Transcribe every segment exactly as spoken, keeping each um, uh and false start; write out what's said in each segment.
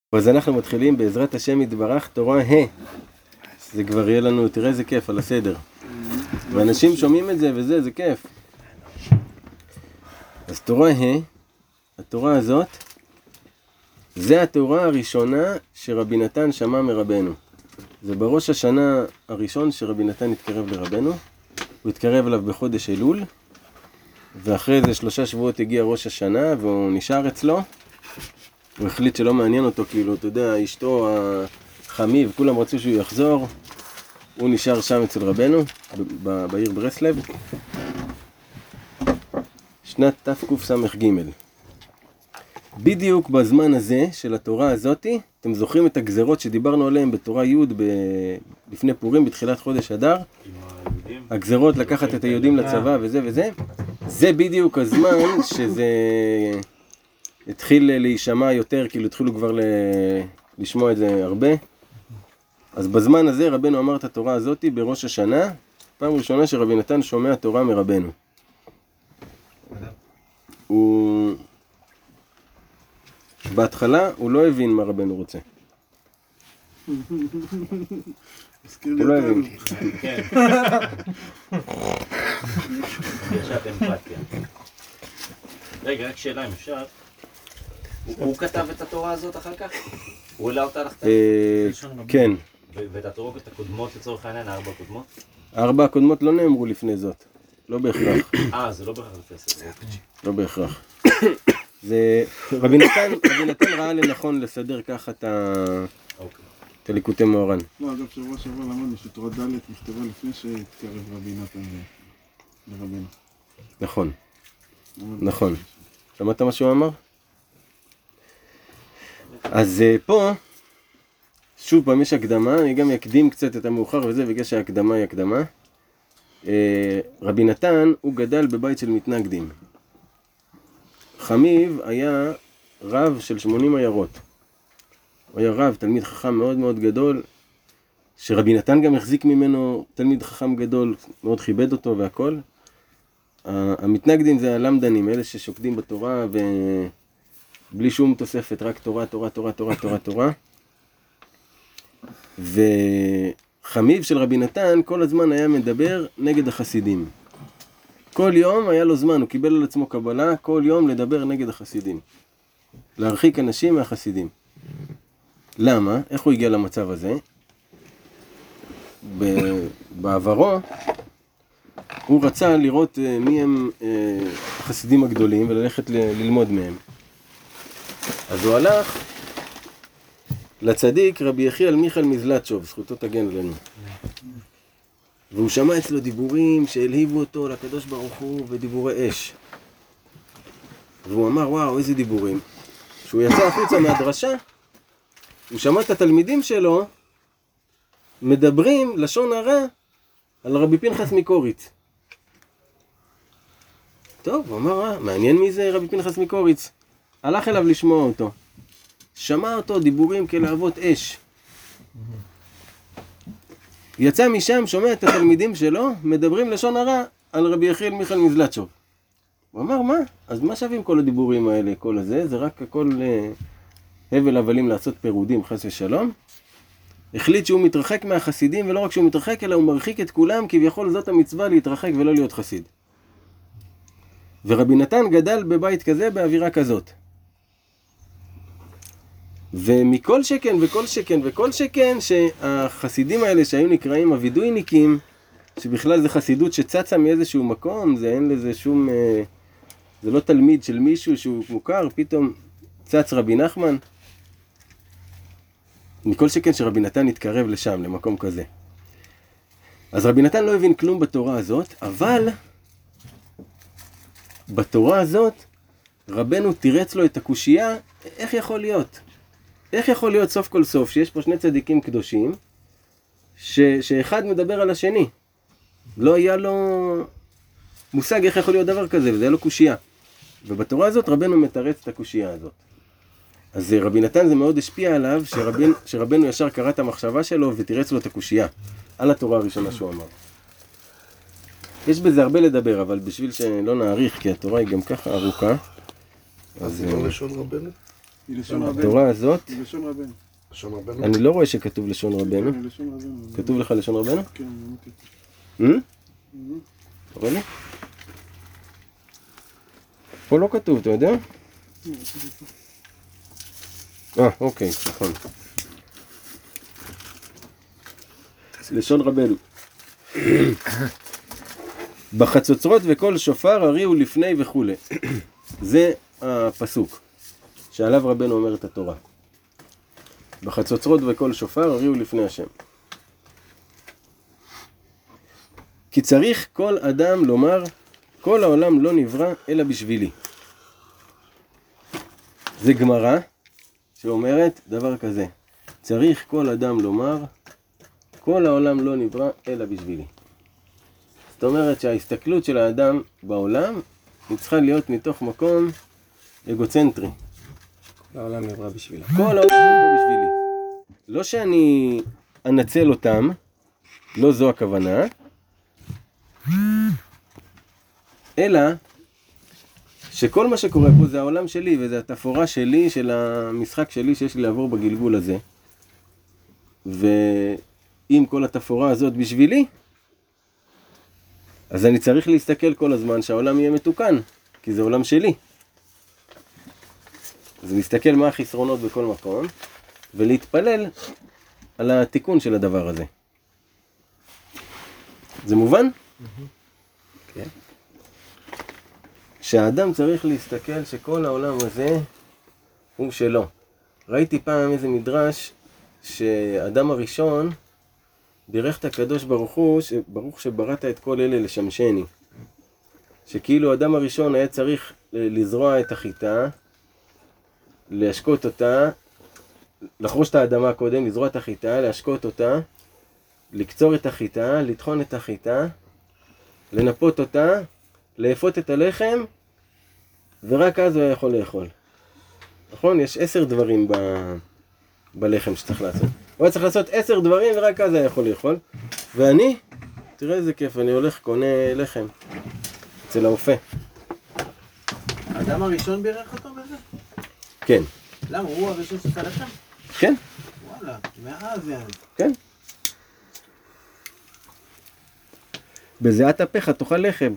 אז אנחנו מתחילים בעזרת השם יתברך תורה ה'. זה כבר יהיה לנו, תראה איזה כיף על הסדר. ואנשים שומעים את זה וזה, זה כיף. אז תורה ה', התורה הזאת, זה התורה הראשונה שרבי נתן שמע מרבנו. זה בראש השנה הראשון שרבי נתן התקרב לרבנו. הוא התקרב אליו בחודש אלול, ואחרי זה שלושה שבועות הגיע ראש השנה והוא נשאר אצלו. הוא החליט שלא מעניין אותו, כאילו, אתה יודע, אשתו, החמיב, כולם רצו שהוא יחזור. הוא נשאר שם אצל רבנו, ב- בעיר ברסלב. שנת תקס"ג. בדיוק בזמן הזה של התורה הזאתי, אתם זוכרים את הגזרות שדיברנו עליהן בתורה י' ב... לפני פורים, בתחילת חודש אדר? הגזרות לקחת את היהודים לצבא וזה וזה. זה בדיוק הזמן שזה התחיל להישמע יותר, כאילו התחילו כבר ל... לשמוע את זה הרבה. אז בזמן הזה רבנו אמר את התורה הזאתי בראש השנה, פעם ראשונה שרבי נתן שומע תורה מרבנו. הוא... בהתחלה הוא לא הבין מה רבנו רוצה. הוא לא הבין. כן. ישת אמפתיה. רגע, רק שאלה אם אפשר. הוא כתב את התורה הזאת אחר כך? הוא העלה אותה לכתב? כן. ואת התורות הקודמות לצורך העניין, הארבע הקודמות? הארבע הקודמות לא נאמרו לפני זאת. לא בהכרח. אה, זה לא בהכרח לפני זה. לא בהכרח. זה רבי נתן, רבי נתן ראה לנכון לסדר ככה את ה... את הליקוטי מוהר"ן. לא, אגב, שבוע שעבר למדנו שתורה ד' נכתבה לפני שהתקרב רבי נתן לרבינו. נכון, נכון. שמעת מה שהוא אמר? אז פה, שוב פעם יש הקדמה, אני גם אקדים קצת את המאוחר וזה, בגלל שההקדמה היא הקדמה. רבי נתן, הוא גדל בבית של מתנגדים. חמיב היה רב של שמונים עיירות. הוא היה רב, תלמיד חכם מאוד מאוד גדול, שרבי נתן גם החזיק ממנו תלמיד חכם גדול, מאוד כיבד אותו והכל. המתנגדים זה הלמדנים, אלה ששוקדים בתורה ובלי שום תוספת, רק תורה, תורה, תורה, תורה, תורה, תורה. וחמיב של רבי נתן כל הזמן היה מדבר נגד החסידים. כל יום היה לו זמן, הוא קיבל על עצמו קבלה, כל יום לדבר נגד החסידים. להרחיק אנשים מהחסידים. למה? איך הוא הגיע למצב הזה? בעברו, הוא רצה לראות מי הם החסידים הגדולים וללכת ללמוד מהם. אז הוא הלך לצדיק רבי יחיאל מיכל מזלצ'וב, זכותו תגן עלינו. והוא שמע אצלו דיבורים שהלהיבו אותו לקדוש ברוך הוא ודיבורי אש. והוא אמר, וואו, איזה דיבורים. כשהוא יצא החוצה מהדרשה, הוא שמע את התלמידים שלו מדברים לשון הרע על רבי פנחס מקוריץ. טוב, הוא אמר, מעניין מי זה רבי פנחס מקוריץ. הלך אליו לשמוע אותו. שמע אותו דיבורים כלהבות אש. יצא משם, שומע את התלמידים שלו, מדברים לשון הרע על רבי יחיאל מיכל מזלצ'וב. הוא אמר, מה? אז מה שווים כל הדיבורים האלה, כל הזה? זה רק הכל uh, הבל הבלים לעשות פירודים, חס ושלום. החליט שהוא מתרחק מהחסידים, ולא רק שהוא מתרחק, אלא הוא מרחיק את כולם, כביכול זאת המצווה להתרחק ולא להיות חסיד. ורבי נתן גדל בבית כזה, באווירה כזאת. ומכל שכן וכל שכן וכל שכן שהחסידים האלה שהיו נקראים אבידויניקים, שבכלל זה חסידות שצצה מאיזשהו מקום, זה אין לזה שום, זה לא תלמיד של מישהו שהוא מוכר, פתאום צץ רבי נחמן. מכל שכן שרבי נתן התקרב לשם, למקום כזה. אז רבי נתן לא הבין כלום בתורה הזאת, אבל בתורה הזאת רבנו תירץ לו את הקושייה, איך יכול להיות? איך יכול להיות סוף כל סוף שיש פה שני צדיקים קדושים ש, שאחד מדבר על השני? לא היה לו מושג איך יכול להיות דבר כזה, וזה היה לו קושייה. ובתורה הזאת רבנו מתרץ את הקושייה הזאת. אז רבי נתן זה מאוד השפיע עליו שרבנו, שרבנו ישר קרא את המחשבה שלו ותירץ לו את הקושייה על התורה הראשונה שהוא אמר. יש בזה הרבה לדבר, אבל בשביל שלא נאריך, כי התורה היא גם ככה ארוכה. אז זה לא לשון רבנו? היא לשון רבנו. התורה הזאת, היא לשון רבנו. לשון רבנו. אני לא רואה שכתוב לשון רבנו. היא לשון רבנו. כתוב לך לשון רבנו? כן, אמרתי. Hmm? רואה לי? פה לא כתוב, אתה יודע? אה, אוקיי, נכון. לשון רבנו. בחצוצרות וכל שופר הריעו לפני וכולי. זה הפסוק שעליו רבנו אומר את התורה. בחצוצרות וכל שופר הריעו לפני השם. כי צריך כל אדם לומר, כל העולם לא נברא אלא בשבילי. זה גמרא שאומרת דבר כזה. צריך כל אדם לומר, כל העולם לא נברא אלא בשבילי. זאת אומרת שההסתכלות של האדם בעולם היא צריכה להיות מתוך מקום אגוצנטרי. כל העולם נברא בשבילה. כל העולם נברא בשבילי. לא שאני אנצל אותם, לא זו הכוונה, אלא שכל מה שקורה פה זה העולם שלי, וזה התפאורה שלי, של המשחק שלי שיש לי לעבור בגלגול הזה. ואם כל התפאורה הזאת בשבילי, אז אני צריך להסתכל כל הזמן שהעולם יהיה מתוקן, כי זה עולם שלי. אז להסתכל מה החסרונות בכל מקום, ולהתפלל על התיקון של הדבר הזה. זה מובן? כן. שהאדם צריך להסתכל שכל העולם הזה הוא שלו. ראיתי פעם איזה מדרש שאדם הראשון בירך את הקדוש ברוך הוא, ברוך שבראת את כל אלה לשמשני. שכאילו האדם הראשון היה צריך לזרוע את החיטה, להשקות אותה, לחרוש את האדמה קודם, לזרוע את החיטה, להשקות אותה, לקצור את החיטה, לטחון את החיטה, לנפות אותה, לאפות את הלחם, ורק אז הוא היה יכול לאכול. נכון? יש עשר דברים ב... בלחם שצריך לעשות. הוא היה צריך לעשות עשר דברים ורק אז היה יכול לאכול. ואני, תראה איזה כיף, אני הולך קונה לחם אצל האופה. האדם הראשון בירך אותו בזה? כן. למה? הוא הראשון שעשה לחם? כן? וואלה, מאז יעני. כן. בזיעת אפיך תאכל לחם.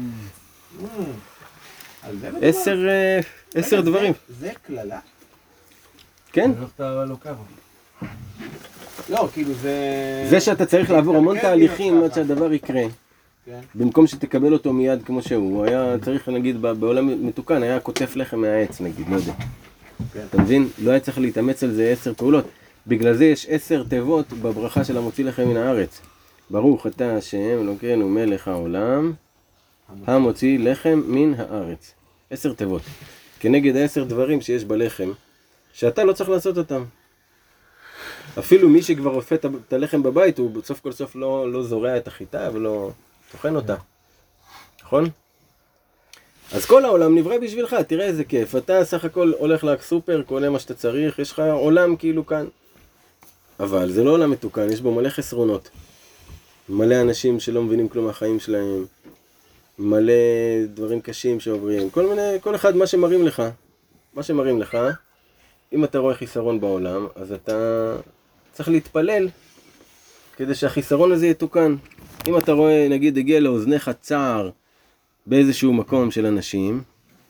על זה מדובר? עשר, אה, עשר רגע, דברים. זה- זה כללה? כן? איך אתה לא קו? לא, כאילו זה... זה שאתה צריך לעבור המון כן, תהליכים להיות עד ככה. שהדבר יקרה. כן. במקום שתקבל אותו מיד כמו שהוא, הוא היה צריך נגיד בעולם מתוקן, היה קוטף לחם מהעץ נגיד, לא יודע. כן. אתה מבין? לא היה צריך להתאמץ על זה עשר פעולות. בגלל זה יש עשר תיבות בברכה של המוציא לחם מן הארץ. ברוך אתה השם אלוקינו מלך העולם, המוציא לחם מן הארץ. עשר תיבות. כנגד העשר דברים שיש בלחם, שאתה לא צריך לעשות אותם. אפילו מי שכבר אופה את הלחם בבית, הוא בסוף כל סוף לא, לא זורע את החיטה ולא טוחן אותה. נכון? אז כל העולם נברא בשבילך, תראה איזה כיף. אתה סך הכל הולך לסופר, קונה מה שאתה צריך, יש לך עולם כאילו כאן. אבל זה לא עולם מתוקן, יש בו מלא חסרונות. מלא אנשים שלא מבינים כלום מהחיים שלהם. מלא דברים קשים שעוברים. כל מיני, כל אחד מה שמראים לך. מה שמראים לך, אם אתה רואה חיסרון בעולם, אז אתה צריך להתפלל כדי שהחיסרון הזה יתוקן. אם אתה רואה, נגיד, הגיע לאוזניך צער באיזשהו מקום של אנשים,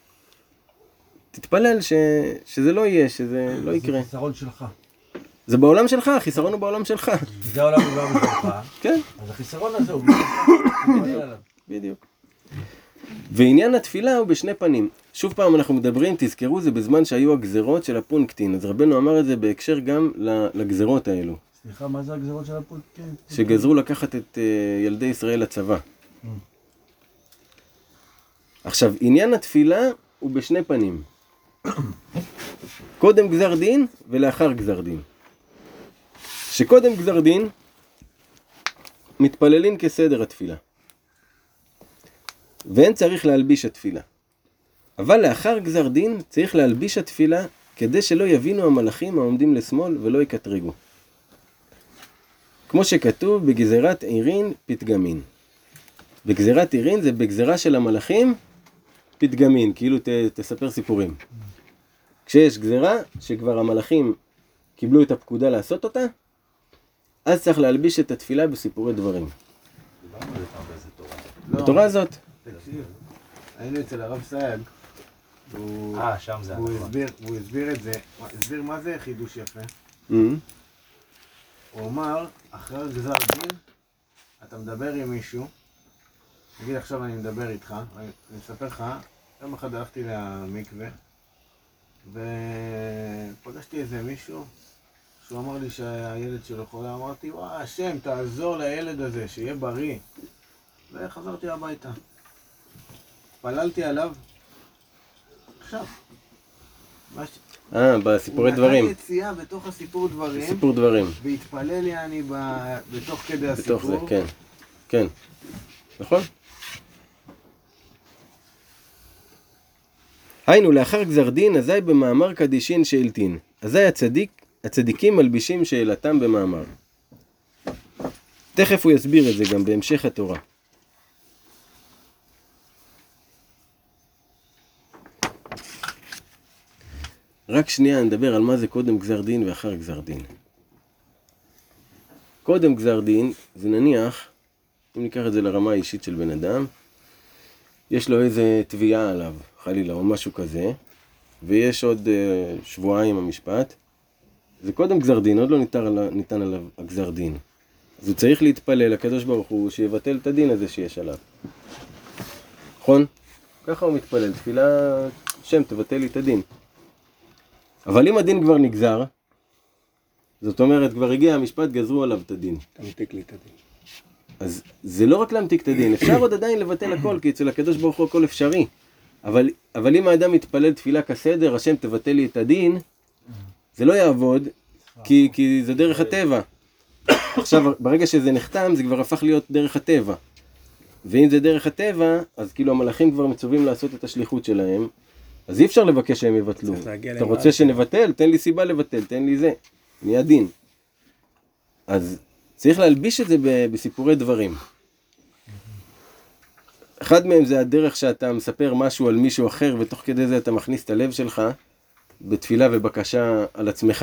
תתפלל ש... שזה לא יהיה, שזה לא יקרה. זה חיסרון שלך. זה בעולם שלך, החיסרון הוא בעולם שלך. זה העולם הוא בעולם שלך. כן, אז החיסרון הזה הוא מתפלל עליו. בדיוק. ועניין התפילה הוא בשני פנים. שוב פעם אנחנו מדברים, תזכרו, זה בזמן שהיו הגזרות של הפונקטין. אז רבנו אמר את זה בהקשר גם לגזרות האלו. סליחה, מה זה הגזרות של הפונקטין? שגזרו לקחת את uh, ילדי ישראל לצבא. עכשיו, עניין התפילה הוא בשני פנים. קודם גזר דין ולאחר גזר דין. שקודם גזר דין, מתפללים כסדר התפילה. ואין צריך להלביש התפילה. אבל לאחר גזר דין צריך להלביש התפילה כדי שלא יבינו המלאכים העומדים לשמאל ולא יקטרגו. כמו שכתוב בגזירת עירין פתגמין. בגזירת עירין זה בגזירה של המלאכים פתגמין, כאילו ת, תספר סיפורים. כשיש גזרה, שכבר המלאכים קיבלו את הפקודה לעשות אותה, אז צריך להלביש את התפילה בסיפורי דברים. דיברנו על זה פעם באיזה תורה. לא, בתורה הזאת. תקשיב, היינו אצל הרב סייג, והוא אה, שם זה והוא הנכון. הסביר, והוא הסביר את זה, הסביר מה זה חידוש יפה. Mhm. הוא אמר, אחרי גזר דין, אתה מדבר עם מישהו, נגיד עכשיו אני מדבר איתך, אני אני אספר לך, יום אחד הלכתי למקווה, ופגשתי איזה מישהו, שהוא אמר לי שהילד שלו חולה, אמרתי, וואה, השם, תעזור לילד הזה, שיהיה בריא. וחזרתי הביתה. פללתי עליו, עכשיו. מה ש... אה, בסיפורי הוא דברים. נתן יציאה בתוך הסיפור דברים, סיפור דברים. והתפלל לי אני ב... בתוך כדי בתוך זה, הסיפור. כן. כן. נכון? היינו, לאחר גזר דין, אזי במאמר קדישין שאלתין. אזי הצדיק, הצדיקים מלבישים שאלתם במאמר. תכף הוא יסביר את זה גם בהמשך התורה. רק שנייה נדבר על מה זה קודם גזר דין ואחר גזר דין. קודם גזר דין, זה נניח, אם ניקח את זה לרמה האישית של בן אדם, יש לו איזה תביעה עליו, חלילה, או משהו כזה, ויש עוד uh, שבועיים המשפט, זה קודם גזר דין, עוד לא ניתן, עליו, ניתן עליו הגזר דין. אז הוא צריך להתפלל לקדוש ברוך הוא שיבטל את הדין הזה שיש עליו. נכון? ככה הוא מתפלל, תפילה, שם תבטל לי את הדין. אבל אם הדין כבר נגזר, זאת אומרת, כבר הגיע המשפט, גזרו עליו את הדין. תמתיק לי את הדין. אז זה לא רק להמתיק את הדין, אפשר עוד עדיין לבטל הכל, כי אצל הקדוש ברוך הוא הכל אפשרי. אבל, אבל אם האדם מתפלל תפילה כסדר, השם תבטל לי את הדין, זה לא יעבוד, כי, כי זה דרך הטבע. עכשיו, ברגע שזה נחתם, זה כבר הפך להיות דרך הטבע. ואם זה דרך הטבע, אז כאילו המלאכים כבר מצווים לעשות את השליחות שלהם, אז אי אפשר לבקש שהם יבטלו. אתה רוצה שנבטל? תן לי סיבה לבטל, תן לי זה. נהיה דין. אז צריך להלביש את זה בסיפורי דברים. אחד מהם זה הדרך שאתה מספר משהו על מישהו אחר, ותוך כדי זה אתה מכניס את הלב שלך בתפילה ובקשה על עצמך.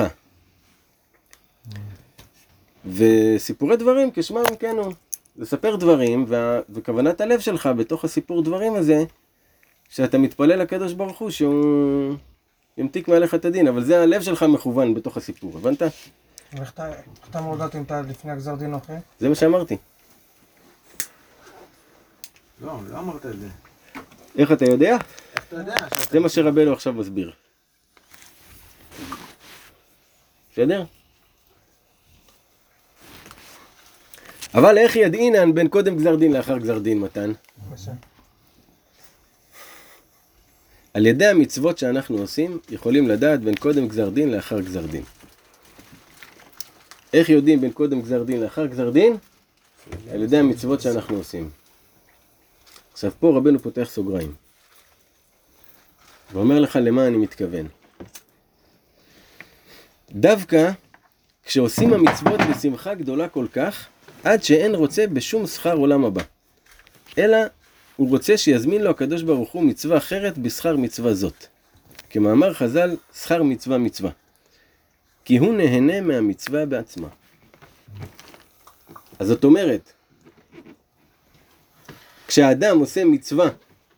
וסיפורי דברים, כשמם כן הוא. לספר דברים, וה... וכוונת הלב שלך בתוך הסיפור דברים הזה, שאתה מתפלל לקדוש ברוך הוא שהוא ימתיק מעליך את הדין, אבל זה הלב שלך מכוון בתוך הסיפור, הבנת? איך אתה מודעת אם אתה לפני הגזר דין או אחרי? זה מה שאמרתי. לא, לא אמרת את זה. איך אתה יודע? איך אתה יודע? שאתה... זה מה שרבנו עכשיו מסביר. בסדר? אבל איך ידעינן בין קודם גזר דין לאחר גזר דין, מתן? בסדר. על ידי המצוות שאנחנו עושים, יכולים לדעת בין קודם גזר דין לאחר גזר דין. איך יודעים בין קודם גזר דין לאחר גזר דין? על ידי המצוות שאנחנו עושים. עכשיו פה רבנו פותח סוגריים. ואומר לך למה אני מתכוון. דווקא כשעושים המצוות בשמחה גדולה כל כך, עד שאין רוצה בשום שכר עולם הבא. אלא הוא רוצה שיזמין לו הקדוש ברוך הוא מצווה אחרת בשכר מצווה זאת. כמאמר חז"ל, שכר מצווה מצווה. כי הוא נהנה מהמצווה בעצמה. אז זאת אומרת, כשהאדם עושה מצווה,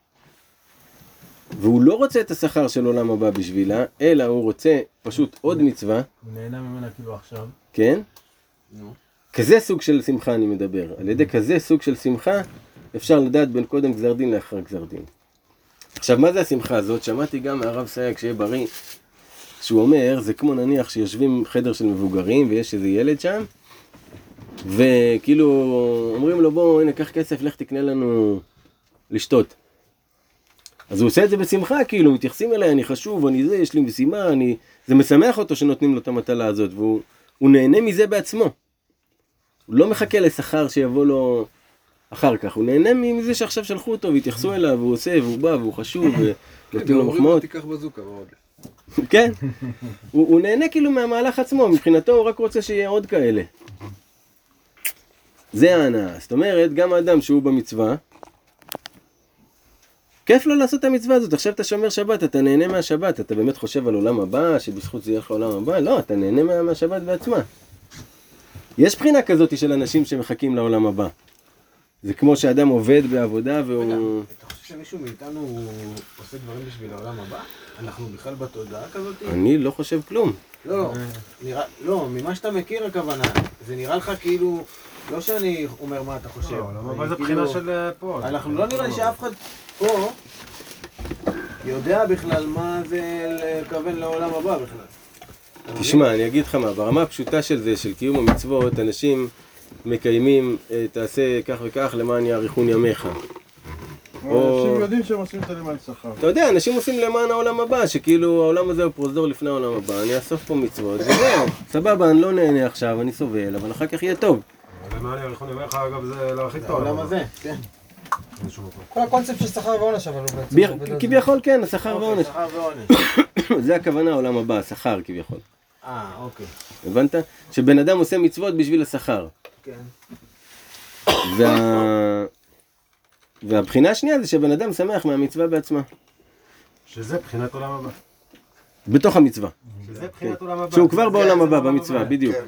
והוא לא רוצה את השכר של עולם הבא בשבילה, אלא הוא רוצה פשוט עוד מצווה, הוא נהנה ממנה כאילו עכשיו. כן? נו. כזה סוג של שמחה אני מדבר. על ידי כזה סוג של שמחה, אפשר לדעת בין קודם גזר דין לאחר גזר דין. עכשיו, מה זה השמחה הזאת? שמעתי גם מהרב סייג שיהיה בריא, שהוא אומר, זה כמו נניח שיושבים חדר של מבוגרים, ויש איזה ילד שם, וכאילו אומרים לו, בוא, הנה, קח כסף, לך תקנה לנו לשתות. אז הוא עושה את זה בשמחה, כאילו, מתייחסים אליי, אני חשוב, אני זה, יש לי משימה, אני... זה משמח אותו שנותנים לו את המטלה הזאת, והוא הוא נהנה מזה בעצמו. הוא לא מחכה לשכר שיבוא לו אחר כך, הוא נהנה מזה שעכשיו שלחו אותו והתייחסו אליו, והוא עושה, והוא בא, והוא חשוב, ונותנים לו מחמאות. תיקח בזוקה ועוד. כן, הוא, הוא נהנה כאילו מהמהלך עצמו, מבחינתו הוא רק רוצה שיהיה עוד כאלה. זה ההנאה, זאת אומרת, גם האדם שהוא במצווה, כיף לו לעשות את המצווה הזאת. עכשיו אתה שומר שבת, אתה נהנה מהשבת, אתה באמת חושב על עולם הבא, שבזכות זה יהיה לך עולם הבא? לא, אתה נהנה מה, מהשבת בעצמה. יש בחינה כזאת של אנשים שמחכים לעולם הבא. זה כמו שאדם עובד בעבודה והוא... אתה חושב שמישהו מאיתנו עושה דברים בשביל העולם הבא? אנחנו בכלל בתודעה כזאת? אני לא חושב כלום. לא, נראה, לא, ממה שאתה מכיר הכוונה, זה נראה לך כאילו, לא שאני אומר מה אתה חושב. לא, אני אבל זה כאילו- בחינה של פה. אנחנו לא נראה לי שאף אחד פה יודע בכלל מה זה לכוון לעולם הבא בכלל. תשמע, אני אגיד לך מה, ברמה הפשוטה של זה, של קיום המצוות, אנשים מקיימים, אה, תעשה כך וכך למען יאריכון ימיך. או- אנשים יודעים שהם עושים את זה למען שכר. אתה יודע, אנשים עושים למען העולם הבא, שכאילו העולם הזה הוא פרוזדור לפני העולם הבא, אני אאסוף פה מצוות, וזהו, סבבה, אני לא נהנה עכשיו, אני סובל, אבל אחר כך יהיה טוב. למען יאריכון ימיך, אגב, זה להרחיק את העולם הזה, כן. כל הקונספט של שכר ועונש, אבל הוא בעצם... ב- עובד על זה. כביכול כן, השכר אוקיי, ועונש. שכר ועונש. זה הכוונה העולם הבא, השכר כביכול. אה, אוקיי. הבנת? שבן אדם עושה מצוות בשביל השכר. כן. וה... והבחינה השנייה זה שבן אדם שמח מהמצווה בעצמה. שזה בחינת עולם הבא. בתוך המצווה. שזה בחינת עולם הבא. שהוא כבר זה- בעולם זה הבא, עולם במצווה, הבא. בדיוק.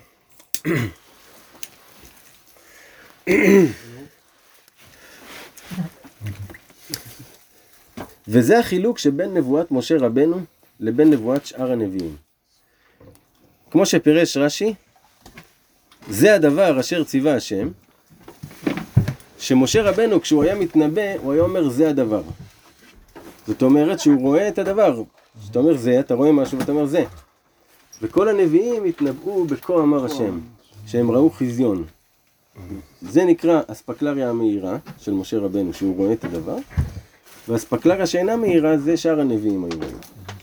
וזה החילוק שבין נבואת משה רבנו לבין נבואת שאר הנביאים. כמו שפירש רש"י, זה הדבר אשר ציווה השם, שמשה רבנו כשהוא היה מתנבא, הוא היה אומר זה הדבר. זאת אומרת שהוא רואה את הדבר. זאת אומרת זה, אתה רואה משהו ואתה אומר זה. וכל הנביאים התנבאו בכה אמר השם, שהם ראו חזיון. זה נקרא אספקלריה המהירה של משה רבנו, שהוא רואה את הדבר. והאספקלריה שאינה מהירה זה שאר הנביאים היו רואים.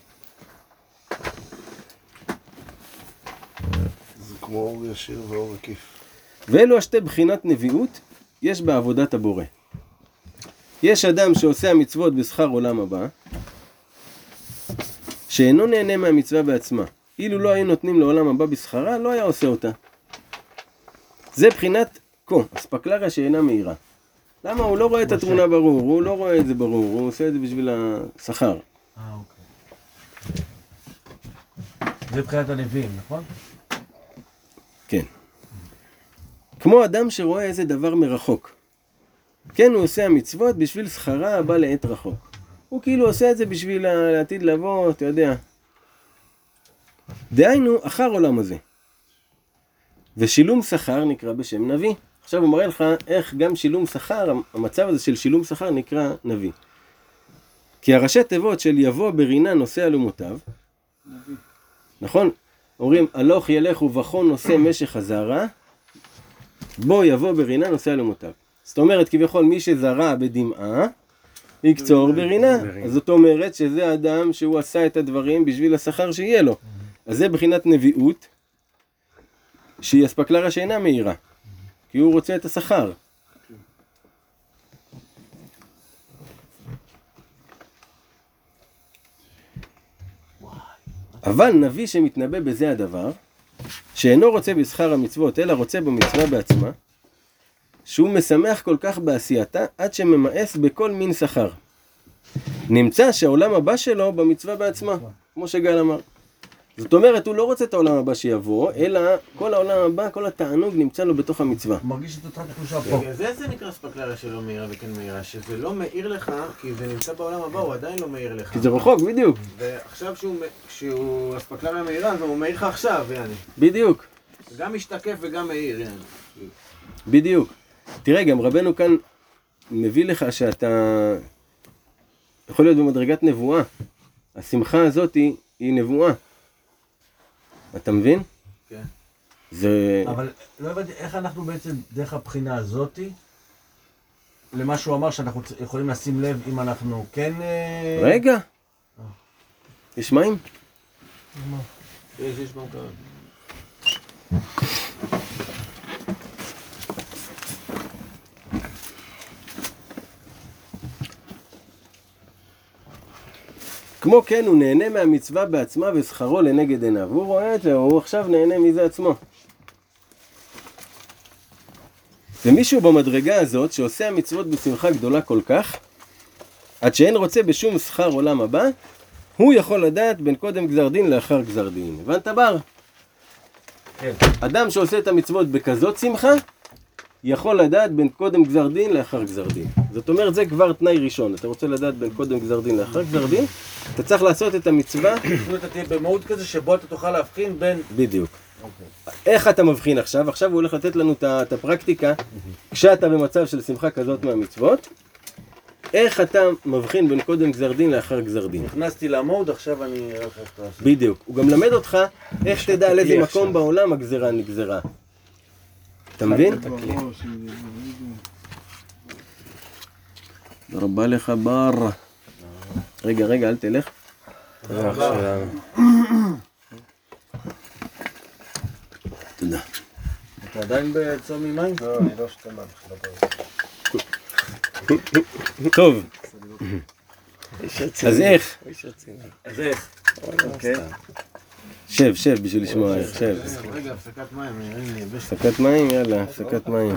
זה כמו אור ישיר ואור עקיף. ואלו השתי בחינת נביאות יש בעבודת הבורא. יש אדם שעושה המצוות בשכר עולם הבא, שאינו נהנה מהמצווה בעצמה. אילו לא היו נותנים לעולם הבא בשכרה, לא היה עושה אותה. זה בחינת כה, אספקלריה שאינה מהירה. למה? הוא לא רואה את התמונה ברור, הוא לא רואה את זה ברור, הוא עושה את זה בשביל השכר. אה, אוקיי. זה בחינת הנביאים, נכון? כן. כמו אדם שרואה איזה דבר מרחוק. כן, הוא עושה המצוות בשביל שכרה הבא לעת רחוק. הוא כאילו עושה את זה בשביל העתיד לבוא, אתה יודע. דהיינו, אחר עולם הזה. ושילום שכר נקרא בשם נביא. עכשיו הוא מראה לך איך גם שילום שכר, המצב הזה של שילום שכר נקרא נביא. כי הראשי תיבות של יבוא ברינה נושא אלומותיו, נכון? אומרים, הלוך ילך ובכון נושא משך הזרע, בו יבוא ברינה נושא אלומותיו. זאת אומרת, כביכול מי שזרע בדמעה, יקצור ברינה. אז זאת אומרת שזה האדם שהוא עשה את הדברים בשביל השכר שיהיה לו. אז זה בחינת נביאות, שהיא אספקלריה שאינה מהירה. כי הוא רוצה את השכר. אבל נביא שמתנבא בזה הדבר, שאינו רוצה בשכר המצוות, אלא רוצה במצווה בעצמה, שהוא משמח כל כך בעשייתה, עד שממאס בכל מין שכר. נמצא שהעולם הבא שלו במצווה בעצמה, כמו שגל אמר. זאת אומרת, הוא לא רוצה את העולם הבא שיבוא, אלא כל העולם הבא, כל התענוג נמצא לו בתוך המצווה. הוא מרגיש את אותה תחושה פה. בגלל זה זה נקרא אספקלריה שלא מהירה וכן מהירה, שזה לא מאיר לך, כי זה נמצא בעולם הבא, הוא עדיין לא מאיר לך. כי זה רחוק, בדיוק. ועכשיו שהוא, כשהוא אספקלריה מהירה, אז הוא מאיר לך עכשיו, יעני. בדיוק. גם משתקף וגם מאיר, יעני. בדיוק. תראה, גם רבנו כאן מביא לך שאתה יכול להיות במדרגת נבואה. השמחה הזאת היא, היא נבואה. אתה מבין? כן. זה... אבל לא הבנתי איך אנחנו בעצם דרך הבחינה הזאתי למה שהוא אמר שאנחנו יכולים לשים לב אם אנחנו כן... רגע. יש מים? יש, יש מים קרה. כמו כן, הוא נהנה מהמצווה בעצמה ושכרו לנגד עיניו. הוא רואה את זה, הוא עכשיו נהנה מזה עצמו. ומישהו במדרגה הזאת שעושה המצוות בשמחה גדולה כל כך, עד שאין רוצה בשום שכר עולם הבא, הוא יכול לדעת בין קודם גזר דין לאחר גזר דין. הבנת בר? כן. אדם שעושה את המצוות בכזאת שמחה, יכול לדעת בין קודם גזר דין לאחר גזר דין. זאת אומרת, זה כבר תנאי ראשון. אתה רוצה לדעת בין קודם גזר דין לאחר גזר דין, אתה צריך לעשות את המצווה. אתה תהיה במהות כזה שבו אתה תוכל להבחין בין... בדיוק. איך אתה מבחין עכשיו? עכשיו הוא הולך לתת לנו את הפרקטיקה, כשאתה במצב של שמחה כזאת מהמצוות, איך אתה מבחין בין קודם גזר דין לאחר גזר דין. נכנסתי לעמוד, עכשיו אני אראה לך איך אתה עושה. בדיוק. הוא גם למד אותך איך תדע על איזה מקום בעולם הגזרה נגזרה. אתה מבין? בראש, עם- תודה רבה לך בר. רגע, רגע, אל תלך. תודה. אתה עדיין בצום ממים? לא, אני לא שתה מים בכלל. טוב. אז איך? אז איך? אוקיי. שב, שב בשביל לשמוע איך, שב. רגע, הפסקת מים, נראה לי יבש. הפסקת מים? יאללה, הפסקת מים.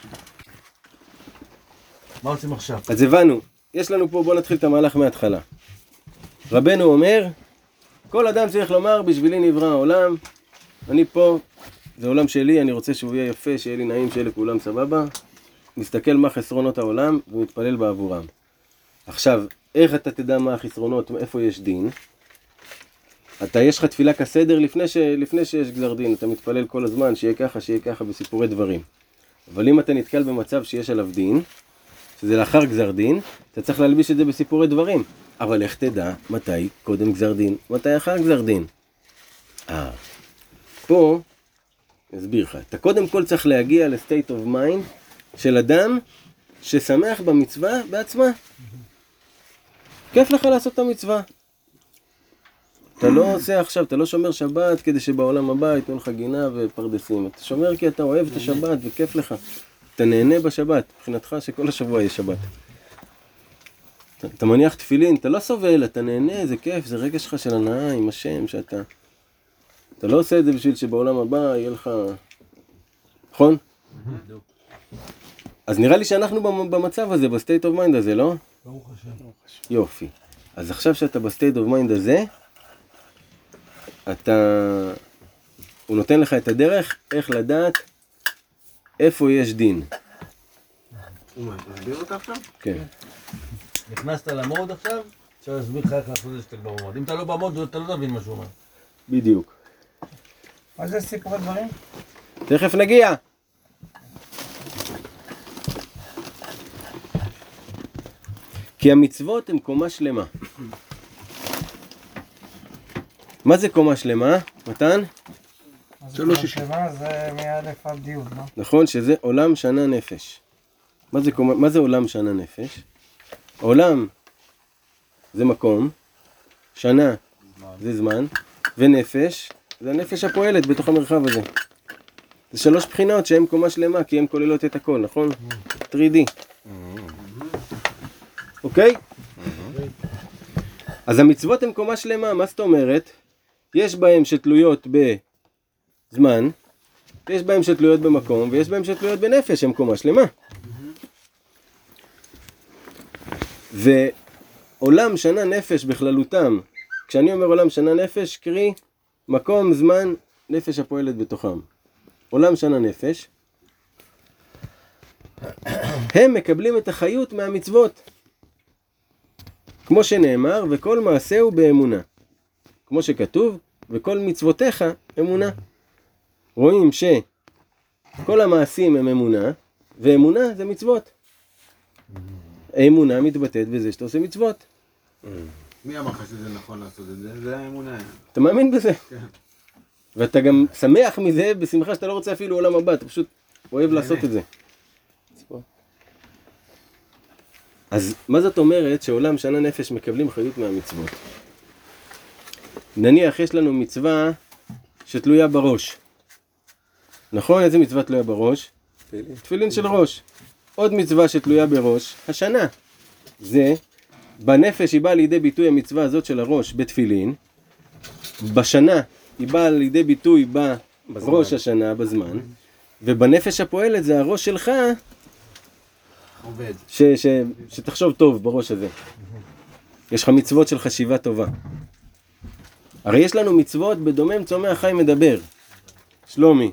מה עושים עכשיו? אז הבנו, יש לנו פה, בוא נתחיל את המהלך מההתחלה. רבנו אומר, כל אדם צריך לומר, בשבילי נברא העולם, אני פה, זה עולם שלי, אני רוצה שהוא יהיה יפה, שיהיה לי נעים, שיהיה לכולם סבבה. מסתכל מה חסרונות העולם ומתפלל בעבורם. עכשיו, איך אתה תדע מה החסרונות, איפה יש דין? אתה, יש לך תפילה כסדר לפני, ש, לפני שיש גזר דין, אתה מתפלל כל הזמן, שיהיה ככה, שיהיה ככה בסיפורי דברים. אבל אם אתה נתקל במצב שיש עליו דין, שזה לאחר גזר דין, אתה צריך להלביש את זה בסיפורי דברים. אבל איך תדע מתי קודם גזר דין, מתי אחר גזר דין? אה, פה, אסביר לך, אתה קודם כל צריך להגיע ל-state of mind של אדם ששמח במצווה בעצמה. כיף לך לעשות את המצווה. אתה לא עושה עכשיו, אתה לא שומר שבת כדי שבעולם הבא ייתנו לך גינה ופרדסים. אתה שומר כי אתה אוהב את השבת וכיף לך. אתה נהנה בשבת, מבחינתך שכל השבוע יהיה שבת. אתה, אתה מניח תפילין, אתה לא סובל, אתה נהנה, זה כיף, זה רגע שלך של הנאה עם השם שאתה... אתה לא עושה את זה בשביל שבעולם הבא יהיה לך... נכון? אז נראה לי שאנחנו במצב הזה, בסטייט אוף מיינד הזה, לא? ברוך השם. יופי. אז עכשיו שאתה בסטייט אוף מיינד הזה, אתה... הוא נותן לך את הדרך איך לדעת איפה יש דין. מה, תסביר אותה עכשיו? כן. נכנסת למוד עכשיו, אפשר להסביר לך איך לעשות את זה שאתה כבר במוד. אם אתה לא במוד, אתה לא תבין מה שהוא אומר. בדיוק. מה זה סיפורי דברים? תכף נגיע. כי המצוות הן קומה שלמה. מה זה קומה שלמה, מתן? שלוש שישים. זה מאלף עד י', לא? נכון שזה עולם שנה נפש. מה זה, קומה, מה זה עולם שנה נפש? עולם זה מקום, שנה זה זמן, ונפש זה הנפש הפועלת בתוך המרחב הזה. זה שלוש בחינות שהן קומה שלמה, כי הן כוללות את הכל, נכון? שלוש די. אוקיי? אז המצוות הן קומה שלמה, מה זאת אומרת? יש בהן שתלויות בזמן, יש בהן שתלויות במקום, ויש בהן שתלויות בנפש, הן קומה שלמה. ועולם שנה נפש בכללותם, כשאני אומר עולם שנה נפש, קרי מקום, זמן, נפש הפועלת בתוכם. עולם שנה נפש, הם מקבלים את החיות מהמצוות. כמו שנאמר, וכל מעשה הוא באמונה. כמו שכתוב, וכל מצוותיך אמונה. רואים שכל המעשים הם אמונה, ואמונה זה מצוות. האמונה מתבטאת בזה שאתה עושה מצוות. מי אמר לך שזה נכון לעשות את זה? זה האמונה. אתה מאמין בזה. כן. ואתה גם שמח מזה בשמחה שאתה לא רוצה אפילו עולם הבא, אתה פשוט אוהב לעשות את זה. אז מה זאת אומרת שעולם שנה נפש מקבלים חיות מהמצוות? נניח יש לנו מצווה שתלויה בראש. נכון? איזה מצווה תלויה בראש? תפילין של ראש. עוד מצווה שתלויה בראש, השנה. זה, בנפש היא באה לידי ביטוי המצווה הזאת של הראש בתפילין. בשנה היא באה לידי ביטוי בראש השנה, בזמן. ובנפש הפועלת זה הראש שלך עובד. ש, ש, שתחשוב טוב בראש הזה. יש לך מצוות של חשיבה טובה. הרי יש לנו מצוות בדומם צומח חי מדבר. שלומי.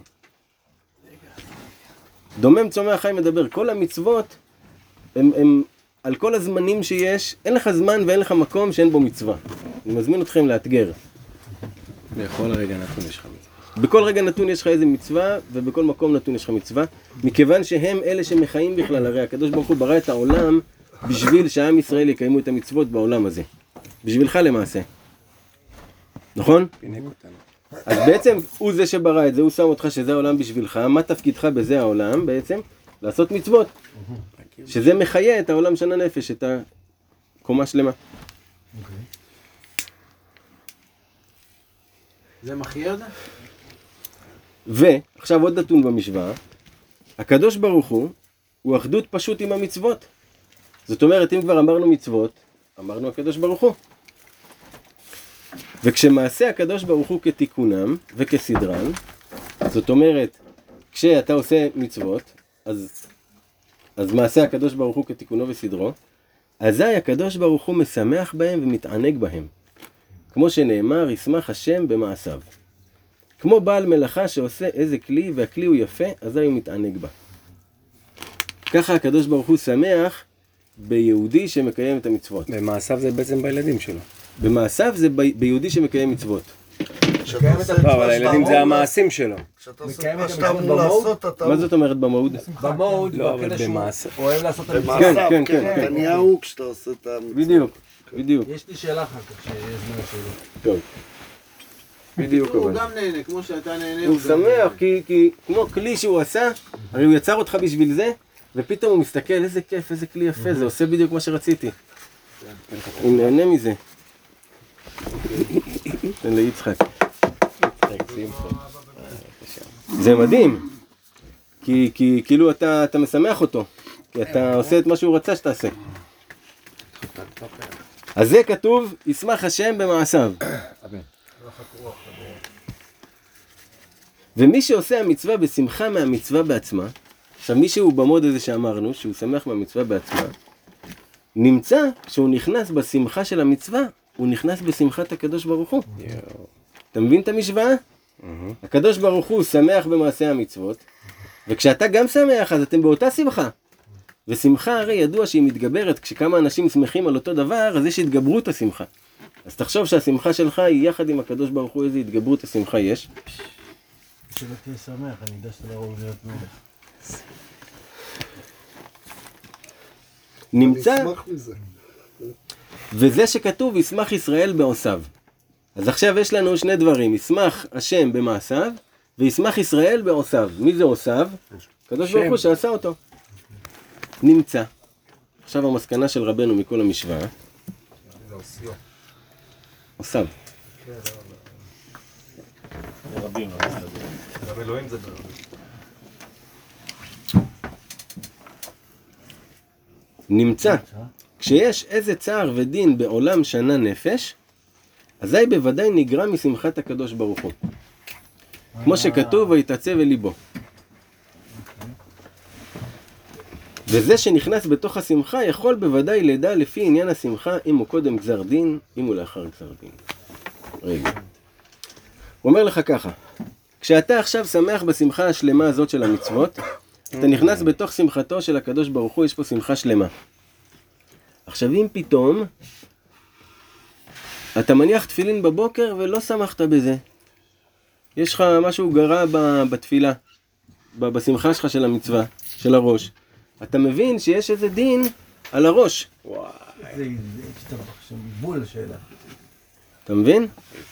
דומם צומח חי מדבר. כל המצוות הם, הם על כל הזמנים שיש, אין לך זמן ואין לך מקום שאין בו מצווה. אני מזמין אתכם לאתגר. בכל רגע נתון יש לך מצווה. בכל רגע נתון יש לך איזה מצווה, ובכל מקום נתון יש לך מצווה, מכיוון שהם אלה שמחיים בכלל. הרי הקדוש ברוך הוא ברא את העולם בשביל שהעם ישראל יקיימו את המצוות בעולם הזה. בשבילך למעשה. נכון? פינק אותנו. אז בעצם הוא זה שברא את זה, הוא שם אותך שזה העולם בשבילך. מה תפקידך בזה העולם בעצם? לעשות מצוות. שזה מחיה את העולם של הנפש, את הקומה שלמה. זה מחיה אותה? ועכשיו עוד נתון במשוואה, הקדוש ברוך הוא, הוא אחדות פשוט עם המצוות. זאת אומרת, אם כבר אמרנו מצוות, אמרנו הקדוש ברוך הוא. וכשמעשה הקדוש ברוך הוא כתיקונם וכסדרן, זאת אומרת, כשאתה עושה מצוות, אז, אז מעשה הקדוש ברוך הוא כתיקונו וסדרו, אזי הקדוש ברוך הוא משמח בהם ומתענג בהם. כמו שנאמר, ישמח השם במעשיו. כמו בעל מלאכה שעושה איזה כלי, והכלי הוא יפה, אזי הוא מתענג בה. ככה הקדוש ברוך הוא שמח ביהודי שמקיים את המצוות. במעשיו זה בעצם בילדים שלו. במעשיו זה ב... ביהודי שמקיים מצוות. לא, אבל הילדים זה המעשים שלו. כשאתה עושה מה שאתה אמור לעשות, אתה... מה זאת אומרת במהות? במהוד, לא, אבל בקטע שהוא במעשה. אוהב לעשות את המצווה. כן, כן, כן. כן, נתניהו כשאתה עושה את ה... בדיוק, בדיוק. יש לי שאלה אחר כך, שיש זמן שאלות. טוב. בדיוק הוא אבל. גם נהנה, כמו שאתה נהנה. הוא גם שמח נהנה. כי, כי כמו כלי שהוא עשה, הרי הוא יצר אותך בשביל זה, ופתאום הוא מסתכל, איזה כיף, איזה כלי יפה, זה עושה בדיוק מה שרציתי. הוא נהנה מזה. תן ליצחק. זה מדהים. כי, כי כאילו אתה, אתה משמח אותו. כי אתה עושה את מה שהוא רצה שתעשה. אז זה כתוב, ישמח השם במעשיו. ומי שעושה המצווה בשמחה מהמצווה בעצמה, עכשיו מי שהוא במוד הזה שאמרנו, שהוא שמח מהמצווה בעצמה, נמצא שהוא נכנס בשמחה של המצווה, הוא נכנס בשמחת הקדוש ברוך הוא. אתה מבין את המשוואה? הקדוש ברוך הוא שמח במעשה המצוות, וכשאתה גם שמח אז אתם באותה שמחה. ושמחה הרי ידוע שהיא מתגברת, כשכמה אנשים שמחים על אותו דבר, אז יש התגברות השמחה. אז תחשוב שהשמחה שלך היא יחד עם הקדוש ברוך הוא, איזה התגברות השמחה יש. שלא תהיה שמח, אני יודע שאתה לא ראוי להיות מלך. נמצא, אני אשמח מזה. וזה שכתוב ישמח ישראל בעושיו. אז עכשיו יש לנו שני דברים, ישמח השם במעשיו, וישמח ישראל בעושיו. מי זה עושיו? הקדוש ברוך הוא שעשה אותו. נמצא. עכשיו המסקנה של רבנו מכל המשוואה. זה עושיו. עושיו. רבים, גם אלוהים זה ברבים. נמצא. כשיש איזה צער ודין בעולם שנה נפש, אזי בוודאי נגרע משמחת הקדוש ברוך הוא. כמו שכתוב, ויתעצב אל ליבו. וזה שנכנס בתוך השמחה יכול בוודאי לדע לפי עניין השמחה אם הוא קודם גזר דין, אם הוא לאחר גזר דין. רגע. הוא אומר לך ככה, כשאתה עכשיו שמח בשמחה השלמה הזאת של המצוות, אתה נכנס בתוך שמחתו של הקדוש ברוך הוא, יש פה שמחה שלמה. עכשיו אם פתאום אתה מניח תפילין בבוקר ולא שמחת בזה, יש לך משהו גרע בתפילה, בשמחה שלך של המצווה, של הראש, אתה מבין שיש איזה דין על הראש. וואי. זה בול השאלה. אתה מבין?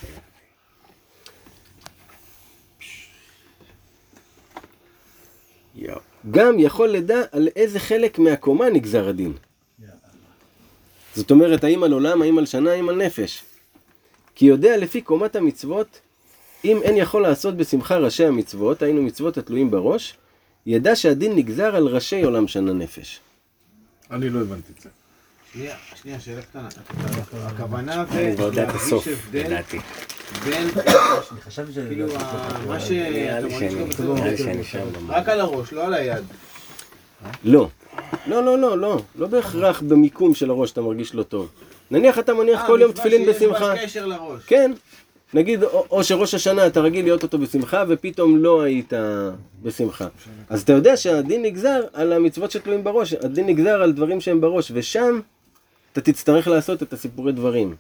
גם יכול לדע על איזה חלק מהקומה נגזר הדין. זאת אומרת, האם על עולם, האם על שנה, האם על נפש. כי יודע לפי קומת המצוות, אם אין יכול לעשות בשמחה ראשי המצוות, היינו מצוות התלויים בראש, ידע שהדין נגזר על ראשי עולם שנה נפש. אני לא הבנתי את זה. שנייה, שנייה, שאלה קטנה. הכוונה אני כבר יודע את להרגיש הסוף, הבדל לדעתי. בין, אני חשבתי שאני... כאילו, ה- מה נראה שאתה לי מרגיש שאני- לו בצורה, נראה לי שאני שם במקום. רק על הראש, לא על היד. לא. לא, לא, לא, לא, לא בהכרח במיקום של הראש אתה מרגיש לא טוב. נניח אתה מניח כל יום תפילין בשמחה. אה, מצווה שיש בה קשר לראש. כן, נגיד, או, או שראש השנה אתה רגיל להיות אותו בשמחה, ופתאום לא היית בשמחה. אז אתה יודע שהדין נגזר על המצוות שתלויים בראש, הדין נגזר על דברים שהם בראש, ושם אתה תצטרך לעשות את הסיפורי דברים.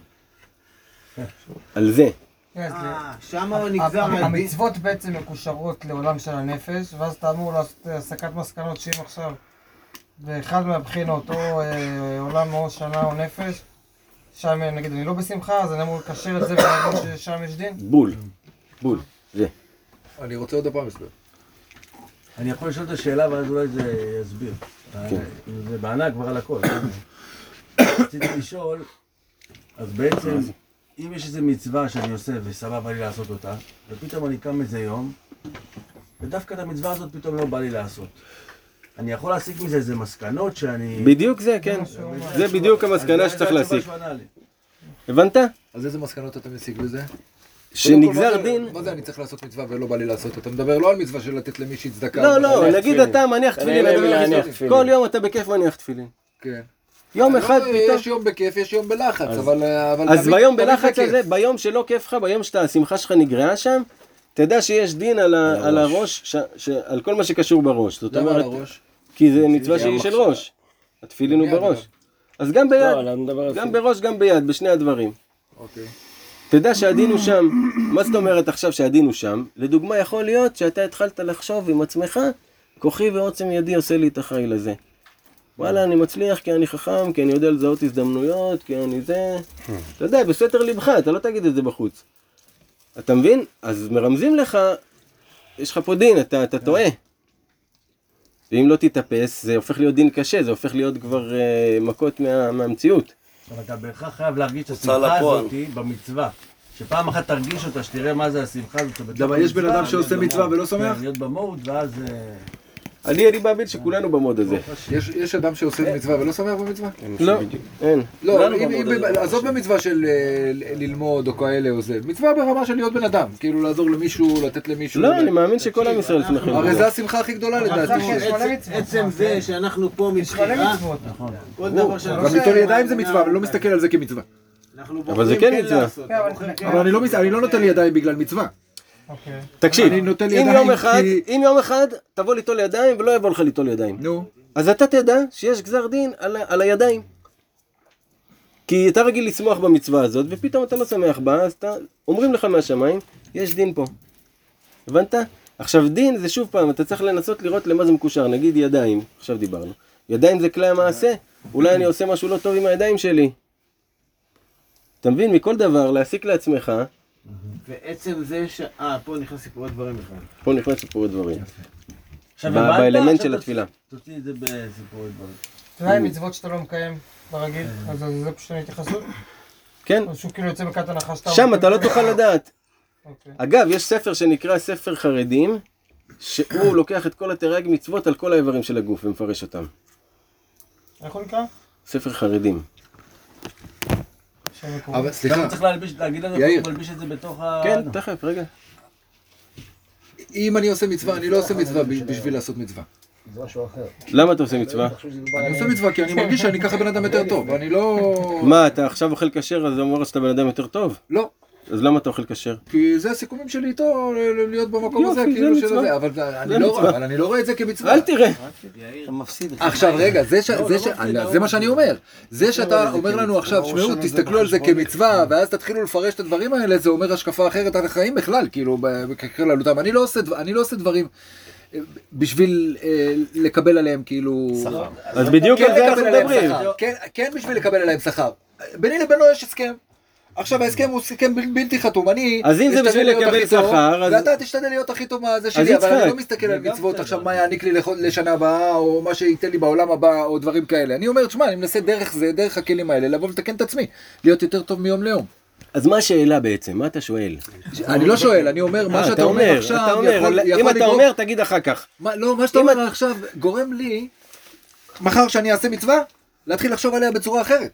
על זה. אה, שמה נגזר מהדין. המצוות בעצם מקושרות לעולם של הנפש, ואז אתה אמור לעשות הסקת מסקנות שאם עכשיו באחד מהבחינות, או אה, עולם או שנה או נפש, שם נגיד אני לא בשמחה, אז אני אמור לקשר את זה ולהגיד ששם יש דין? בול, בול, זה. אני רוצה עוד הפעם הסבר. אני יכול לשאול את השאלה ואז אולי זה יסביר. זה בענק כבר על הכל. רציתי לשאול, אז בעצם, אם יש איזו מצווה שאני עושה וסבבה לי לעשות אותה, ופתאום אני קם איזה יום, ודווקא את המצווה הזאת פתאום לא בא לי לעשות. אני יכול להסיק מזה איזה מסקנות שאני... בדיוק זה, כן. זה בדיוק המסקנה שצריך להסיק. הבנת? אז איזה מסקנות אתה מסיק בזה? שנגזר דין... מה זה אני צריך לעשות מצווה ולא בא לי לעשות? אתה מדבר לא על מצווה של לתת למישהי צדקה. לא, לא, נגיד אתה מניח תפילין, כל יום אתה בכיף מניח תפילין. כן. יום אחד פתאום... יש יום בכיף, יש יום בלחץ, אבל... אז ביום בלחץ הזה, ביום שלא כיף לך, ביום שאתה, השמחה שלך נגרעה שם, תדע שיש דין על הראש, על כל מה שקשור בראש. זאת אומרת, כי זה מצווה שהיא של ראש. התפילין הוא בראש. אז גם ביד, גם בראש, גם ביד, בשני הדברים. אוקיי. תדע שהדין הוא שם. מה זאת אומרת עכשיו שהדין הוא שם? לדוגמה, יכול להיות שאתה התחלת לחשוב עם עצמך, כוחי ועוצם ידי עושה לי את החיל הזה. וואלה, אני מצליח כי אני חכם, כי אני יודע לזהות הזדמנויות, כי אני זה... אתה יודע, בסתר לבך, אתה לא תגיד את זה בחוץ. אתה מבין? אז מרמזים לך, יש לך פה דין, אתה, אתה טועה. ואם לא תתאפס, זה הופך להיות דין קשה, זה הופך להיות כבר uh, מכות מה, מהמציאות. אבל אתה בהכרח חייב להרגיש את השמחה הזאת במצווה. שפעם אחת תרגיש אותה, שתראה מה זה השמחה הזאת. אבל יש בן אדם שעושה מצווה ולא שמח? להיות במוד, ואז... אני אני מאמין שכולנו במוד הזה. יש אדם שעושה מצווה ולא שמח במצווה? לא, אין. לא, עזוב במצווה של ללמוד או כאלה או זה. מצווה ברמה של להיות בן אדם. כאילו לעזור למישהו, לתת למישהו. לא, אני מאמין שכל עם ישראל שמחים. הרי זה השמחה הכי גדולה לדעתי. עצם זה שאנחנו פה מבחירה, כל דבר שאנחנו... גם ליטול ידיים זה מצווה, אבל לא מסתכל על זה כמצווה. אבל זה כן מצווה. אבל אני לא נותן לי ידיים בגלל מצווה. תקשיב, אם יום אחד, אם יום אחד תבוא ליטול ידיים ולא יבוא לך ליטול ידיים. נו. אז אתה תדע שיש גזר דין על, על הידיים. כי אתה רגיל לשמוח במצווה הזאת, ופתאום אתה לא שמח בה, אז אתה, אומרים לך מהשמיים, יש דין פה. הבנת? עכשיו דין זה שוב פעם, אתה צריך לנסות לראות למה זה מקושר, נגיד ידיים, עכשיו דיברנו. ידיים זה כלי המעשה, אולי אני עושה משהו לא טוב עם הידיים שלי. אתה מבין? מכל דבר, להסיק לעצמך, ועצם זה ש... אה, פה נכנס סיפורי דברים בכלל. פה נכנס סיפורי דברים. באלמנט של התפילה. תוציא את זה בסיפורי דברים. אתה יודע, מצוות שאתה לא מקיים ברגיל, אז זה פשוט התייחסות? כן. אז שהוא כאילו יוצא מכת הנחה שאתה... שם אתה לא תוכל לדעת. אגב, יש ספר שנקרא ספר חרדים, שהוא לוקח את כל התרי"ג מצוות על כל האיברים של הגוף ומפרש אותם. איך הוא נקרא? ספר חרדים. אבל סליחה, צריך להגיד לנו איך הוא מלביש את זה בתוך ה... כן, תכף, רגע. אם אני עושה מצווה, אני לא עושה מצווה בשביל לעשות מצווה. זה משהו אחר. למה אתה עושה מצווה? אני עושה מצווה כי אני מרגיש שאני ככה בן אדם יותר טוב, אני לא... מה, אתה עכשיו אוכל כשר, אז זה אומר שאתה בן אדם יותר טוב? לא. אז למה אתה אוכל כשר? כי זה הסיכומים שלי איתו, להיות במקום הזה, כאילו של זה, אבל אני לא רואה את זה כמצווה. אל תראה. עכשיו רגע, זה מה שאני אומר. זה שאתה אומר לנו עכשיו, שמעו, תסתכלו על זה כמצווה, ואז תתחילו לפרש את הדברים האלה, זה אומר השקפה אחרת על החיים בכלל, כאילו, בכללותם. אני לא עושה דברים בשביל לקבל עליהם, כאילו... שכר. אז בדיוק על זה אנחנו מדברים. כן, בשביל לקבל עליהם שכר. ביני לבינו יש הסכם. עכשיו ההסכם הוא הסכם בלתי חתום, אני אז אם זה בשביל לקבל שכר, ואתה תשתדל להיות הכי טוב מהזה שלי, אבל אני לא מסתכל על מצוות עכשיו מה יעניק לי לשנה הבאה, או מה שייתן לי בעולם הבא, או דברים כאלה. אני אומר, תשמע, אני מנסה דרך זה, דרך הכלים האלה, לבוא ולתקן את עצמי, להיות יותר טוב מיום ליום. אז מה השאלה בעצם? מה אתה שואל? אני לא שואל, אני אומר, מה שאתה אומר עכשיו, אם אתה אומר, תגיד אחר כך. לא, מה שאתה אומר עכשיו גורם לי, מחר שאני אעשה מצווה, להתחיל לחשוב עליה בצורה אחרת.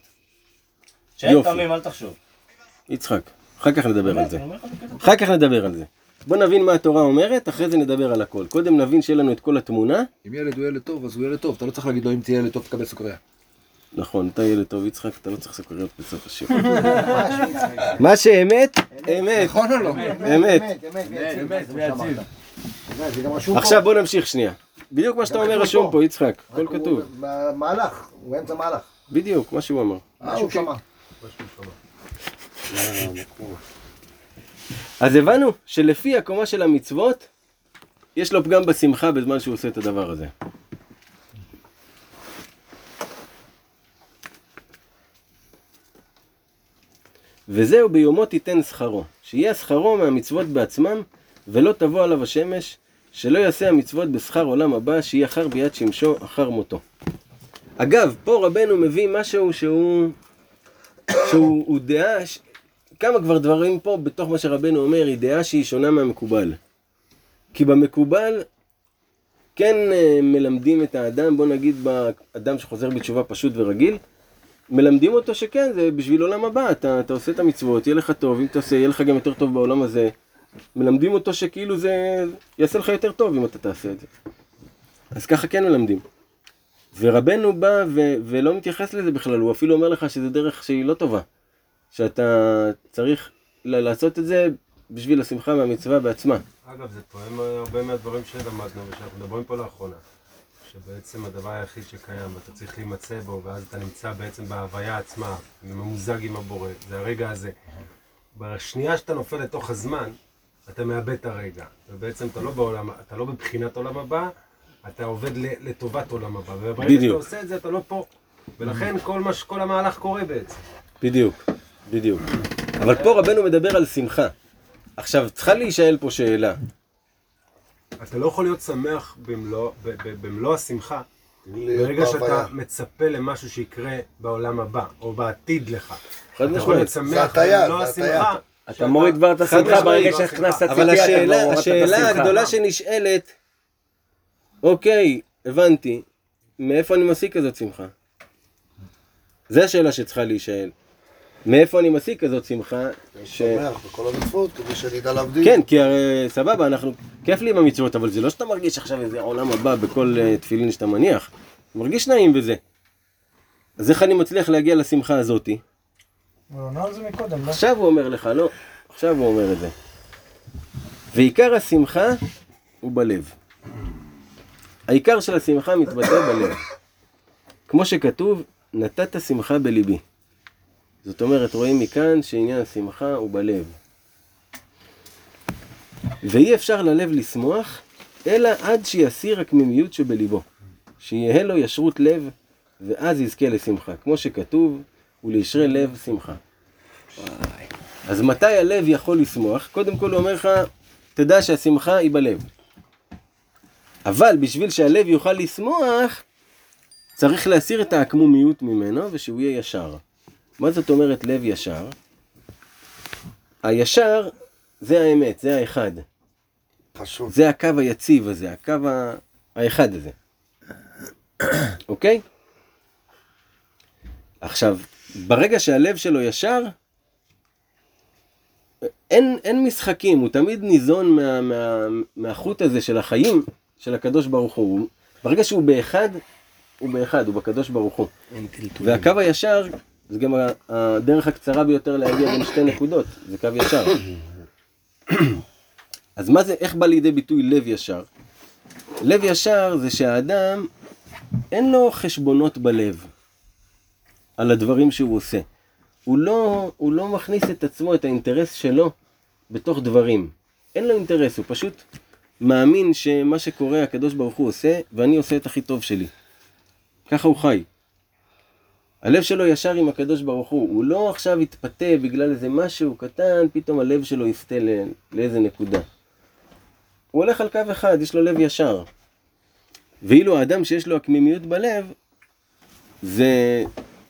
שאין תמים, אל תחשוב. יצחק, אחר כך נדבר על זה. אחר כך נדבר על זה. בוא נבין מה התורה אומרת, אחרי זה נדבר על הכל. קודם נבין שיהיה לנו את כל התמונה. אם ילד הוא ילד טוב, אז הוא ילד טוב. אתה לא צריך להגיד לו, אם תהיה ילד טוב, תקבל סוכריה. נכון, אתה ילד טוב, יצחק, אתה לא צריך סוכריות בסוף השיר. מה שאמת, אמת. נכון או לא? אמת. אמת, ויציב. עכשיו בוא נמשיך שנייה. בדיוק מה שאתה אומר רשום פה, יצחק. הכל כתוב. מהלך, הוא באמצע מהלך. בדיוק, מה שהוא אמר. אה, הוא שמע. אז הבנו שלפי הקומה של המצוות, יש לו פגם בשמחה בזמן שהוא עושה את הדבר הזה. וזהו ביומו תיתן שכרו, שיהיה שכרו מהמצוות בעצמם, ולא תבוא עליו השמש, שלא יעשה המצוות בשכר עולם הבא, שיהיה אחר ביד שמשו, אחר מותו. אגב, פה רבנו מביא משהו שהוא, שהוא הוא דעה, ש... כמה כבר דברים פה בתוך מה שרבנו אומר, היא דעה שהיא שונה מהמקובל. כי במקובל, כן מלמדים את האדם, בוא נגיד באדם שחוזר בתשובה פשוט ורגיל, מלמדים אותו שכן, זה בשביל עולם הבא, אתה, אתה עושה את המצוות, יהיה לך טוב, אם אתה עושה, יהיה לך גם יותר טוב בעולם הזה. מלמדים אותו שכאילו זה יעשה לך יותר טוב אם אתה תעשה את זה. אז ככה כן מלמדים. ורבנו בא ו- ולא מתייחס לזה בכלל, הוא אפילו אומר לך שזה דרך שהיא לא טובה. שאתה צריך ל- לעשות את זה בשביל השמחה והמצווה בעצמה. אגב, זה תואם הרבה מהדברים שלמדנו ושאנחנו מדברים פה לאחרונה. שבעצם הדבר היחיד שקיים ואתה צריך להימצא בו, ואז אתה נמצא בעצם בהוויה עצמה, ממוזג עם הבורא, זה הרגע הזה. בשנייה שאתה נופל לתוך הזמן, אתה מאבד את הרגע, ובעצם אתה לא בעולם, אתה לא בבחינת עולם הבא, אתה עובד לטובת עולם הבא, וברגע שאתה עושה את זה אתה לא פה, ולכן כל, מה, כל המהלך קורה בעצם. בדיוק, בדיוק. אבל פה רבנו מדבר על שמחה. עכשיו, צריכה להישאל פה שאלה. אתה לא יכול להיות שמח במלוא, במלוא השמחה, ברגע שאתה מצפה למשהו שיקרה בעולם הבא, או בעתיד לך. אתה יכול להיות שמח במלוא השמחה. אתה מוריד כבר את השמחה ברגע שהכנסת ציפייה. אבל השאלה, השאלה הגדולה שנשאלת, אוקיי, הבנתי, מאיפה אני משיג כזאת שמחה? זו השאלה שצריכה להישאל. מאיפה אני משיג כזאת שמחה? שמח בכל המצוות, כדי שאני אדע להבדיל. כן, כי הרי סבבה, אנחנו, כיף לי עם המצוות, אבל זה לא שאתה מרגיש עכשיו איזה עולם הבא בכל תפילין שאתה מניח. אתה מרגיש נעים בזה. אז איך אני מצליח להגיע לשמחה הזאתי? הוא עונה על זה מקודם, לא? עכשיו הוא אומר לך, לא, עכשיו הוא אומר את זה. ועיקר השמחה הוא בלב. העיקר של השמחה מתבטא בלב. כמו שכתוב, נתת שמחה בליבי. זאת אומרת, רואים מכאן שעניין השמחה הוא בלב. ואי אפשר ללב לשמוח, אלא עד שיסיר הקמימיות שבליבו. שיהיה לו ישרות לב, ואז יזכה לשמחה. כמו שכתוב, ולישרי לב שמחה. אז מתי הלב יכול לשמוח? קודם כל הוא אומר לך, תדע שהשמחה היא בלב. אבל בשביל שהלב יוכל לשמוח, צריך להסיר את העקמומיות ממנו, ושהוא יהיה ישר. מה זאת אומרת לב ישר? הישר זה האמת, זה האחד. פשוט. זה הקו היציב הזה, הקו האחד הזה. אוקיי? עכשיו, ברגע שהלב שלו ישר, אין, אין משחקים, הוא תמיד ניזון מה, מה, מהחוט הזה של החיים של הקדוש ברוך הוא. ברגע שהוא באחד, הוא באחד, הוא בקדוש ברוך הוא. והקו הישר, זה גם הדרך הקצרה ביותר להגיע בין שתי נקודות, זה קו ישר. אז מה זה, איך בא לידי ביטוי לב ישר? לב ישר זה שהאדם, אין לו חשבונות בלב על הדברים שהוא עושה. הוא לא, הוא לא מכניס את עצמו, את האינטרס שלו, בתוך דברים. אין לו אינטרס, הוא פשוט מאמין שמה שקורה הקדוש ברוך הוא עושה, ואני עושה את הכי טוב שלי. ככה הוא חי. הלב שלו ישר עם הקדוש ברוך הוא, הוא לא עכשיו יתפתה בגלל איזה משהו קטן, פתאום הלב שלו יפתה לאיזה נקודה. הוא הולך על קו אחד, יש לו לב ישר. ואילו האדם שיש לו הקמימיות בלב, זה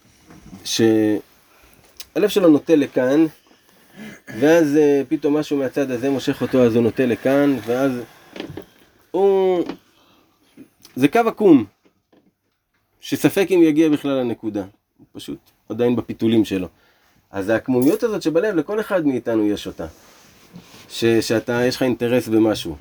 שהלב שלו נוטה לכאן, ואז פתאום משהו מהצד הזה מושך אותו, אז הוא נוטה לכאן, ואז הוא... זה קו עקום, שספק אם יגיע בכלל לנקודה. הוא פשוט עדיין בפיתולים שלו. אז העקמומיות הזאת שבלב, לכל אחד מאיתנו יש אותה. ש, שאתה, יש לך אינטרס במשהו.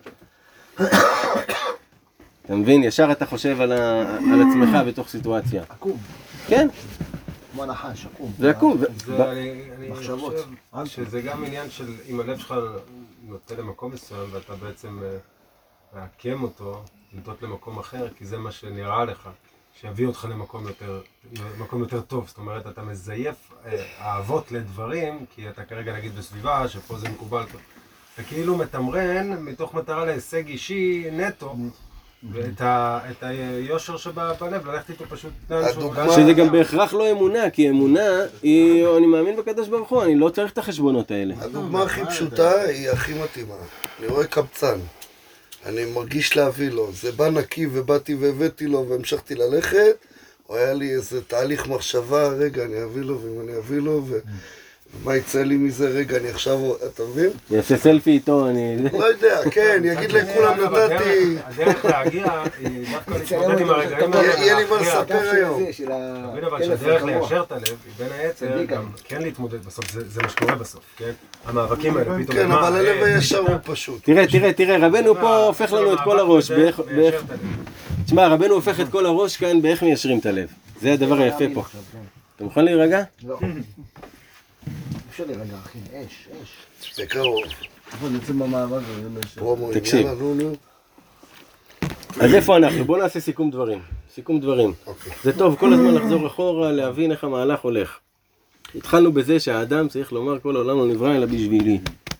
אתה מבין? ישר אתה חושב על, ה, על עצמך בתוך סיטואציה. עקום. כן, כמו נחש, עקום. זה עקום. ו- זה, ב- אני, אני מחשבות. חושב שזה גם עניין של אם הלב שלך נוטה למקום מסוים ואתה בעצם אה, מעקם אותו, נוטות למקום אחר, כי זה מה שנראה לך, שיביא אותך למקום יותר, מקום יותר טוב. זאת אומרת, אתה מזייף אה, אהבות לדברים, כי אתה כרגע נגיד בסביבה, שפה זה מקובל. וכאילו מתמרן מתוך מטרה להישג אישי נטו, ואת ה- את היושר שבלב, ללכת איתו פשוט לאן שהוא- הדוגמה- לאן שזה שהוא- גם בהכרח לא אמונה, כי אמונה היא, אני מאמין בקדוש ברוך הוא, אני לא צריך את החשבונות האלה. הדוגמה הכי פשוטה היא הכי מתאימה. אני רואה קבצן, אני מרגיש להביא לו, זה בא נקי ובאתי והבאתי לו והמשכתי ללכת, או היה לי איזה תהליך מחשבה, רגע אני אביא לו ואם אני אביא לו ו... ומה יצא לי מזה, רגע אני עכשיו, אתה מבין? יעשה סלפי איתו, אני... לא יודע, כן, יגיד לכולם נתתי, הדרך- הדרך להגיע היא דווקא להתמודד עם הרגעים האלה. יהיה לי מה להכריע. לספר היום. תבין אבל שהדרך ליישר את הלב היא בין היתר גם כן להתמודד בסוף, זה זה מה שקורה בסוף, כן? המאבקים האלה פתאום... כן, מה, אבל הלב אה, הישר הוא פשוט. תראה, תראה, תראה, רבנו פה הופך לנו את כל הראש, באיך... ליישר באיך- את הלב. תשמע, רבנו הופך את כל הראש כאן באיך מיישרים את הלב. זה הדבר היפה פה. אתה מוכן להירגע? לא. אפשר להירגע, אחי, אש, אש. בקרוב, נכון, יוצאים במאבק הזה, זה ש- פרומו, תקשיב. יאללה, נו, נו. אז איפה אנחנו? בואו נעשה סיכום דברים. סיכום דברים. אוקיי. זה טוב כל הזמן לחזור אחורה, להבין איך המהלך הולך. התחלנו בזה שהאדם צריך לומר כל העולם לא נברא אלא בשבילי.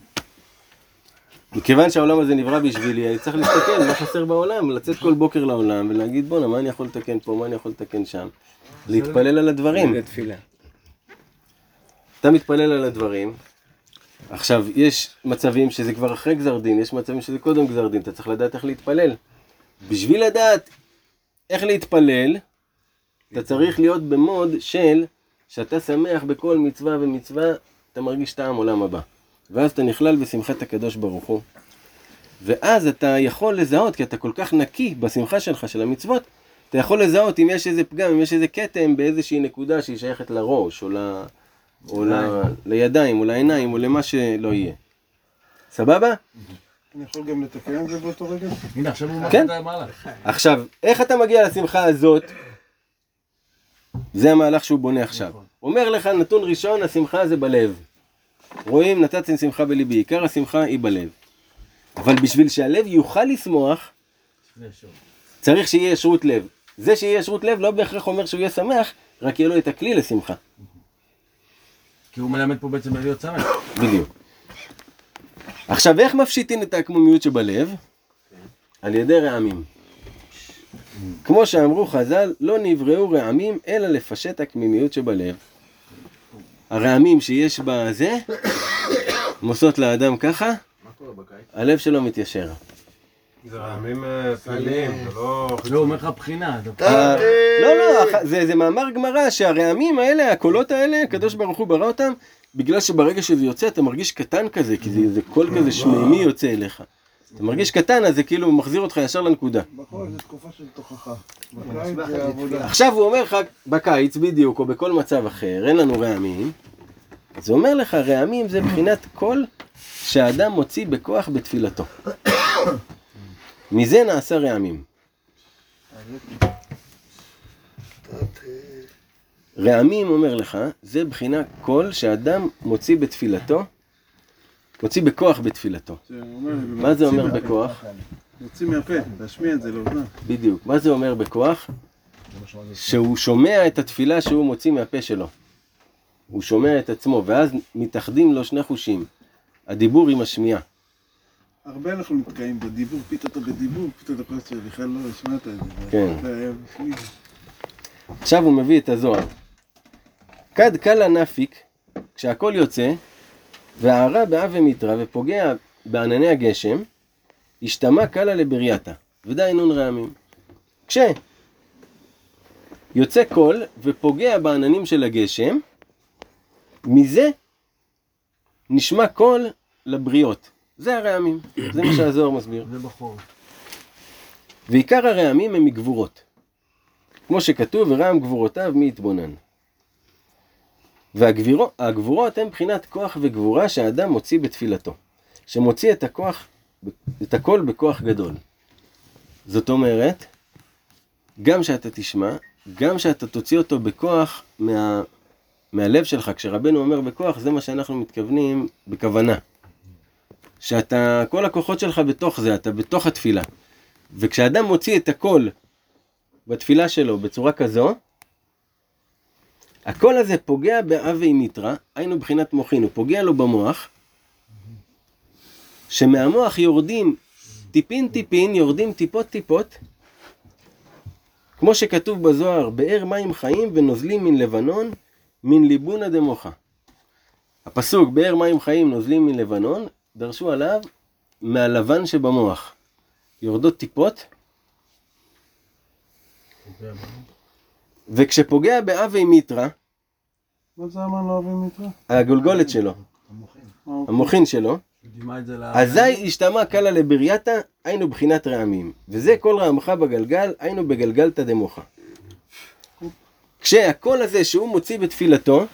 מכיוון שהעולם הזה נברא בשבילי, אני צריך להסתכל מה חסר בעולם, לצאת כל בוקר לעולם ולהגיד בוא'נה, מה אני יכול לתקן פה, מה אני יכול לתקן שם. להתפלל על הדברים. תפילה. אתה מתפלל על הדברים. עכשיו, יש מצבים שזה כבר אחרי גזר דין, יש מצבים שזה קודם גזר דין, אתה צריך לדעת איך להתפלל. בשביל לדעת איך להתפלל, אתה צריך להיות במוד של שאתה שמח בכל מצווה ומצווה, אתה מרגיש טעם עולם הבא. ואז אתה נכלל בשמחת הקדוש ברוך הוא. ואז אתה יכול לזהות, כי אתה כל כך נקי בשמחה שלך, של המצוות, אתה יכול לזהות אם יש איזה פגם, אם יש איזה קטם באיזושהי נקודה שהיא שייכת לראש, או, ל... או ל... לידיים, או לעיניים, או למה שלא יהיה. סבבה? אני יכול גם לתקן את זה באותו רגע? הנה, עכשיו הוא כן. מראה למעלה. עכשיו, איך אתה מגיע לשמחה הזאת? זה המהלך שהוא בונה עכשיו. אומר לך, נתון ראשון, השמחה זה בלב. רואים, נתתי שמחה בליבי, עיקר השמחה היא בלב. אבל בשביל שהלב יוכל לשמוח, צריך שיהיה ישרות לב. זה שיהיה ישרות לב לא בהכרח אומר שהוא יהיה שמח, רק יהיה לו את הכלי לשמחה. כי הוא מלמד פה בעצם להיות שמח. בדיוק. עכשיו, איך מפשיטים את העקמומיות שבלב? על ידי רעמים. כמו שאמרו חז"ל, לא נבראו רעמים, אלא לפשט העקמומיות שבלב. הרעמים שיש בזה, מוסות לאדם ככה, הלב שלו מתיישר. זה רעמים אה, פנימיים, זה לא... לא, הוא אומר לך בחינה. אתה- ה- לא, לא, הח- זה, זה מאמר גמרא שהרעמים האלה, הקולות האלה, הקדוש ברוך הוא ברא אותם, בגלל שברגע שזה יוצא אתה מרגיש קטן כזה, כי זה, זה קול כזה שמימי יוצא אליך. אתה מרגיש קטן, אז זה כאילו מחזיר אותך ישר לנקודה. בחול זה תקופה של תוכחה. בקיץ זה עבודה. עכשיו הוא אומר לך, בקיץ בדיוק, או בכל מצב אחר, אין לנו רעמים, אז הוא אומר לך, רעמים זה בחינת קול שהאדם מוציא בכוח בתפילתו. מזה נעשה רעמים. רעמים אומר לך, זה בחינה קול שאדם מוציא בתפילתו, מוציא בכוח בתפילתו. זה אומר, מה זה אומר בכוח? יוצאים מהפה, להשמיע את זה לאוזנם. בדיוק. מה זה אומר בכוח? שהוא שומע את התפילה שהוא מוציא מהפה שלו. הוא שומע את עצמו, ואז מתאחדים לו שני חושים. הדיבור עם השמיעה. הרבה אנחנו נתקעים בדיבור, פתאום אתה בדיבור, פתאום אתה חושב שבכלל לא השמעת את זה. כן. זה- עכשיו הוא מביא את הזוהר. כד קלה נפיק, כשהכל יוצא, והערה באב ומיתרה ופוגע בענני הגשם, השתמע קלה לברייתה, ודאי נון רעמים. כש יוצא קול ופוגע בעננים של הגשם, מזה נשמע קול לבריות. זה הרעמים, זה מה שהזוהר מסביר. זה בחור. ועיקר הרעמים הם מגבורות. כמו שכתוב, ורעם גבורותיו מי יתבונן. והגבורות הן מבחינת כוח וגבורה שהאדם מוציא בתפילתו. שמוציא את הכוח, את הכל בכוח גדול. זאת אומרת, גם שאתה תשמע, גם שאתה תוציא אותו בכוח מה, מהלב שלך. כשרבנו אומר בכוח, זה מה שאנחנו מתכוונים בכוונה. שאתה, כל הכוחות שלך בתוך זה, אתה בתוך התפילה. וכשאדם מוציא את הכל בתפילה שלו בצורה כזו, הכל הזה פוגע באבי מיטרה, היינו בחינת מוחין, הוא פוגע לו במוח, שמהמוח יורדים טיפין טיפין, יורדים טיפות טיפות, כמו שכתוב בזוהר, באר מים חיים ונוזלים מן לבנון, מן ליבונה דמוחה. הפסוק, באר מים חיים נוזלים מן לבנון, דרשו עליו מהלבן שבמוח. יורדות טיפות, וכשפוגע באבי מיטרה, מה זה אמן לא אוהבים מיטרה? הגולגולת שלו, המוחין שלו, אזי השתמע קלה לברייתא, היינו בחינת רעמים. וזה כל רעמך בגלגל, היינו בגלגלתא דמוחה. כשהקול הזה שהוא מוציא בתפילתו,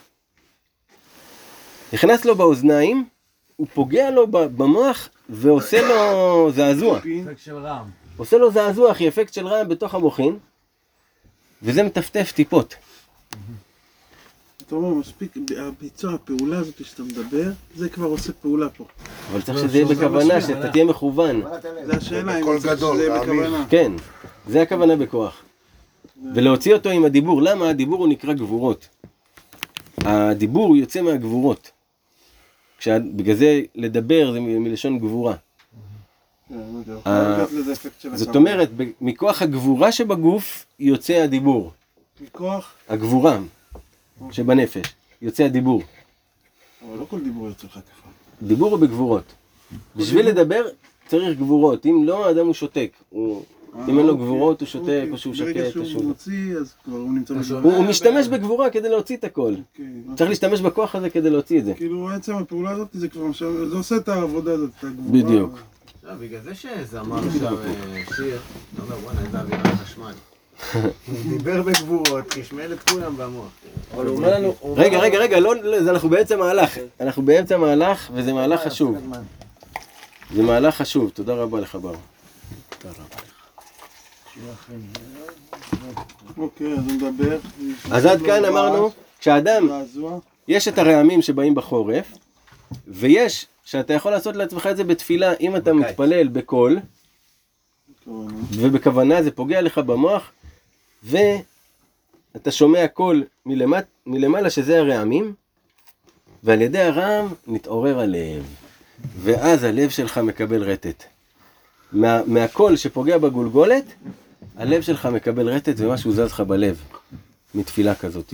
נכנס לו באוזניים, הוא פוגע לו במוח ועושה לו זעזוע. אפקט של רעם. עושה לו זעזוע, אחי, אפקט של רעם בתוך המוחין, וזה מטפטף טיפות. אתה אומר, מספיק, הביצוע, הפעולה הזאת שאתה מדבר, זה כבר עושה פעולה פה. אבל צריך שזה יהיה בכוונה, שאתה תהיה מכוון. זה השאלה, אם בקול זה גדול, שזה יהיה רעמים. בכוונה. כן, זה הכוונה בכוח. ולהוציא אותו עם הדיבור. למה? הדיבור הוא נקרא גבורות. הדיבור הוא יוצא מהגבורות. כשה- בגלל זה לדבר זה מ- מלשון גבורה. כן, לא יודע, אה, יכול לתת לזה אפקט של זאת הכוונה. אומרת, ב- מכוח הגבורה שבגוף יוצא הדיבור. מכוח, הגבורה שבנפש יוצא הדיבור. אבל לא כל דיבור יוצא לך ככה. דיבור הוא בגבורות. בשביל לדבר צריך גבורות. אם לא, האדם הוא שותק. הוא- אם אין לו גבורות, הוא שותק, או שהוא ברגע שקט, או שהוא שהוא... מוציא, אז כבר הוא נמצא בגבורה. הוא הוא משתמש בגבורה כדי להוציא את הכל. כן, צריך להשתמש בכוח הזה כדי להוציא את זה. כאילו עצם הפעולה הזאת זה כבר משהו, זה עושה את העבודה הזאת, את הגבורה. בדיוק. לא, בגלל זה שזמר עכשיו אה, שיר, אתה אומר, בוא'נה, איזה אווירה חשמל. הוא דיבר בגבורות, חשמל את כולם במוח. אבל הוא אומר לנו... הוא רגע, אומר רגע, רגע, לא, לא, זה אנחנו באמצע מהלך. אנחנו באמצע מהלך, וזה מהלך חשוב. זה מהלך חשוב. תודה רבה לך, בר. אוקיי, אז הוא מדבר. אז עד כאן אמרנו, כשאדם, זעזוע. יש את הרעמים שבאים בחורף, ויש שאתה יכול לעשות לעצמך את זה בתפילה, אם אתה מתפלל בקול, כוונה. ובכוונה זה פוגע לך במוח, ואתה שומע קול מלמט, מלמעלה שזה הרעמים, ועל ידי הרעם נתעורר הלב, ואז הלב שלך מקבל רטט. מה, מהקול שפוגע בגולגולת, הלב שלך מקבל רטט ומשהו זז לך בלב, מתפילה כזאת.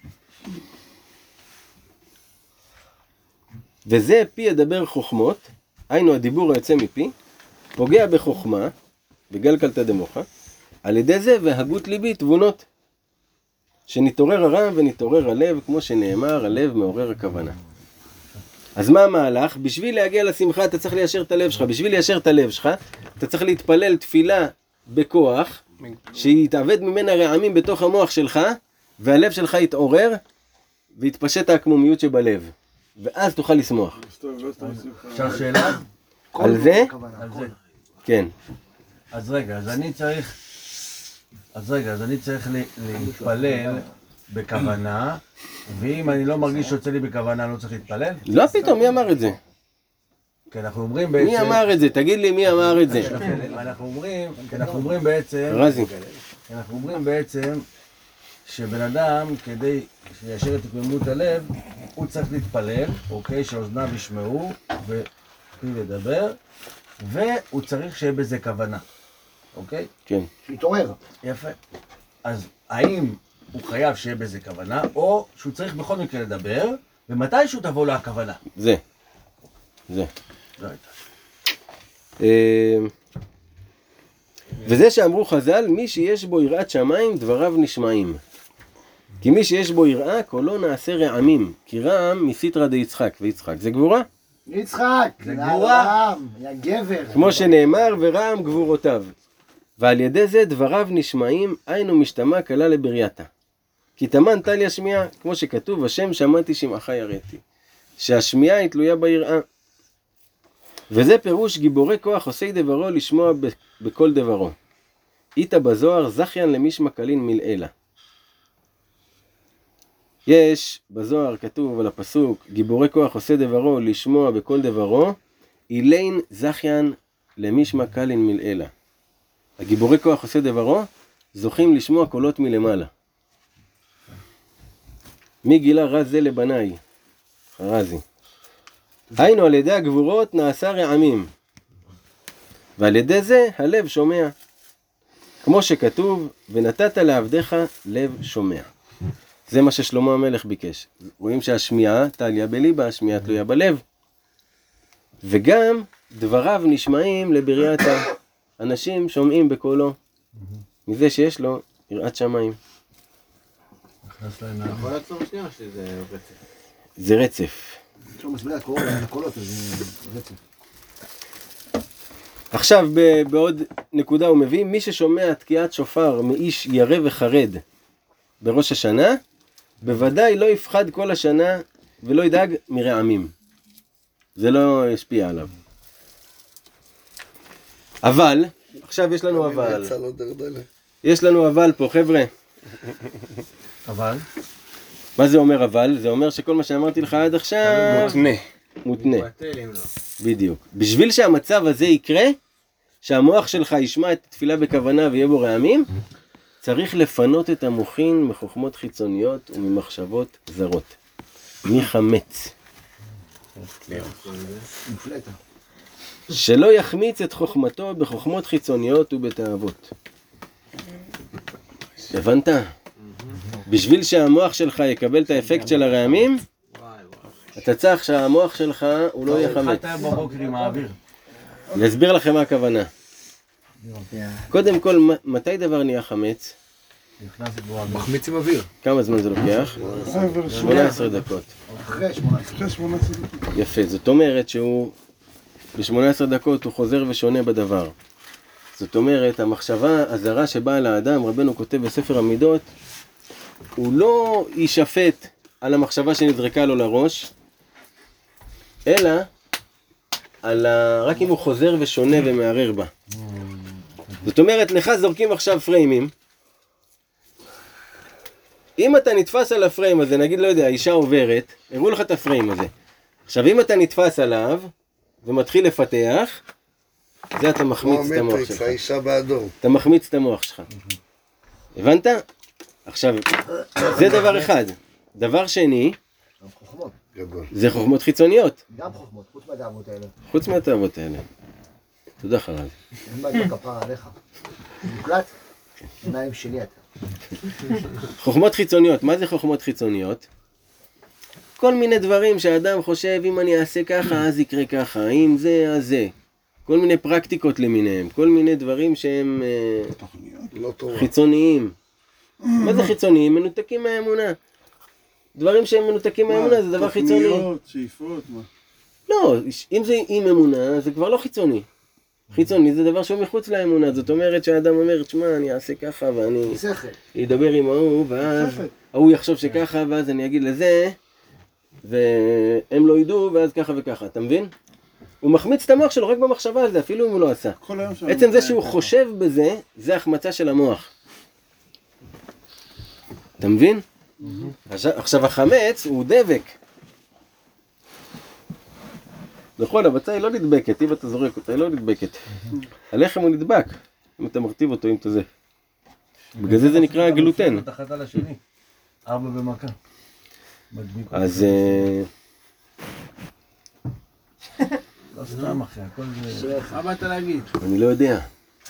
וזה פי ידבר חוכמות, היינו הדיבור היוצא מפי, פוגע בחוכמה, בגלגלתא דמוחה, על ידי זה והגות ליבי תבונות, שנתעורר הרעם ונתעורר הלב, כמו שנאמר, הלב מעורר הכוונה. אז מה המהלך? בשביל להגיע לשמחה אתה צריך ליישר את הלב שלך, בשביל ליישר את הלב שלך, אתה צריך להתפלל תפילה בכוח, שיתעבד ממנה רעמים בתוך המוח שלך, והלב שלך יתעורר, ויתפשט העקמומיות שבלב. ואז תוכל לשמוח. אפשר שאלה? על זה? על זה. כן. אז רגע, אז אני צריך... אז רגע, אז אני צריך ל- להתפלל בכוונה, ואם אני לא מרגיש שיוצא לי בכוונה, אני לא צריך להתפלל? לא פתאום, מי אמר את זה? כי אנחנו אומרים בעצם... מי אמר את זה? תגיד לי מי אמר את זה. אנחנו אומרים, כי אנחנו אומרים בעצם... רזי. כי אנחנו אומרים בעצם שבן אדם, כדי שיישר את התממות הלב, הוא צריך להתפלל, אוקיי, שאוזניו ישמעו ופיו ידבר, והוא צריך שיהיה בזה כוונה, אוקיי? כן. להתעורר. יפה. אז האם הוא חייב שיהיה בזה כוונה, או שהוא צריך בכל מקרה לדבר, ומתישהו תבוא לו הכוונה? זה. זה. לא הייתה. אה, וזה שאמרו חז"ל, מי שיש בו יראת שמיים, דבריו נשמעים. כי מי שיש בו יראה, קולו נעשה רעמים. כי רעם מסיתרא דיצחק, ויצחק זה גבורה. יצחק, זה גבורה. יא גבר. כמו שנאמר, ורעם גבורותיו. ועל ידי זה דבריו נשמעים, היינו משתמע קלה לברייתא. כי תמן טל ישמיע, כמו שכתוב, השם שמעתי שמעך יראתי. שהשמיעה היא תלויה ביראה. וזה פירוש גיבורי כוח עושי דברו לשמוע ב- בכל דברו. איתה בזוהר זכיין למישמע קלין מלעילה. יש בזוהר כתוב על הפסוק גיבורי כוח עושה דברו לשמוע בכל דברו אילין זכיין למישמע קלין מלעילה. הגיבורי כוח עושה דברו זוכים לשמוע קולות מלמעלה. מי גילה רז זה לבניי? חרזי. היינו על ידי הגבורות נעשה רעמים, ועל ידי זה הלב שומע. כמו שכתוב, ונתת לעבדיך לב שומע. זה מה ששלמה המלך ביקש. רואים שהשמיעה תליה בליבה, השמיעה תלויה בלב. וגם דבריו נשמעים לבריאת האנשים שומעים בקולו. מזה שיש לו יראת שמיים. יכול לעצור שנייה שזה רצף? זה רצף. עכשיו מסביר הקולות, זה רצף. עכשיו בעוד נקודה הוא מביא, מי ששומע תקיעת שופר מאיש ירא וחרד בראש השנה, בוודאי לא יפחד כל השנה ולא ידאג מרעמים. זה לא ישפיע עליו. אבל, עכשיו יש לנו אבל. יש לנו אבל פה, חבר'ה. אבל? מה זה אומר אבל? זה אומר שכל מה שאמרתי לך עד עכשיו מותנה. מותנה. בדיוק. בשביל שהמצב הזה יקרה, שהמוח שלך ישמע את התפילה בכוונה ויהיה בו רעמים, צריך לפנות את המוחין מחוכמות חיצוניות וממחשבות זרות. מחמץ. שלא יחמיץ את חוכמתו בחוכמות חיצוניות ובתאוות. הבנת? בשביל שהמוח שלך יקבל את האפקט של הרעמים, אתה צריך שהמוח שלך הוא לא יחמץ. התחלת בבוקר עם האוויר. אני אסביר לכם מה הכוונה. קודם כל, מתי דבר נהיה חמץ? מחמיץ עם אוויר. כמה זמן זה לוקח? שמונה עשרה דקות. אחרי שמונה עשרה דקות. יפה, זאת אומרת שהוא ב-שמונה עשרה דקות הוא חוזר ושונה בדבר. זאת אומרת, המחשבה הזרה שבאה לאדם, רבנו כותב בספר המידות, הוא לא יישפט על המחשבה שנזרקה לו לראש, אלא על ה... רק אם הוא חוזר ושונה ומערער בה. זאת אומרת, לך זורקים עכשיו פריימים, אם אתה נתפס על הפריים הזה, נגיד, לא יודע, אישה עוברת, הראו לך את הפריים הזה. עכשיו, אם אתה נתפס עליו ומתחיל לפתח, זה אתה מחמיץ את המוח שלך. האישה באדום. אתה מחמיץ את המוח שלך. הבנת? עכשיו, זה דבר אחד. דבר שני, זה חוכמות חיצוניות. גם חוכמות, חוץ מהתאוות האלה. חוץ מהתאוות האלה. תודה חרז. אין מה את הכפרה עליך. מוקלט? עיניים שלי אתה. חוכמות חיצוניות, מה זה חוכמות חיצוניות? כל מיני דברים שהאדם חושב, אם אני אעשה ככה, אז יקרה ככה, אם זה, אז זה. כל מיני פרקטיקות למיניהם, כל מיני דברים שהם לא חיצוניים. מה זה חיצוניים? מנותקים מהאמונה. דברים שהם מנותקים מהאמונה זה דבר חיצוני. תוכניות, שאיפות, מה? לא, אם זה עם אמונה, זה כבר לא חיצוני. חיצוני זה דבר שהוא מחוץ לאמונה, זאת אומרת שהאדם אומר, תשמע, אני אעשה ככה ואני אדבר עם ההוא, ואז ההוא יחשוב שככה, ואז אני אגיד לזה, והם לא ידעו, ואז ככה וככה, אתה מבין? הוא מחמיץ את המוח שלו רק במחשבה על זה, אפילו אם הוא לא עשה. עצם זה שהוא חושב בזה, זה החמצה של המוח. אתה מבין? עכשיו החמץ הוא דבק. נכון, הבצע היא לא נדבקת, אם אתה זורק אותה, היא לא נדבקת. הלחם הוא נדבק, אם אתה מרטיב אותו, אם אתה זה. בגלל זה זה נקרא גלוטן. תחת על השני, ארבע במכה. אז... לא סתם אחי, הכל זה... מה באת להגיד? אני לא יודע.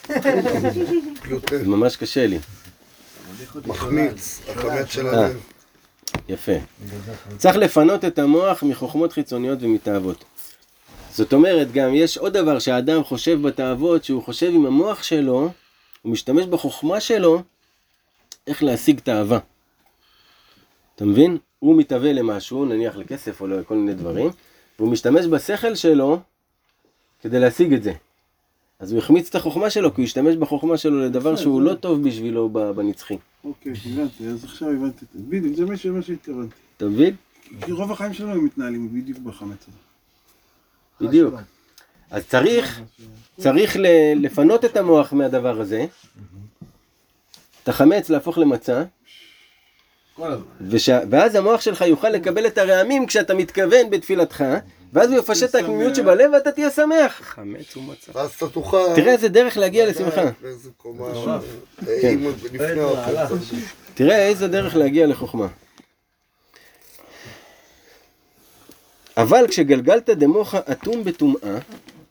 זה ממש קשה לי. מחמיץ, החמץ של הלב. יפה. צריך לפנות את המוח מחוכמות חיצוניות ומתאוות. זאת אומרת, גם יש עוד דבר שהאדם חושב בתאוות, שהוא חושב עם המוח שלו, הוא משתמש בחוכמה שלו, איך להשיג תאווה. אתה מבין? הוא מתאווה למשהו, נניח לכסף או לכל מיני דברים, והוא משתמש בשכל שלו כדי להשיג את זה. אז הוא החמיץ את החוכמה שלו, כי הוא ישתמש בחוכמה שלו לדבר שהוא לא טוב בשבילו בנצחי. אוקיי, הבנתי, אז עכשיו הבנתי. בדיוק, זה מה שהתכוונתי. אתה מבין? כי רוב החיים שלנו הם מתנהלים בדיוק בחמץ הזה. בדיוק. אז צריך, צריך לפנות את המוח מהדבר הזה, את החמץ להפוך למצה, וש... ואז המוח שלך יוכל לקבל את הרעמים כשאתה מתכוון בתפילתך, ואז הוא יפשט את הקמימיות שבלב ואתה תהיה שמח. חמץ ומצה. ואז אתה תוכל... תראה איזה דרך להגיע לשמחה. באיזה קומה... לפני האוכל. תראה איזה דרך להגיע לחוכמה. אבל כשגלגלת דמוך אטום בטומאה,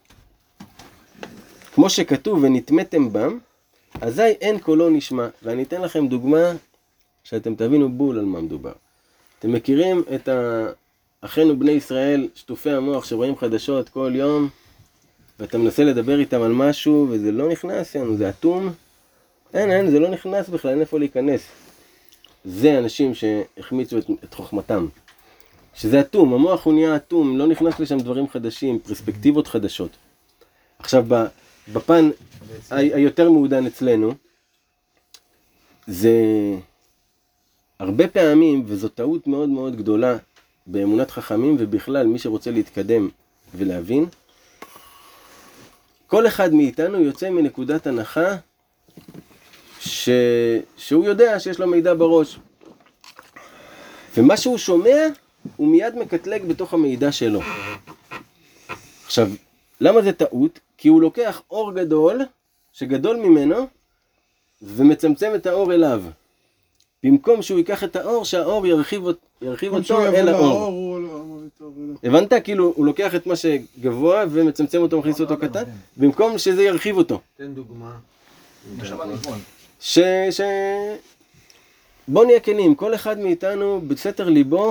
כמו שכתוב ונטמאתם בם, אזי אין קולו נשמע. ואני אתן לכם דוגמה שאתם תבינו בול על מה מדובר. אתם מכירים את אחינו בני ישראל, שטופי המוח שרואים חדשות כל יום, ואתה מנסה לדבר איתם על משהו וזה לא נכנס, זה אטום. אין, אין, זה לא נכנס בכלל, אין איפה להיכנס. זה אנשים שהחמיצו את, את חוכמתם. שזה אטום, המוח הוא נהיה אטום, לא נכנס לשם דברים חדשים, פרספקטיבות חדשות. עכשיו, בפן היותר מעודן אצלנו, זה הרבה פעמים, וזו טעות מאוד מאוד גדולה באמונת חכמים, ובכלל מי שרוצה להתקדם ולהבין, כל אחד מאיתנו יוצא מנקודת הנחה ש... שהוא יודע שיש לו מידע בראש. ומה שהוא שומע, הוא מיד מקטלג בתוך המידע שלו. עכשיו, למה זה טעות? כי הוא לוקח אור גדול, שגדול ממנו, ומצמצם את האור אליו. במקום שהוא ייקח את האור, שהאור ירחיב, ירחיב אותו אל האור. הבנת? כאילו, הוא לוקח את מה שגבוה, ומצמצם אותו, מכניס אותו קטן, במקום שזה ירחיב אותו. תן דוגמה. ש... ש... בוא נהיה כנים, כל אחד מאיתנו בסתר ליבו,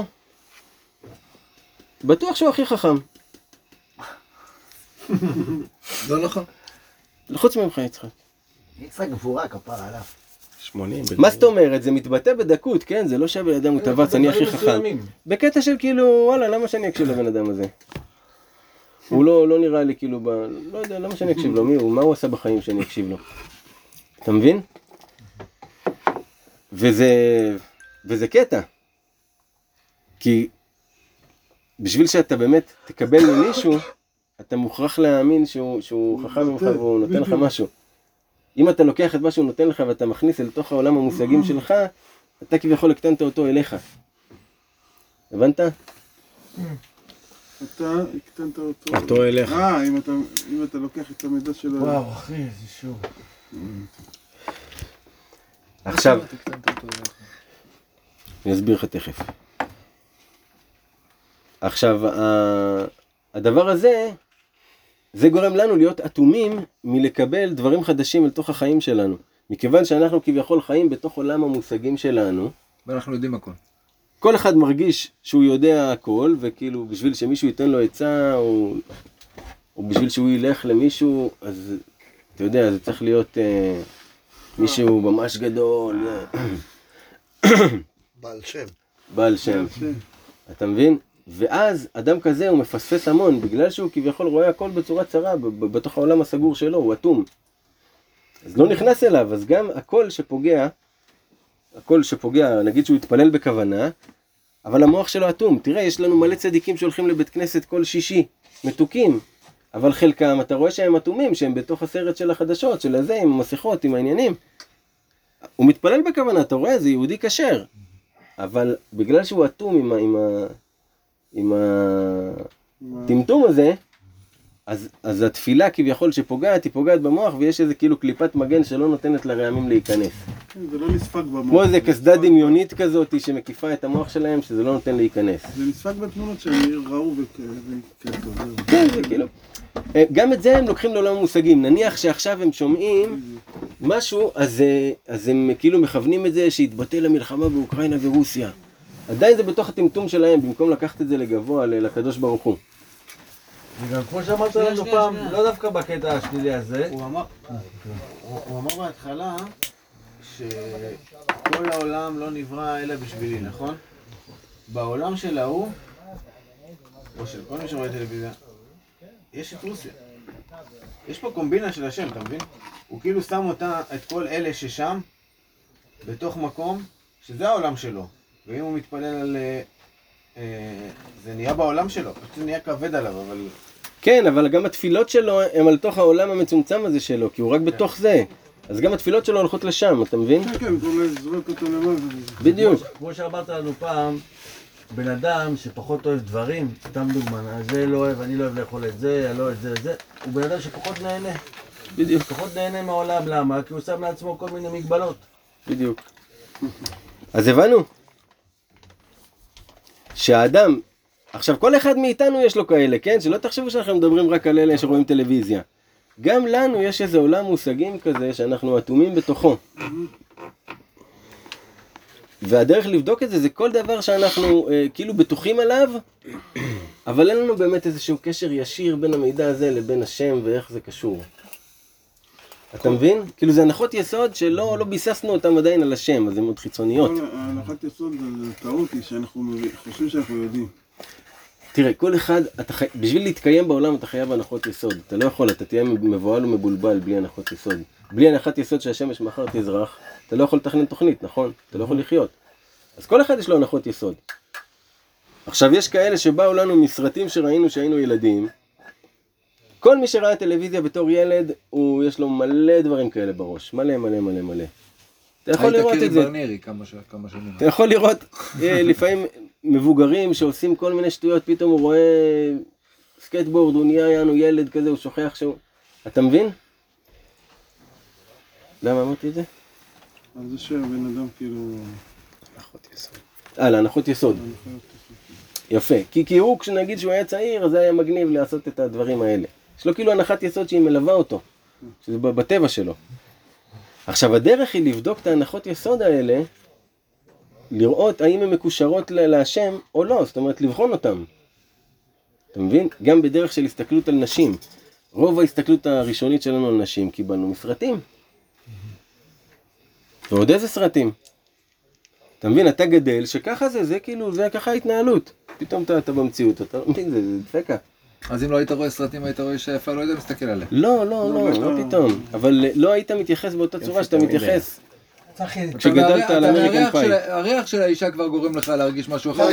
בטוח שהוא הכי חכם. לא נכון. חוץ ממך יצחק. יצחק גבורה כפרה עליו. שמונים. מה זאת אומרת? זה מתבטא בדקות, כן? זה לא שבן אדם הוא טבץ, אני הכי חכם. בקטע של כאילו, וואלה, למה שאני אקשיב לבן אדם הזה? הוא לא, לא נראה לי כאילו, ב... לא יודע, למה שאני אקשיב לו? מי הוא? מה הוא עשה בחיים שאני אקשיב לו? אתה מבין? וזה, וזה קטע. כי בשביל שאתה באמת תקבל ממישהו, אתה מוכרח להאמין שהוא, שהוא חכם ממך והוא נותן לך משהו. אם אתה לוקח את מה שהוא נותן לך ואתה מכניס אל תוך העולם המושגים שלך, אתה כביכול הקטנת אותו אליך. הבנת? אתה הקטנת אותו. אותו אליך. אה, אם אתה, אם אתה לוקח את המידע שלו. וואו, אחי, איזה שוב. עכשיו, אני אסביר לך תכף. עכשיו, הדבר הזה, זה גורם לנו להיות אטומים מלקבל דברים חדשים אל תוך החיים שלנו. מכיוון שאנחנו כביכול חיים בתוך עולם המושגים שלנו. ואנחנו יודעים הכל. כל אחד מרגיש שהוא יודע הכל, וכאילו בשביל שמישהו ייתן לו עצה, או, או בשביל שהוא ילך למישהו, אז אתה יודע, זה צריך להיות אה, מישהו ממש גדול. בעל שם. בעל שם. אתה מבין? ואז אדם כזה הוא מפספס המון, בגלל שהוא כביכול רואה הכל בצורה צרה, בתוך העולם הסגור שלו, הוא אטום. אז לא נכנס אליו, אז גם הכל שפוגע, הכל שפוגע, נגיד שהוא יתפלל בכוונה, אבל המוח שלו אטום. תראה, יש לנו מלא צדיקים שהולכים לבית כנסת כל שישי, מתוקים, אבל חלקם, אתה רואה שהם אטומים, שהם בתוך הסרט של החדשות, של הזה, עם המסכות, עם העניינים. הוא מתפלל בכוונה, אתה רואה, זה יהודי כשר. אבל בגלל שהוא אטום עם ה... עם ה... עם הטמטום הזה, אז, אז התפילה כביכול שפוגעת, היא פוגעת במוח, ויש איזה כאילו קליפת מגן שלא נותנת לרעמים להיכנס. זה לא נספק במוח. כמו איזה קסדה דמיונית כזאת שמקיפה את המוח שלהם, שזה לא נותן להיכנס. זה נספק בתמונות שהם ראו וכתוב. כן, זה כאילו. גם את זה הם לוקחים לעולם המושגים. נניח שעכשיו הם שומעים משהו, אז, אז הם כאילו מכוונים את זה שהתבטל המלחמה באוקראינה ורוסיה. עדיין זה בתוך הטמטום שלהם, במקום לקחת את זה לגבוה, לקדוש ברוך הוא. וגם כמו שאמרת לנו פעם, לא דווקא בקטע השלילי הזה. הוא אמר, הוא אמר בהתחלה שכל העולם לא נברא אלא בשבילי, נכון? בעולם של ההוא, או של כל מי שרואה טלוויזיה, יש את רוסיה. יש פה קומבינה של השם, אתה מבין? הוא כאילו שם אותה, את כל אלה ששם, בתוך מקום, שזה העולם שלו. ואם הוא מתפלל על... אה, זה נהיה בעולם שלו, זה נהיה כבד עליו, אבל... כן, אבל גם התפילות שלו הם על תוך העולם המצומצם הזה שלו, כי הוא רק בתוך זה. אז גם התפילות שלו הולכות לשם, אתה מבין? כן, כן, במקום לזרוק אותו למעלה. בדיוק. כמו שאמרת לנו פעם, בן אדם שפחות אוהב דברים, סתם דוגמה, זה לא אוהב, אני לא אוהב לאכול את זה, לא את זה, את זה, הוא בן אדם שפחות נהנה. בדיוק. פחות נהנה מהעולם, למה? כי הוא שם לעצמו כל מיני מגבלות. בדיוק. אז הבנו. שהאדם, עכשיו כל אחד מאיתנו יש לו כאלה, כן? שלא תחשבו שאנחנו מדברים רק על אלה שרואים טלוויזיה. גם לנו יש איזה עולם מושגים כזה שאנחנו אטומים בתוכו. והדרך לבדוק את זה זה כל דבר שאנחנו אה, כאילו בטוחים עליו, אבל אין לנו באמת איזשהו קשר ישיר בין המידע הזה לבין השם ואיך זה קשור. אתה מבין? כאילו זה הנחות יסוד שלא לא ביססנו אותם עדיין על השם, אז הן עוד חיצוניות. כל הנחת יסוד זה טעות היא שאנחנו חושבים שאנחנו יודעים. תראה, כל אחד, אתה חי... בשביל להתקיים בעולם אתה חייב הנחות יסוד. אתה לא יכול, אתה תהיה מבועל ומבולבל בלי הנחות יסוד. בלי הנחת יסוד שהשמש מחר תזרח, אתה לא יכול לתכנן תוכנית, נכון? אתה לא יכול לחיות. אז כל אחד יש לו הנחות יסוד. עכשיו יש כאלה שבאו לנו מסרטים שראינו שהיינו ילדים. כל מי שראה טלוויזיה בתור ילד, הוא, יש לו מלא דברים כאלה בראש. מלא מלא מלא מלא. אתה יכול לראות את זה. ברנרי, כמה, ש... כמה שנים. אתה יכול לראות לפעמים מבוגרים שעושים כל מיני שטויות, פתאום הוא רואה סקייטבורד, הוא נהיה יענו ילד כזה, הוא שוכח שהוא... אתה מבין? למה אמרתי את זה? על זה שהבן אדם כאילו... הנחות יסוד. אה, להנחות יסוד. יפה. כי, כי הוא, כשנגיד שהוא היה צעיר, אז זה היה מגניב לעשות את הדברים האלה. יש לו כאילו הנחת יסוד שהיא מלווה אותו, שזה בטבע שלו. עכשיו, הדרך היא לבדוק את ההנחות יסוד האלה, לראות האם הן מקושרות להשם או לא, זאת אומרת, לבחון אותם. אתה מבין? גם בדרך של הסתכלות על נשים. רוב ההסתכלות הראשונית שלנו על נשים קיבלנו מסרטים. ועוד איזה סרטים? אתה מבין, אתה גדל שככה זה, זה כאילו, זה ככה ההתנהלות. פתאום אתה, אתה במציאות, אתה לא מבין, זה, זה דפקה. אז אם לא היית רואה סרטים, היית רואה שיפה, לא היית מסתכל עליה. לא, לא, לא, לא פתאום. אבל לא היית מתייחס באותה צורה שאתה מתייחס. כשגדלת על אמריקן פאי. הריח של האישה כבר גורם לך להרגיש משהו אחר.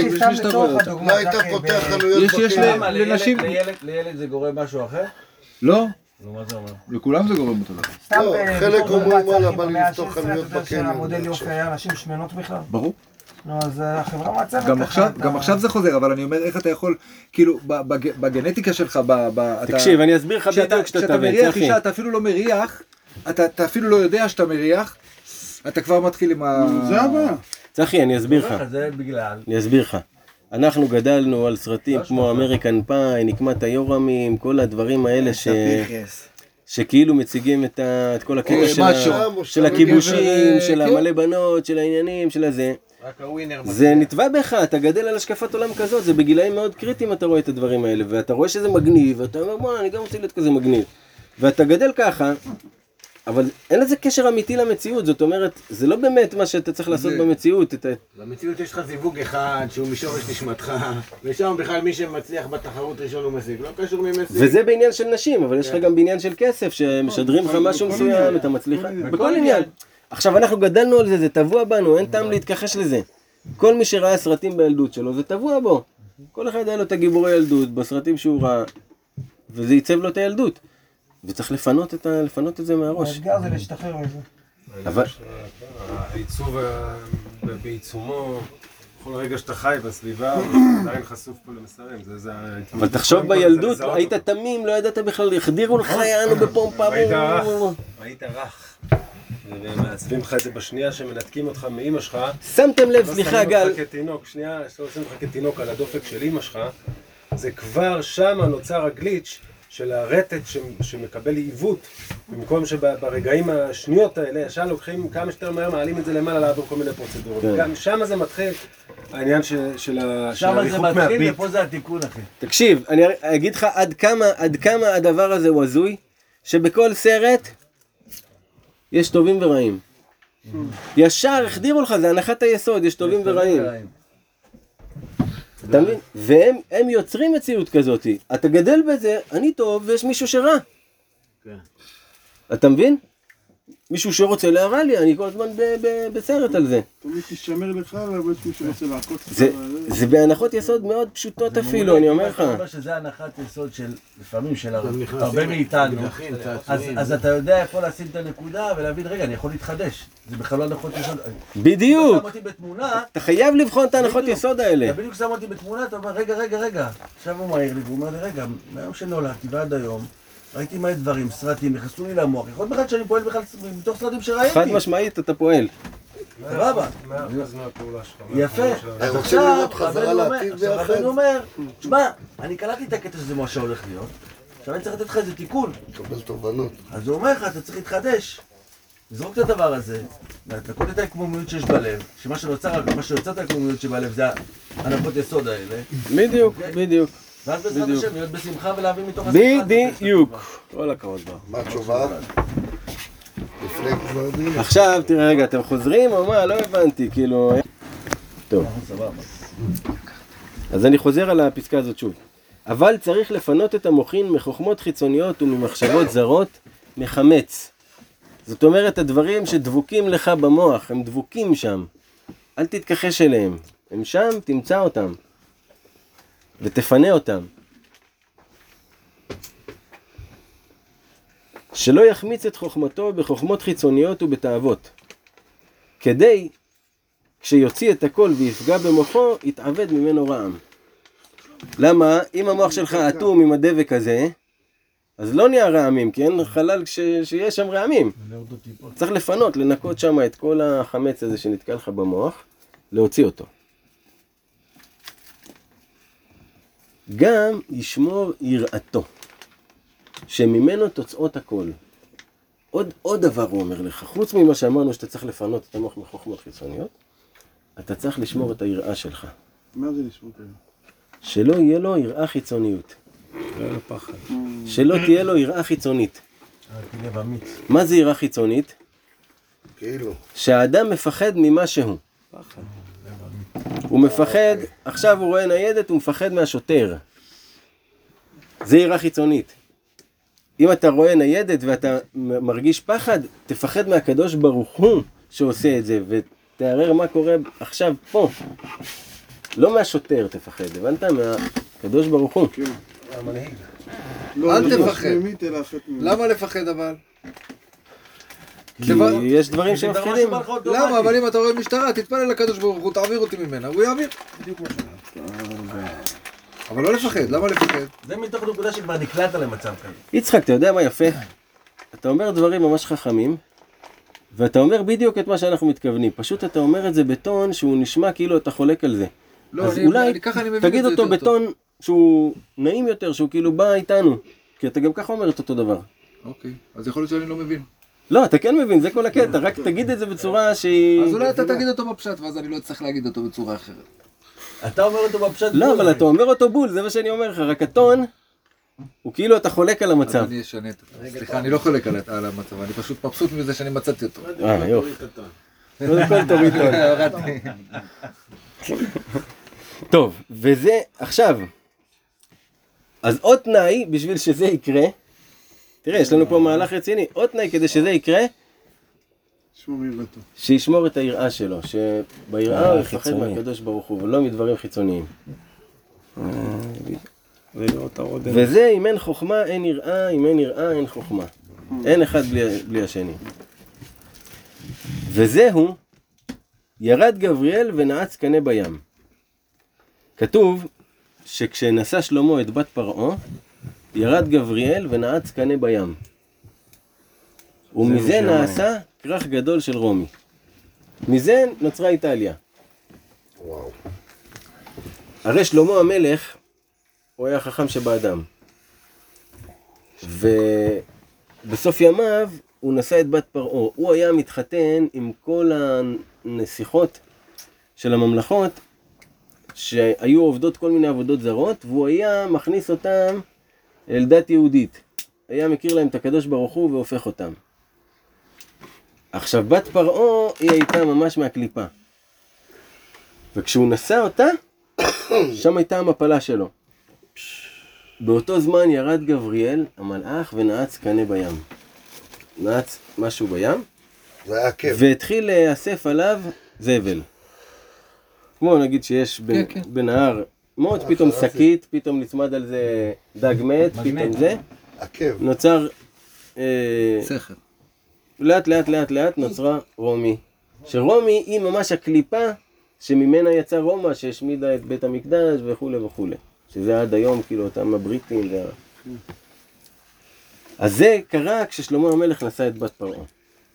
לא היית פותח חנויות בקר. לנשים... לילד זה גורם משהו אחר? לא. מה זה אומר? לכולם זה גורם אותו דבר. לא, חלק אומרים וואלה, בא לי לפתוח חנויות בקר. המודל יופי היה נשים שמנות בכלל. ברור. נו, אז החברה מעצבת גם לך. עכשיו, גם עכשיו זה חוזר, אבל אני אומר איך אתה יכול, כאילו, בגנטיקה שלך, תקשיב, אני אסביר לך בדיוק שאתה כשאתה מריח אישה, אתה אפילו לא מריח, אתה אפילו לא יודע שאתה מריח, אתה כבר מתחיל עם ה... זה הבא. צחי, אני אסביר לך. זה בגלל. אני אסביר לך. אנחנו גדלנו על סרטים כמו אמריקן פאי, נקמת היורמים, כל הדברים האלה ש... שכאילו מציגים את, ה... את כל הקטע של, ה... של הכיבושים, של המלא בנות, של העניינים, של הזה. זה נטבע בך, אתה גדל על השקפת עולם כזאת, זה בגילאים מאוד קריטיים אתה רואה את הדברים האלה, ואתה רואה שזה מגניב, ואתה אומר בוא, אני גם רוצה להיות כזה מגניב. ואתה גדל ככה, אבל אין לזה קשר אמיתי למציאות, זאת אומרת, זה לא באמת מה שאתה צריך לעשות במציאות. במציאות יש לך זיווג אחד שהוא משורש נשמתך, ושם בכלל מי שמצליח בתחרות ראשון הוא משיג, לא קשור מי משיג. וזה בעניין של נשים, אבל יש לך גם בעניין של כסף, שמשדרים לך משהו מסוים, אתה מצליח, בכל עניין. עכשיו אנחנו גדלנו על זה, זה טבוע בנו, אין טעם להתכחש לזה. כל מי שראה סרטים בילדות שלו, זה טבוע בו. כל אחד היה לו את הגיבורי ילדות בסרטים שהוא ראה, וזה ייצב לו את הילדות. וצריך לפנות את, ה... לפנות את זה מהראש. האתגר זה להשתחרר מזה. אבל... העיצוב בעיצומו, בכל רגע שאתה חי בסביבה, עדיין חשוף פה למסרים. אבל תחשוב בילדות, היית תמים, לא ידעת בכלל, החדירו לך יענו בפומפה. היית רך, היית רך. ומעצבים לך את זה בשנייה שמנתקים אותך מאמא שלך. שמתם לב, סליחה גל. לא שמים אותך כתינוק, שנייה, שעושים לך כתינוק על הדופק של אמא שלך, זה כבר שם נוצר הגליץ' של הרטט שמקבל עיוות, במקום שברגעים השניות האלה, ישר לוקחים כמה שיותר מהר, מעלים את זה למעלה לעבור כל מיני פרוצדורות. גם שם זה מתחיל העניין של הריחוק מהביט. שם זה מתחיל ופה זה התיקון, אחי. תקשיב, אני אגיד לך עד כמה, עד כמה הדבר הזה הוא הזוי, שבכל סרט יש טובים ורעים. ישר החדירו לך, זה הנחת היסוד, יש טובים ורעים. אתה מבין? והם הם יוצרים מציאות כזאת. אתה גדל בזה, אני טוב ויש מישהו שרע. אתה מבין? מישהו שרוצה להרע לי, אני כל הזמן ב- ב- בסרט על זה. תמיד תשמר לך, אבל יש מישהו שרוצה לעקוץ לך. זה, זה בהנחות יסוד מאוד פשוטות אפילו, אני אומר לך. אתה אומר שזה הנחת יסוד של, לפעמים של הרבה מאיתנו. אז, אז אתה יודע איפה לשים את הנקודה ולהבין, רגע, אני יכול להתחדש. זה בכלל לא הנחות יסוד. בדיוק. שם אותי בתמונה, אתה חייב לבחון את ההנחות בדיוק. יסוד האלה. אתה בדיוק שם אותי בתמונה, אתה אומר, רגע, רגע, רגע. עכשיו הוא מעיר לי, והוא אומר לי, רגע, מהיום שנולדתי ועד היום, ראיתי מלא דברים, סרטים, נכנסו לי למוח. יכול להיות בכלל שאני פועל בכלל מתוך סרטים שראיתי. חד משמעית אתה פועל. סבבה. מאה אחוז מהפעולה שלך. יפה. אז רוצים עכשיו, לראות חזרה רבנו אומר- לעתיד עכשיו ביחד? רבנו אומר, תשמע, אני קלטתי את הקטע שזה מה שהולך להיות, עכשיו אני צריך לתת לך איזה תיקון. קבל תובנות. אז הוא אומר לך, אתה צריך להתחדש. לזרוק את הדבר הזה, לנקות את ההקמומיות שיש בלב, שמה שנוצר, מה שיוצא את ההקמומיות שבלב זה הנחות יסוד האלה, בדיוק, בדיוק. ואז בעזרת בדיוק. השם להיות בשמחה ולהבין מתוך השמחה. בדיוק. כל הכבוד בר. מה התשובה? לפני גמרדין. עכשיו, תראה רגע, אתם חוזרים או מה? לא הבנתי, כאילו... טוב. אז אני חוזר על הפסקה הזאת שוב. אבל צריך לפנות את המוחין מחוכמות חיצוניות וממחשבות זרות מחמץ. זאת אומרת, הדברים שדבוקים לך במוח, הם דבוקים שם. אל תתכחש אליהם. הם שם, תמצא אותם. ותפנה אותם. שלא יחמיץ את חוכמתו בחוכמות חיצוניות ובתאוות. כדי, כשיוציא את הכל ויפגע במוחו, יתעבד ממנו רעם. למה? אם המוח שלך אטום עם הדבק הזה, אז לא נהיה רעמים, כי אין חלל ש... שיש שם רעמים. צריך לפנות, לנקות שם את כל החמץ הזה שנתקע לך במוח, להוציא אותו. גם ישמור יראתו, שממנו תוצאות הכל. עוד, עוד דבר הוא אומר לך, חוץ ממה שאמרנו שאתה צריך לפנות את המוח מחוכמות חיצוניות, אתה צריך לשמור את היראה שלך. מה זה לשמור את היראה? שלא יהיה לו יראה חיצוניות. לא יהיה לו פחד. שלא תהיה לו יראה חיצונית. לב אמיץ. מה זה יראה חיצונית? כאילו. שהאדם מפחד ממה שהוא. פחד. הוא מפחד, עכשיו הוא רואה ניידת, הוא מפחד מהשוטר. זה יראה חיצונית. אם אתה רואה ניידת ואתה מרגיש פחד, תפחד מהקדוש ברוך הוא שעושה את זה, ותערר מה קורה עכשיו פה. לא מהשוטר תפחד, הבנת? מהקדוש ברוך הוא. המנהיג. אל תפחד. למה? למה לפחד אבל? כי יש דברים שמפחידים. למה? אבל אם אתה רואה משטרה, תתפלל לקדוש ברוך הוא, תעביר אותי ממנה, הוא יעביר. בדיוק מה שאומר. אבל לא לפחד, למה לפחד? זה מתוך נקודה שכבר נקלעת למצב כזה. יצחק, אתה יודע מה יפה? אתה אומר דברים ממש חכמים, ואתה אומר בדיוק את מה שאנחנו מתכוונים. פשוט אתה אומר את זה בטון שהוא נשמע כאילו אתה חולק על זה. לא, אז אני, אולי אני, ככה אני מבין תגיד את זה אותו יותר בטון טוב. שהוא נעים יותר, שהוא כאילו בא איתנו. כי אתה גם ככה אומר את אותו דבר. אוקיי, אז יכול להיות שאני לא מבין. לא, אתה כן מבין, זה כל הקטע, רק תגיד את זה בצורה שהיא... אז אולי אתה תגיד אותו בפשט, ואז אני לא אצטרך להגיד אותו בצורה אחרת. אתה אומר אותו בפשט בול. לא, אבל אתה אומר אותו בול, זה מה שאני אומר לך, רק הטון הוא כאילו אתה חולק על אז המצב. אני אשנה את זה. סליחה, אני לא חולק על על המצב, אני פשוט מבסוט מזה שאני מצאתי אותו. אה, יופי. קודם כל תוריד טון. הורדתי. טוב, וזה, עכשיו, אז עוד תנאי בשביל שזה יקרה, תראה, יש לנו פה מהלך רציני, עוד תנאי כדי שזה יקרה, שמור יראתו. שישמור את היראה שלו, שביראה הוא יפחד מהקדוש ברוך הוא, ולא מדברים חיצוניים. וזה, אם אין חוכמה, אין יראה, אם אין יראה, אין חוכמה. אין אחד בלי, בלי השני. וזהו, ירד גבריאל ונעץ קנה בים. כתוב שכשנשא שלמה את בת פרעה, ירד גבריאל ונעץ קנה בים. ומזה נעשה כרך גדול של רומי. מזה נוצרה איטליה. וואו. הרי שלמה המלך, הוא היה חכם שבאדם. ובסוף ימיו הוא נשא את בת פרעה. הוא היה מתחתן עם כל הנסיכות של הממלכות, שהיו עובדות כל מיני עבודות זרות, והוא היה מכניס אותם אל דת יהודית. היה מכיר להם את הקדוש ברוך הוא והופך אותם. עכשיו, בת פרעה היא הייתה ממש מהקליפה. וכשהוא נשא אותה, שם הייתה המפלה שלו. באותו זמן ירד גבריאל, המלאך, ונעץ קנה בים. נעץ משהו בים, זה היה כיף. והתחיל לאסף עליו זבל. כמו נגיד שיש ב- כן, כן. בנהר מות, פתאום שקית, פתאום נצמד על זה דג מת, פתאום זה, עקב. נוצר, אה, סכר. לאט לאט לאט לאט נוצרה רומי. שרומי היא ממש הקליפה שממנה יצא רומא שהשמידה את בית המקדש וכו' וכו'. שזה עד היום כאילו אותם הבריטים וה... אז זה קרה כששלמה המלך נשא את בת פרעה.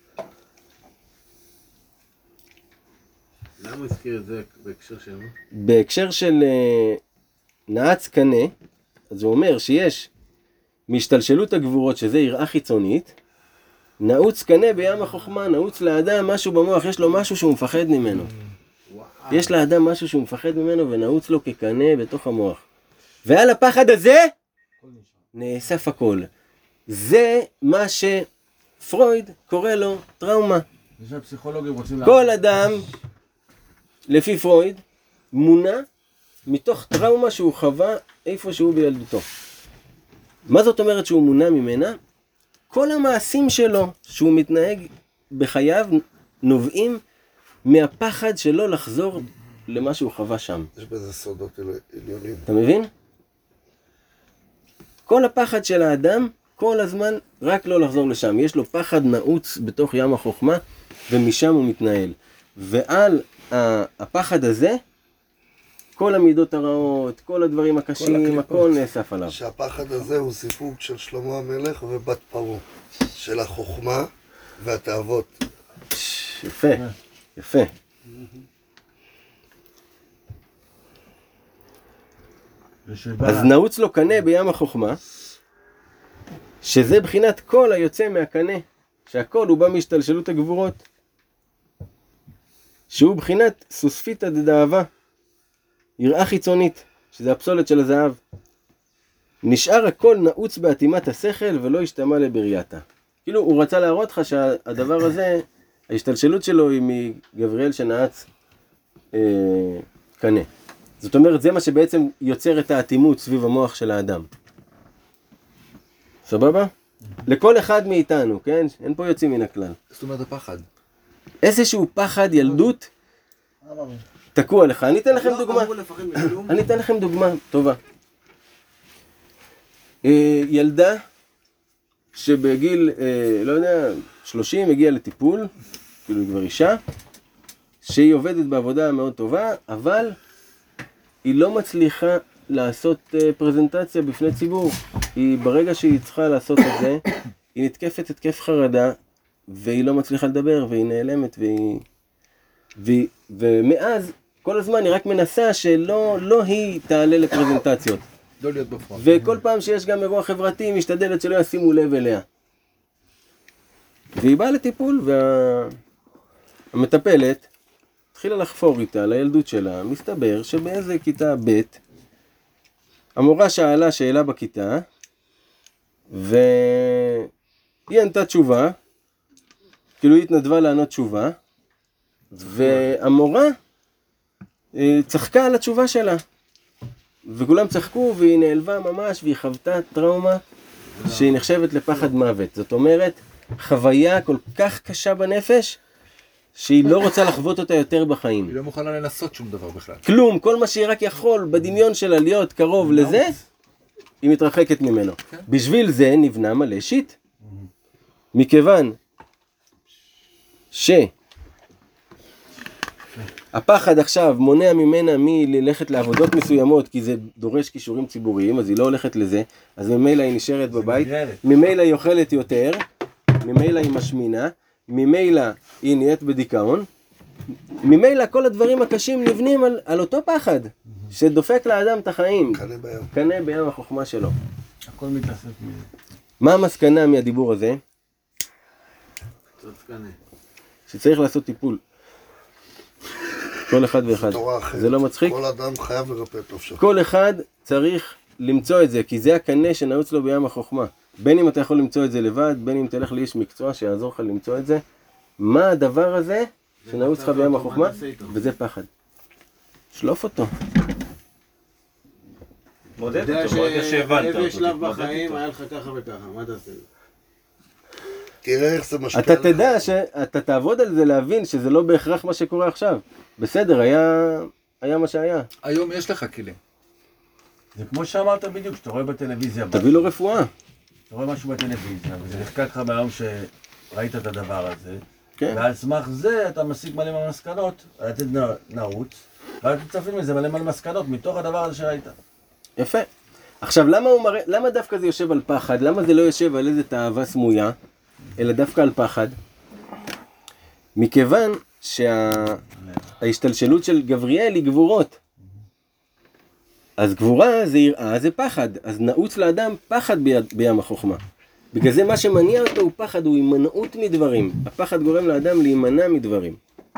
למה הוא הזכיר את זה בהקשר של מה? בהקשר של אה, נעץ קנה, אז הוא אומר שיש מהשתלשלות הגבורות שזה יראה חיצונית, נעוץ קנה בים החוכמה, נעוץ לאדם משהו במוח, יש לו משהו שהוא מפחד ממנו. יש לאדם משהו שהוא מפחד ממנו ונעוץ לו כקנה בתוך המוח. ועל הפחד הזה נאסף הכל. זה מה שפרויד קורא לו טראומה. זה שהפסיכולוגים רוצים... כל אדם, לפי פרויד, מונע מתוך טראומה שהוא חווה איפה שהוא בילדותו. מה זאת אומרת שהוא מונע ממנה? כל המעשים שלו שהוא מתנהג בחייו נובעים מהפחד שלו לחזור למה שהוא חווה שם. יש בזה סודות עליונים. אתה מבין? כל הפחד של האדם, כל הזמן רק לא לחזור לשם. יש לו פחד נעוץ בתוך ים החוכמה, ומשם הוא מתנהל. ועל הפחד הזה, כל המידות הרעות, כל הדברים הקשים, הכל נאסף עליו. שהפחד הזה הוא סיפור של שלמה המלך ובת פרעה, של החוכמה והתאוות. יפה, יפה. אז נעוץ לו קנה בים החוכמה, שזה בחינת כל היוצא מהקנה, שהכל הוא בא מהשתלשלות הגבורות, שהוא בחינת סוספיתא דדאבה, יראה חיצונית, שזה הפסולת של הזהב. נשאר הכל נעוץ באטימת השכל ולא השתמע לברייתא. כאילו הוא רצה להראות לך שהדבר הזה, ההשתלשלות שלו היא מגבריאל שנעץ אה, קנה. זאת אומרת, זה מה שבעצם יוצר את האטימות סביב המוח של האדם. סבבה? לכל אחד מאיתנו, כן? אין פה יוצאים מן הכלל. זאת אומרת הפחד. איזשהו פחד ילדות תקוע לך. אני אתן לכם דוגמה. אני אתן לכם דוגמה טובה. ילדה שבגיל, לא יודע, שלושים הגיעה לטיפול, כאילו היא כבר אישה, שהיא עובדת בעבודה מאוד טובה, אבל היא לא מצליחה לעשות פרזנטציה בפני ציבור. היא ברגע שהיא צריכה לעשות את זה, היא נתקפת התקף חרדה, והיא לא מצליחה לדבר, והיא נעלמת, והיא... והיא... ומאז, כל הזמן היא רק מנסה שלא לא היא תעלה לפרזנטציות. לא להיות בפרונט. וכל פעם שיש גם אירוע חברתי, היא משתדלת שלא ישימו לב אליה. והיא באה לטיפול, והמטפלת התחילה לחפור איתה לילדות שלה. מסתבר שבאיזה כיתה ב' המורה שאלה שאלה בכיתה, והיא ענתה תשובה, כאילו היא התנדבה לענות תשובה, והמורה צחקה על התשובה שלה. וכולם צחקו והיא נעלבה ממש, והיא חוותה טראומה שהיא נחשבת לפחד מוות. זאת אומרת, חוויה כל כך קשה בנפש, שהיא לא רוצה לחוות אותה יותר בחיים. היא לא מוכנה לנסות שום דבר בכלל. כלום, כל מה שהיא רק יכול בדמיון שלה להיות קרוב לזה, היא מתרחקת ממנו. בשביל זה נבנה מלא שיט. מכיוון שהפחד עכשיו מונע ממנה מללכת לעבודות מסוימות, כי זה דורש כישורים ציבוריים, אז היא לא הולכת לזה, אז ממילא היא נשארת בבית, ממילא היא אוכלת יותר, ממילא היא משמינה, ממילא היא נהיית בדיכאון, ממילא כל הדברים הקשים נבנים על, על אותו פחד, שדופק לאדם את החיים. קנה בים. קנה בים החוכמה שלו. הכל מתאסף מזה. מה המסקנה מהדיבור הזה? קצת קנה. שצריך לעשות טיפול. כל אחד ואחד. תורה אחרת. זה לא מצחיק? כל אדם חייב לרפא את נפשו. כל אחד צריך למצוא את זה, כי זה הקנה שנעוץ לו בים החוכמה. בין אם אתה יכול למצוא את זה לבד, בין אם תלך לאיש מקצוע שיעזור לך למצוא את זה. מה הדבר הזה שנעוץ לך בים החוכמה? וזה פחד. שלוף אותו. מודד אותו, ברגע שהבנת אתה יודע אותו, שלב תתמודד בחיים איתו. היה לך ככה וככה, מה תעשה? תראה איך זה משפיע אתה עליך. תדע שאתה תעבוד על זה להבין שזה לא בהכרח מה שקורה עכשיו. בסדר, היה, היה מה שהיה. היום יש לך כלים. זה כמו שאמרת בדיוק, שאתה רואה בטלוויזיה. תביא לו רפואה. אתה רואה משהו בטלוויזיה, וזה נחקק לך מהיום שראית את הדבר הזה. כן. ועל סמך זה אתה מסיק מלא מהמסקנות, אתה נעוץ, ואז תצפים מזה מלא מלא מסקנות מתוך הדבר הזה שראית. יפה. עכשיו, למה, הוא מראה, למה דווקא זה יושב על פחד? למה זה לא יושב על איזה תאווה סמויה, אלא דווקא על פחד? מכיוון שההשתלשלות של גבריאל היא גבורות. אז גבורה זה יראה, זה פחד. אז נעוץ לאדם פחד ביד, בים החוכמה. בגלל זה מה שמניע אותו הוא פחד, הוא הימנעות מדברים. הפחד גורם לאדם להימנע מדברים.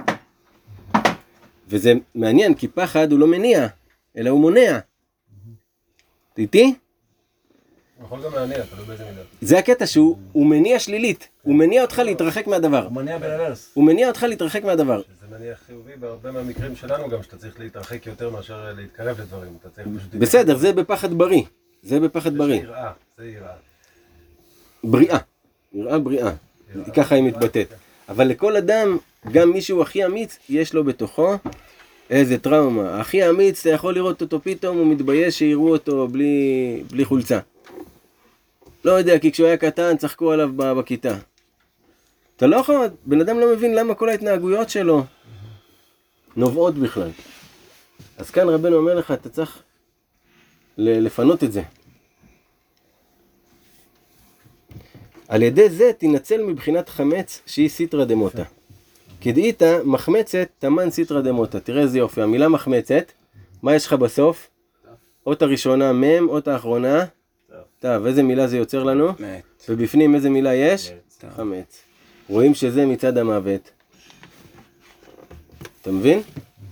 וזה מעניין, כי פחד הוא לא מניע, אלא הוא מונע. איתי? הוא יכול גם להניע, תלוי באיזה מידה. זה הקטע שהוא הוא מניע שלילית. הוא מניע אותך להתרחק מהדבר. הוא מניע ברוורס. הוא מניע אותך להתרחק מהדבר. שזה מניע חיובי בהרבה מהמקרים שלנו גם, שאתה צריך להתרחק יותר מאשר להתקרב לדברים. אתה צריך פשוט... בסדר, זה בפחד בריא. זה בפחד בריא. זה יראה, זה יראה. בריאה. יראה בריאה. ככה היא מתבטאת. אבל לכל אדם, גם מישהו הכי אמיץ, יש לו בתוכו איזה טראומה. הכי אמיץ, אתה יכול לראות אותו פתאום, הוא מתבייש שיראו אותו בלי, בלי חולצה. לא יודע, כי כשהוא היה קטן, צחקו עליו בכיתה. אתה לא יכול, בן אדם לא מבין למה כל ההתנהגויות שלו נובעות בכלל. אז כאן רבנו אומר לך, אתה צריך לפנות את זה. על ידי זה תנצל מבחינת חמץ שהיא סיטרא דמותא. כדאיתא מחמצת תמן סיטרא דמותא. תראה איזה יופי, המילה מחמצת, מה יש לך בסוף? אות הראשונה מם, אות האחרונה טוב, איזה מילה זה יוצר לנו? ובפנים איזה מילה יש? חמץ. רואים שזה מצד המוות. אתה מבין?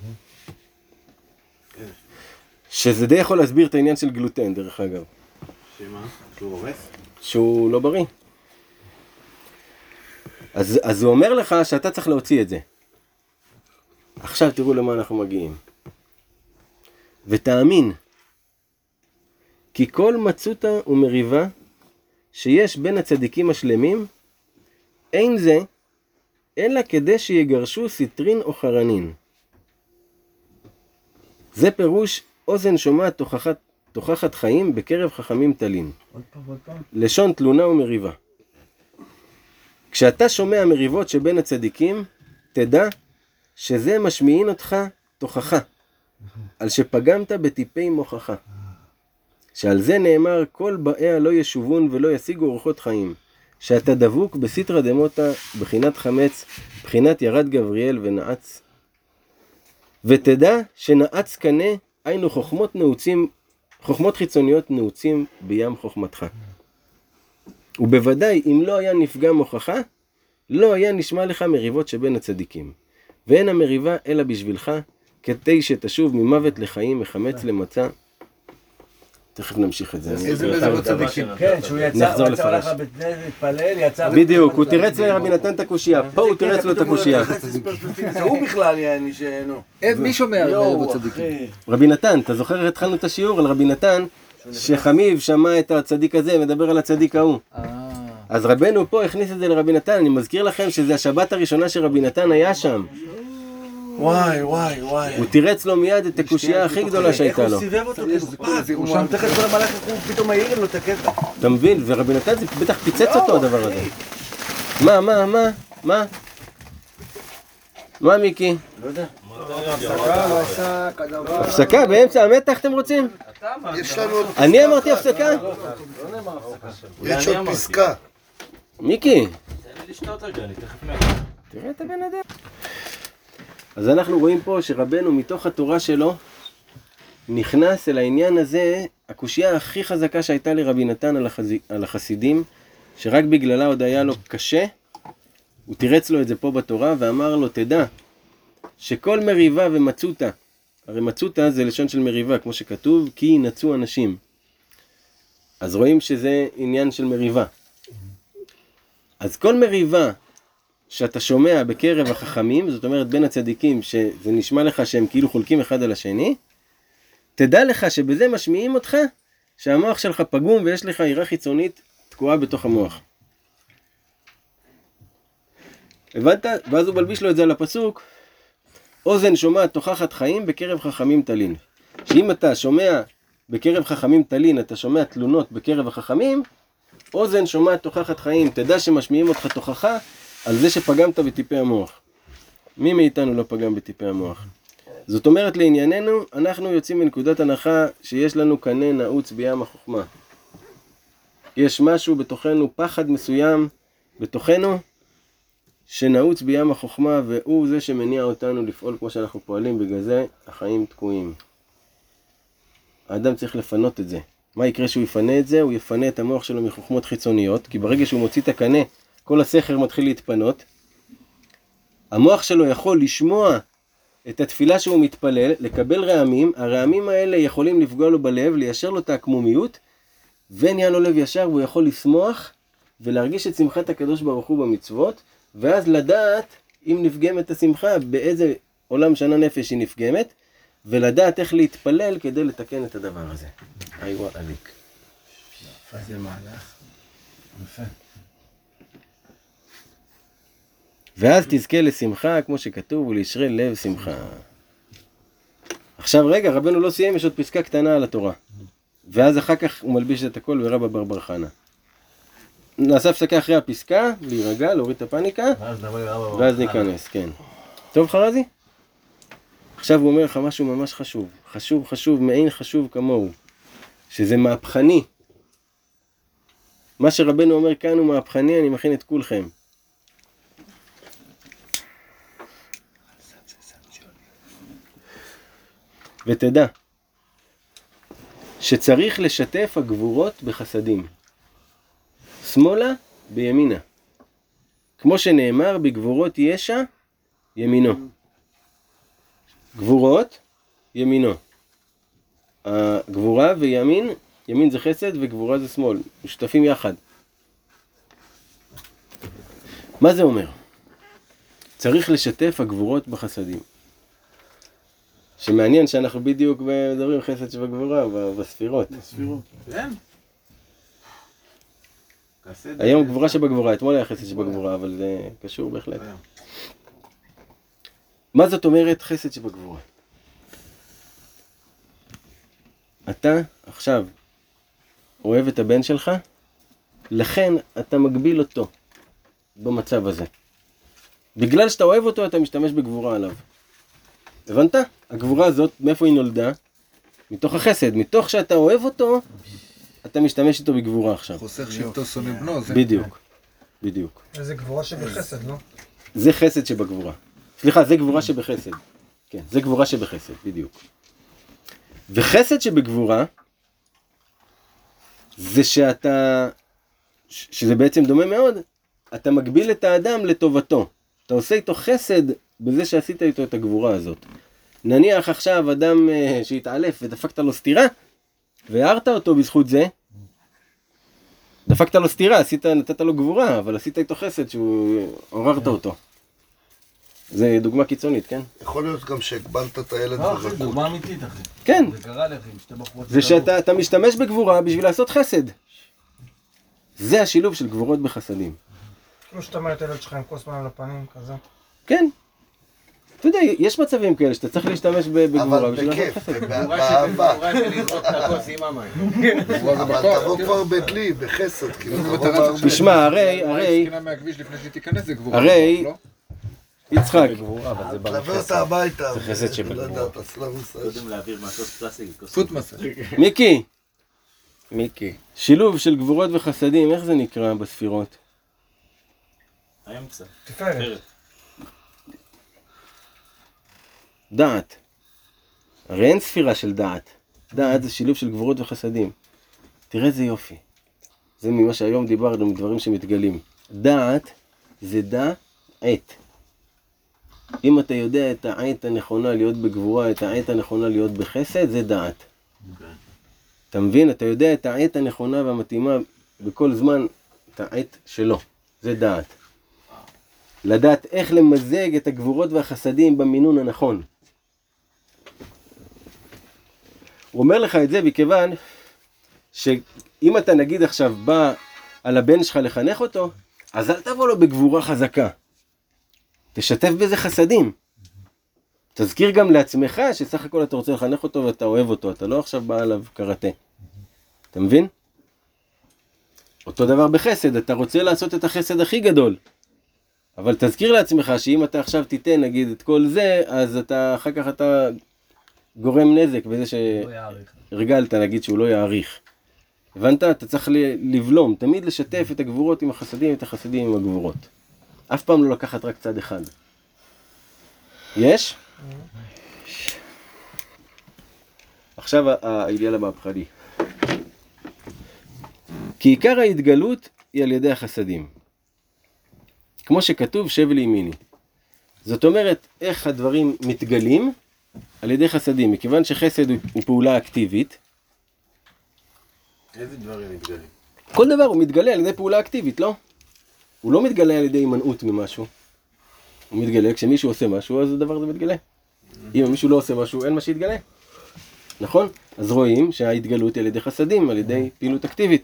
שזה די יכול להסביר את העניין של גלוטן, דרך אגב. שמה? שהוא הורס? שהוא לא בריא. אז, אז הוא אומר לך שאתה צריך להוציא את זה. עכשיו תראו למה אנחנו מגיעים. ותאמין, כי כל מצותא ומריבה שיש בין הצדיקים השלמים, אין זה, אלא כדי שיגרשו סיטרין או חרנין. זה פירוש אוזן שומעת תוכחת, תוכחת חיים בקרב חכמים תלין. לשון תלונה ומריבה. כשאתה שומע מריבות שבין הצדיקים, תדע שזה משמיעין אותך תוכחה, על שפגמת בטיפי מוכחה. שעל זה נאמר, כל באיה לא ישובון ולא ישיגו אורחות חיים. שאתה דבוק בסיטרא דמותא, בחינת חמץ, בחינת ירד גבריאל ונעץ. ותדע שנעץ קנה, היינו חוכמות נעוצים, חוכמות חיצוניות נעוצים בים חוכמתך. ובוודאי, אם לא היה נפגע מוכחה, לא היה נשמע לך מריבות שבין הצדיקים. ואין המריבה אלא בשבילך, כדי שתשוב ממוות לחיים, מחמץ למצא. תכף נמשיך את זה. איזה מריבות צדיקים. כן, שהוא יצא, הוא יצא הולך להתפלל, יצא... בדיוק, הוא תירץ לרבי נתן את הקושייה. פה הוא תירץ לו את הקושייה. זה הוא בכלל יעני שאינו. מי שומע על מריבות צדיקים? רבי נתן, אתה זוכר, התחלנו את השיעור על רבי נתן, שחמיב שמע את הצדיק הזה, מדבר על הצדיק ההוא. אז רבנו פה הכניס את זה לרבי נתן, אני מזכיר לכם שזה השבת הראשונה שרבי נתן היה שם. וואי וואי וואי. הוא תירץ לו מיד את הקושייה הכי גדולה שהייתה לו. איך הוא סיבב אותו כזה? הוא שם תכף כל המלאך, הוא פתאום מעיר לו את הקטע. אתה מבין? ורבי נתן זה בטח פיצץ אותו הדבר הזה. מה, מה, מה, מה? מה מיקי? לא יודע. הפסקה באמצע המתח אתם רוצים? יש לנו עוד פסקה. אני אמרתי הפסקה? יש עוד פסקה. מיקי. תן לי לשתות רגע, אני תכף מה... תראה את הבן אדם. אז אנחנו רואים פה שרבנו מתוך התורה שלו נכנס אל העניין הזה, הקושייה הכי חזקה שהייתה לרבי נתן על, החז... על החסידים, שרק בגללה עוד היה לו קשה, הוא תירץ לו את זה פה בתורה ואמר לו, תדע שכל מריבה ומצותא, הרי מצותא זה לשון של מריבה כמו שכתוב, כי ינצו אנשים. אז רואים שזה עניין של מריבה. אז כל מריבה שאתה שומע בקרב החכמים, זאת אומרת בין הצדיקים, שזה נשמע לך שהם כאילו חולקים אחד על השני, תדע לך שבזה משמיעים אותך, שהמוח שלך פגום ויש לך עירה חיצונית תקועה בתוך המוח. הבנת? ואז הוא מלביש לו את זה על הפסוק, אוזן שומעת תוכחת חיים, בקרב חכמים תלין. שאם אתה שומע בקרב חכמים תלין, אתה שומע תלונות בקרב החכמים, אוזן שומעת תוכחת חיים, תדע שמשמיעים אותך תוכחה על זה שפגמת בטיפי המוח. מי מאיתנו לא פגם בטיפי המוח? זאת אומרת לענייננו, אנחנו יוצאים מנקודת הנחה שיש לנו קנה נעוץ בים החוכמה. יש משהו בתוכנו, פחד מסוים בתוכנו, שנעוץ בים החוכמה, והוא זה שמניע אותנו לפעול כמו שאנחנו פועלים, בגלל זה החיים תקועים. האדם צריך לפנות את זה. מה יקרה שהוא יפנה את זה? הוא יפנה את המוח שלו מחוכמות חיצוניות, כי ברגע שהוא מוציא את הקנה, כל הסכר מתחיל להתפנות. המוח שלו יכול לשמוע את התפילה שהוא מתפלל, לקבל רעמים, הרעמים האלה יכולים לפגוע לו בלב, ליישר לו את העקמומיות, ונהיה לו לב ישר, והוא יכול לשמוח ולהרגיש את שמחת הקדוש ברוך הוא במצוות, ואז לדעת אם נפגמת השמחה, באיזה עולם שנה נפש היא נפגמת, ולדעת איך להתפלל כדי לתקן את הדבר הזה. איווה עליק. איזה מהלך. יפה. ואז תזכה לשמחה, כמו שכתוב, ולישרי לב שמחה. עכשיו רגע, רבנו לא סיים, יש עוד פסקה קטנה על התורה. ואז אחר כך הוא מלביש את הכל ורבא בר בר חנה. נעשה הפסקה אחרי הפסקה, להירגע, להוריד את הפאניקה, ואז ניכנס, כן. טוב חרזי? עכשיו הוא אומר לך משהו ממש חשוב. חשוב, חשוב, מעין חשוב כמוהו. שזה מהפכני. מה שרבנו אומר כאן הוא מהפכני, אני מכין את כולכם. ותדע שצריך לשתף הגבורות בחסדים. שמאלה בימינה. כמו שנאמר בגבורות ישע ימינו. גבורות ימינו. הגבורה וימין, ימין זה חסד וגבורה זה שמאל. משותפים יחד. מה זה אומר? צריך לשתף הגבורות בחסדים. שמעניין שאנחנו בדיוק מדברים חסד שבגבורה, בספירות. בספירות. כן. היום גבורה שבגבורה, אתמול היה חסד שבגבורה, אבל זה קשור בהחלט. מה זאת אומרת חסד שבגבורה? אתה עכשיו אוהב את הבן שלך, לכן אתה מגביל אותו במצב הזה. בגלל שאתה אוהב אותו, אתה משתמש בגבורה עליו. הבנת? הגבורה הזאת, מאיפה היא נולדה? מתוך החסד. מתוך שאתה אוהב אותו, אתה משתמש איתו בגבורה עכשיו. חוסך שבטו שונא בנו. בדיוק. בדיוק. זה גבורה שבחסד, לא? זה חסד שבגבורה. סליחה, זה גבורה שבחסד. כן, זה גבורה שבחסד, בדיוק. וחסד שבגבורה, זה שאתה, שזה בעצם דומה מאוד, אתה מגביל את האדם לטובתו. אתה עושה איתו חסד בזה שעשית איתו את הגבורה הזאת. נניח עכשיו אדם שהתעלף ודפקת לו סתירה, והערת אותו בזכות זה, דפקת לו סתירה, עשית, נתת לו גבורה, אבל עשית איתו חסד שהוא עוררת אותו. זה דוגמה קיצונית, כן? יכול להיות גם שהגבלת את הילד לא, אחי, דוגמה אמיתית, אחי. כן. זה קרה לי, אחי, שתי בחורות. זה שאתה משתמש בגבורה בשביל לעשות חסד. זה השילוב של גבורות בחסדים. כמו שאתה אומר את הילד שלך עם כוס מים לפנים, כזה. כן. אתה יודע, יש מצבים כאלה שאתה צריך להשתמש בגבורה בשביל לעשות חסד. באהבה. גבורה של לזרוק את הכוס עם המים. אבל תבוא כבר בדלי, בחסד, כאילו. תשמע, הרי, הרי, הרי, יצחק, תעבר אותה הביתה. זה חסד שבגבורה. שבגבורה. קודם להעביר מהכוס פלסטיק. פוט מסע. מיקי, מיקי, שילוב של גבורות וחסדים, איך זה נקרא בספירות? האמצע. תפארת. דעת. הרי אין ספירה של דעת. דעת זה שילוב של גבורות וחסדים. תראה איזה יופי. זה ממה שהיום דיברנו, מדברים שמתגלים. דעת זה דע עת. אם אתה יודע את העת הנכונה להיות בגבורה, את העת הנכונה להיות בחסד, זה דעת. Okay. אתה מבין? אתה יודע את העת הנכונה והמתאימה בכל זמן, את העת שלו. זה דעת. לדעת איך למזג את הגבורות והחסדים במינון הנכון. הוא אומר לך את זה מכיוון שאם אתה נגיד עכשיו בא על הבן שלך לחנך אותו, אז אל תבוא לו בגבורה חזקה. תשתף בזה חסדים. תזכיר גם לעצמך שסך הכל אתה רוצה לחנך אותו ואתה אוהב אותו, אתה לא עכשיו בא עליו קראטה. אתה מבין? אותו דבר בחסד, אתה רוצה לעשות את החסד הכי גדול. אבל תזכיר לעצמך שאם אתה עכשיו תיתן נגיד את כל זה, אז אתה אחר כך אתה גורם נזק בזה שהרגלת נגיד שהוא לא יעריך. הבנת? אתה צריך לבלום, תמיד לשתף את הגבורות עם החסדים, את החסדים עם הגבורות. אף פעם לא לקחת רק צד אחד. יש? עכשיו האידיאל המהפכני. כי עיקר ההתגלות היא על ידי החסדים. כמו שכתוב, שב לימיני. זאת אומרת, איך הדברים מתגלים? על ידי חסדים. מכיוון שחסד הוא פעולה אקטיבית. איזה דברים מתגלים? כל דבר הוא מתגלה על ידי פעולה אקטיבית, לא? הוא לא מתגלה על ידי הימנעות ממשהו. הוא מתגלה, כשמישהו עושה משהו, אז הדבר הזה מתגלה. אם מישהו לא עושה משהו, אין מה שיתגלה. נכון? אז רואים שההתגלות היא על ידי חסדים, על ידי פעילות אקטיבית.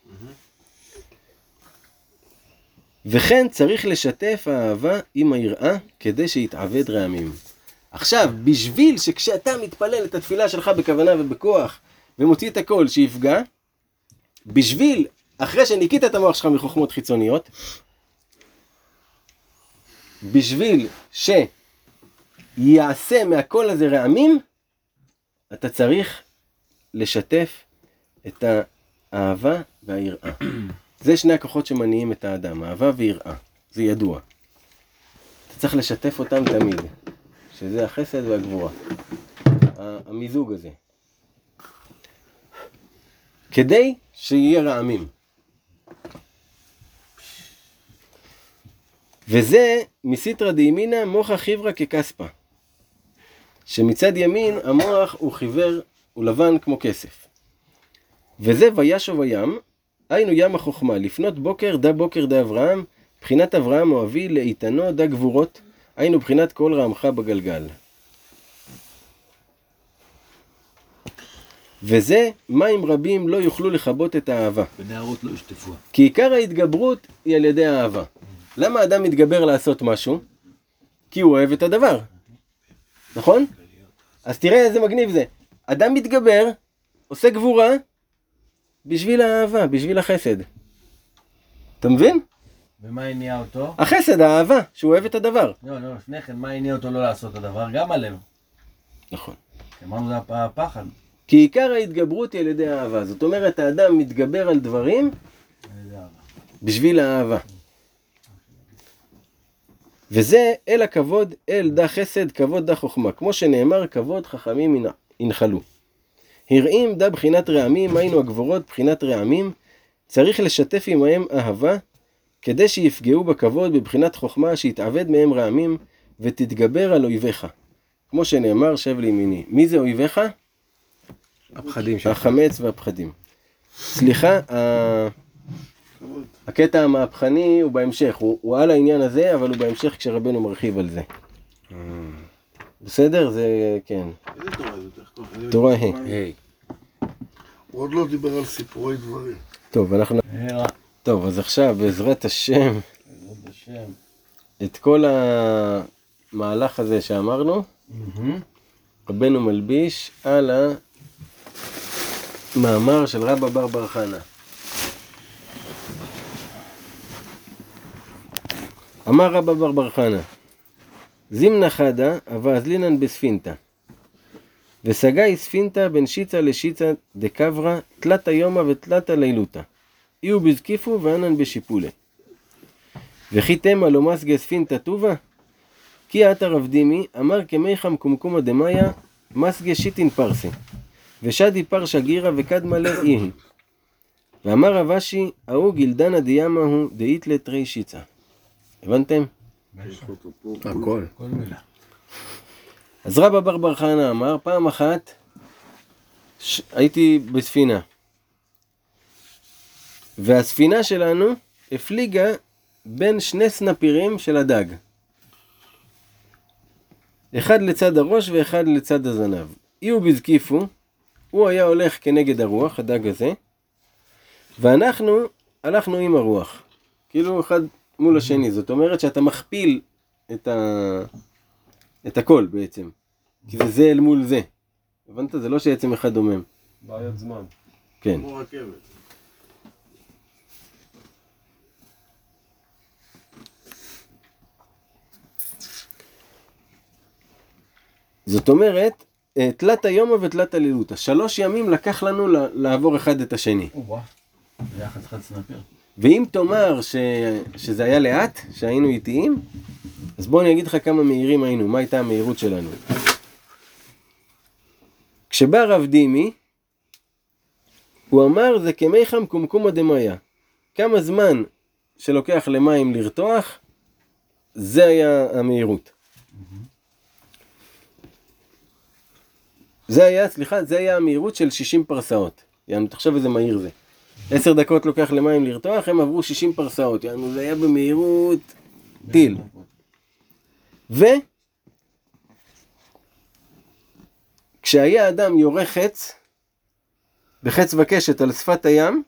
וכן צריך לשתף האהבה עם היראה כדי שיתעבד רעמים. עכשיו, בשביל שכשאתה מתפלל את התפילה שלך בכוונה ובכוח ומוציא את הכל שיפגע, בשביל, אחרי שניקית את המוח שלך מחוכמות חיצוניות, בשביל שיעשה מהכל הזה רעמים, אתה צריך לשתף את האהבה והיראה. זה שני הכוחות שמניעים את האדם, אהבה ויראה. זה ידוע. אתה צריך לשתף אותם תמיד, שזה החסד והגבורה. המיזוג הזה. כדי שיהיה רעמים. וזה מסיטרא דימינה מוחא חיברא ככספא. שמצד ימין המוח הוא חיוור, הוא לבן כמו כסף. וזה וישוב וים, היינו ים החוכמה, לפנות בוקר דה בוקר דה אברהם, בחינת אברהם אוהבי לאיתנו דה גבורות, היינו בחינת כל רעמך בגלגל. וזה מים רבים לא יוכלו לכבות את האהבה. ונערות לא ישטפו. כי עיקר ההתגברות היא על ידי האהבה. למה אדם מתגבר לעשות משהו? כי הוא אוהב את הדבר. נכון? אז תראה איזה מגניב זה. אדם מתגבר, עושה גבורה, בשביל האהבה, בשביל החסד. אתה מבין? ומה הניע אותו? החסד, האהבה, שהוא אוהב את הדבר. לא, לא, לפני כן, מה הניע אותו לא לעשות את הדבר? גם הלב. נכון. אמרנו זה הפחד. כי עיקר ההתגברות היא על ידי האהבה. זאת אומרת, האדם מתגבר על דברים בשביל האהבה. וזה אל הכבוד, אל דה חסד, כבוד דה חוכמה. כמו שנאמר, כבוד חכמים ינחלו. הרעים דה בחינת רעמים, היינו הגבורות בחינת רעמים, צריך לשתף עמהם אהבה, כדי שיפגעו בכבוד בבחינת חוכמה, שיתעבד מהם רעמים, ותתגבר על אויביך. כמו שנאמר, שב לימיני. מי זה אויביך? הפחדים שלך. החמץ והפחדים. סליחה, ה... הקטע המהפכני הוא בהמשך, הוא, הוא על העניין הזה, אבל הוא בהמשך כשרבנו מרחיב על זה. בסדר? זה, כן. איזה תורה זאת? איך קוראים? תורה ה'. הוא עוד לא דיבר על סיפורי דברים. טוב, אנחנו... טוב, אז עכשיו, בעזרת השם, את כל המהלך הזה שאמרנו, רבנו מלביש על המאמר של רבא בר בר חנה. אמר רבא בר בר חנה, זימנה חדה, אבזלינן בספינתה. וסגי ספינתה בין שיצה לשיצה דקברה, תלתה יומה ותלתה לילותה. איו בזקיפו ואנן בשיפולה. וכי תמה לא מסגה ספינתה טובה? כי אתה רב דימי, אמר כמיכם קומקומה דמיה, מסגה שיטין פרסי. ושדי פרשה גירה וקדמה לאיהי. ואמר רב אשי, ההוא גילדנה דיאמה הוא דאית לתרי שיצה. הבנתם? הכל. כל מילה. אז רבא בר בר חנה אמר, פעם אחת ש... הייתי בספינה. והספינה שלנו הפליגה בין שני סנפירים של הדג. אחד לצד הראש ואחד לצד הזנב. איהו בזקיפו, הוא היה הולך כנגד הרוח, הדג הזה, ואנחנו הלכנו עם הרוח. כאילו אחד מול השני. זאת אומרת שאתה מכפיל את, ה... את הכל בעצם. כי זה זה אל מול זה. הבנת? זה לא שעצם אחד דומם. בעיות זמן. כן. כמו רכבת. זאת אומרת, תלת היומה ותלת הלילותא. שלוש ימים לקח לנו לעבור אחד את השני. ביחד חד סנפיר. ואם תאמר ש... שזה היה לאט, שהיינו איטיים, אז בוא אני אגיד לך כמה מהירים היינו, מה הייתה המהירות שלנו. כשבא רב דימי, הוא אמר זה כמיחם קומקומא דמאיה. כמה זמן שלוקח למים לרתוח, זה היה המהירות. זה היה, סליחה, זה היה המהירות של שישים פרסאות. יענו, תחשב איזה מהיר זה. עשר דקות לוקח למים לרתוח, הם עברו שישים פרסאות. יענו, זה היה במהירות טיל. ו... כשהיה אדם יורה חץ, בחץ וקשת על שפת הים,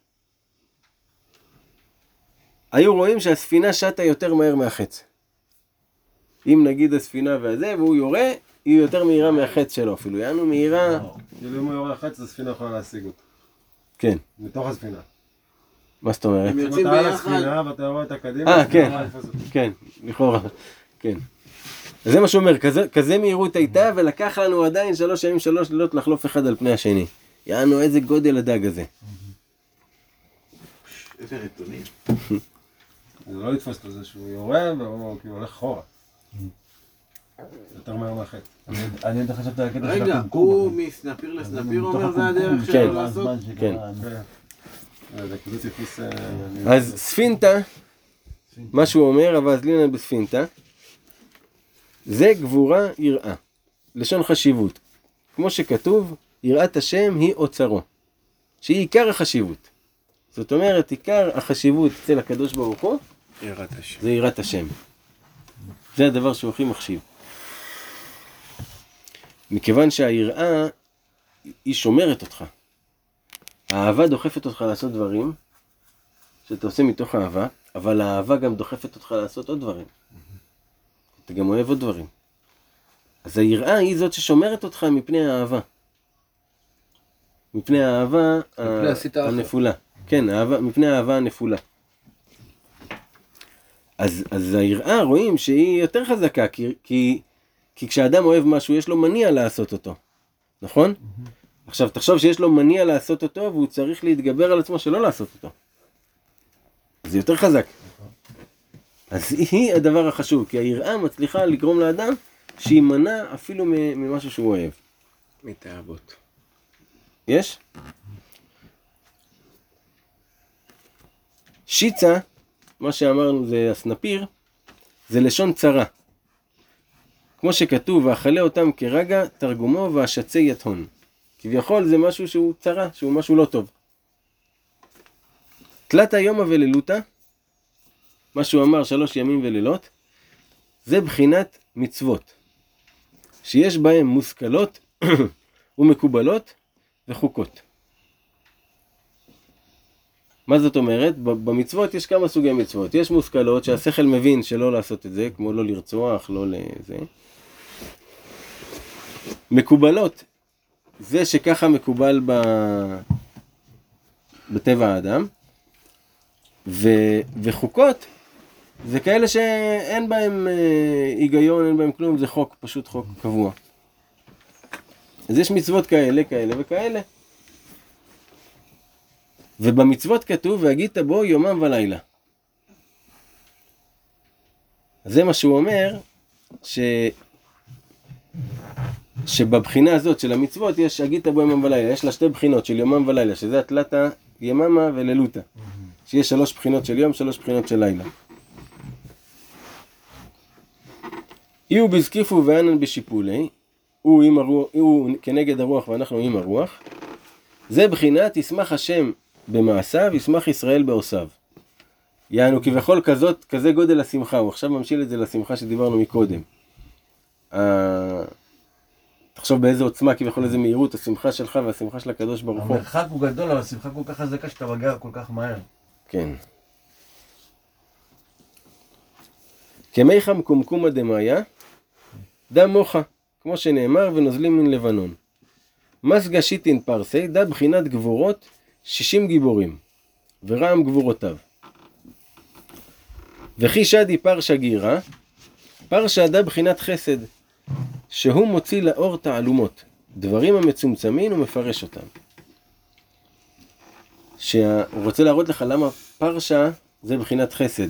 היו רואים שהספינה שטה יותר מהר מהחץ. אם נגיד הספינה והזה, והוא יורה, היא יותר מהירה מהחץ שלו אפילו. יענו מהירה... כאילו אם הוא יורה חץ, הספינה יכולה להשיג אותו. כן. מתוך הספינה. מה זאת אומרת? הם יוצאים אתה על ביחד. הספינה ואתה רואה את הקדימה. אה, כן, כן, לכאורה, כן. אז זה מה שהוא אומר, כזה, כזה מהירות הייתה, ולקח לנו עדיין שלוש ימים, שלוש לילות לחלוף אחד על פני השני. יענו, איזה גודל הדג הזה. איזה רטונים. זה לא לתפוס את זה שהוא יורה והוא כאילו הולך אחורה. יותר מהר מהחץ. אני יודע חשבתי על הקטע של רגע, הקומקום. הוא מסנפיר לסנפיר אומר זה הדרך כן. שלו לעשות? כן. זה כאילו טיפוס... אז ספינטה, מה שהוא אומר, אבל אז לינה בספינטה, זה גבורה יראה, לשון חשיבות. כמו שכתוב, יראת השם היא אוצרו, שהיא עיקר החשיבות. זאת אומרת, עיקר החשיבות אצל הקדוש ברוך הוא, יראת השם. זה יראת השם. זה הדבר שהוא הכי מחשיב. מכיוון שהיראה היא שומרת אותך. האהבה דוחפת אותך לעשות דברים שאתה עושה מתוך אהבה, אבל האהבה גם דוחפת אותך לעשות עוד דברים. אתה גם אוהב עוד דברים. אז היראה היא זאת ששומרת אותך מפני האהבה. מפני האהבה הנפולה. כן, האהבה, מפני האהבה הנפולה. אז, אז היראה רואים שהיא יותר חזקה, כי, כי, כי כשאדם אוהב משהו יש לו מניע לעשות אותו. נכון? Mm-hmm. עכשיו תחשוב שיש לו מניע לעשות אותו והוא צריך להתגבר על עצמו שלא לעשות אותו. זה יותר חזק. אז היא הדבר החשוב, כי היראה מצליחה לגרום לאדם שימנע אפילו ממשהו שהוא אוהב. מתאהבות. יש? שיצה, מה שאמרנו זה הסנפיר, זה לשון צרה. כמו שכתוב, ואכלה אותם כרגע, תרגומו והשצי יתהון. כביכול זה משהו שהוא צרה, שהוא משהו לא טוב. תלת היומה ולילותא, מה שהוא אמר שלוש ימים ולילות, זה בחינת מצוות, שיש בהם מושכלות ומקובלות וחוקות. מה זאת אומרת? במצוות יש כמה סוגי מצוות. יש מושכלות שהשכל מבין שלא לעשות את זה, כמו לא לרצוח, לא לזה. מקובלות, זה שככה מקובל ב... בטבע האדם. ו... וחוקות, זה כאלה שאין בהם אה, היגיון, אין בהם כלום, זה חוק, פשוט חוק קבוע. אז יש מצוות כאלה, כאלה וכאלה. ובמצוות כתוב, והגית בו יומם ולילה. זה מה שהוא אומר, ש... שבבחינה הזאת של המצוות יש הגית בו יומם ולילה. יש לה שתי בחינות של יומם ולילה, שזה התלתה יממה ולילותא. שיש שלוש בחינות של יום, שלוש בחינות של לילה. יהיו בזקיפו וענן בשיפולי, הוא, עם הרוח, הוא כנגד הרוח ואנחנו עם הרוח. זה בחינת ישמח השם במעשיו, ישמח ישראל בעושיו. יענו כבכל כזאת, כזה גודל השמחה, הוא עכשיו ממשיל את זה לשמחה שדיברנו מקודם. אה, תחשוב באיזה עוצמה, כבכל איזה מהירות, השמחה שלך והשמחה של הקדוש ברוך הוא. המרחק הוא גדול, אבל השמחה כל כך חזקה שאתה מגיע כל כך מהר. כן. כמיכם קומקומא דמאיה, דה מוחה, כמו שנאמר, ונוזלים מן לבנון. מסגה שיטין פרסי, דה בחינת גבורות, שישים גיבורים, ורעם גבורותיו. וכי שדי פרשה גירה, פרשה דה בחינת חסד, שהוא מוציא לאור תעלומות, דברים המצומצמים ומפרש אותם. שהוא רוצה להראות לך למה פרשה זה בחינת חסד.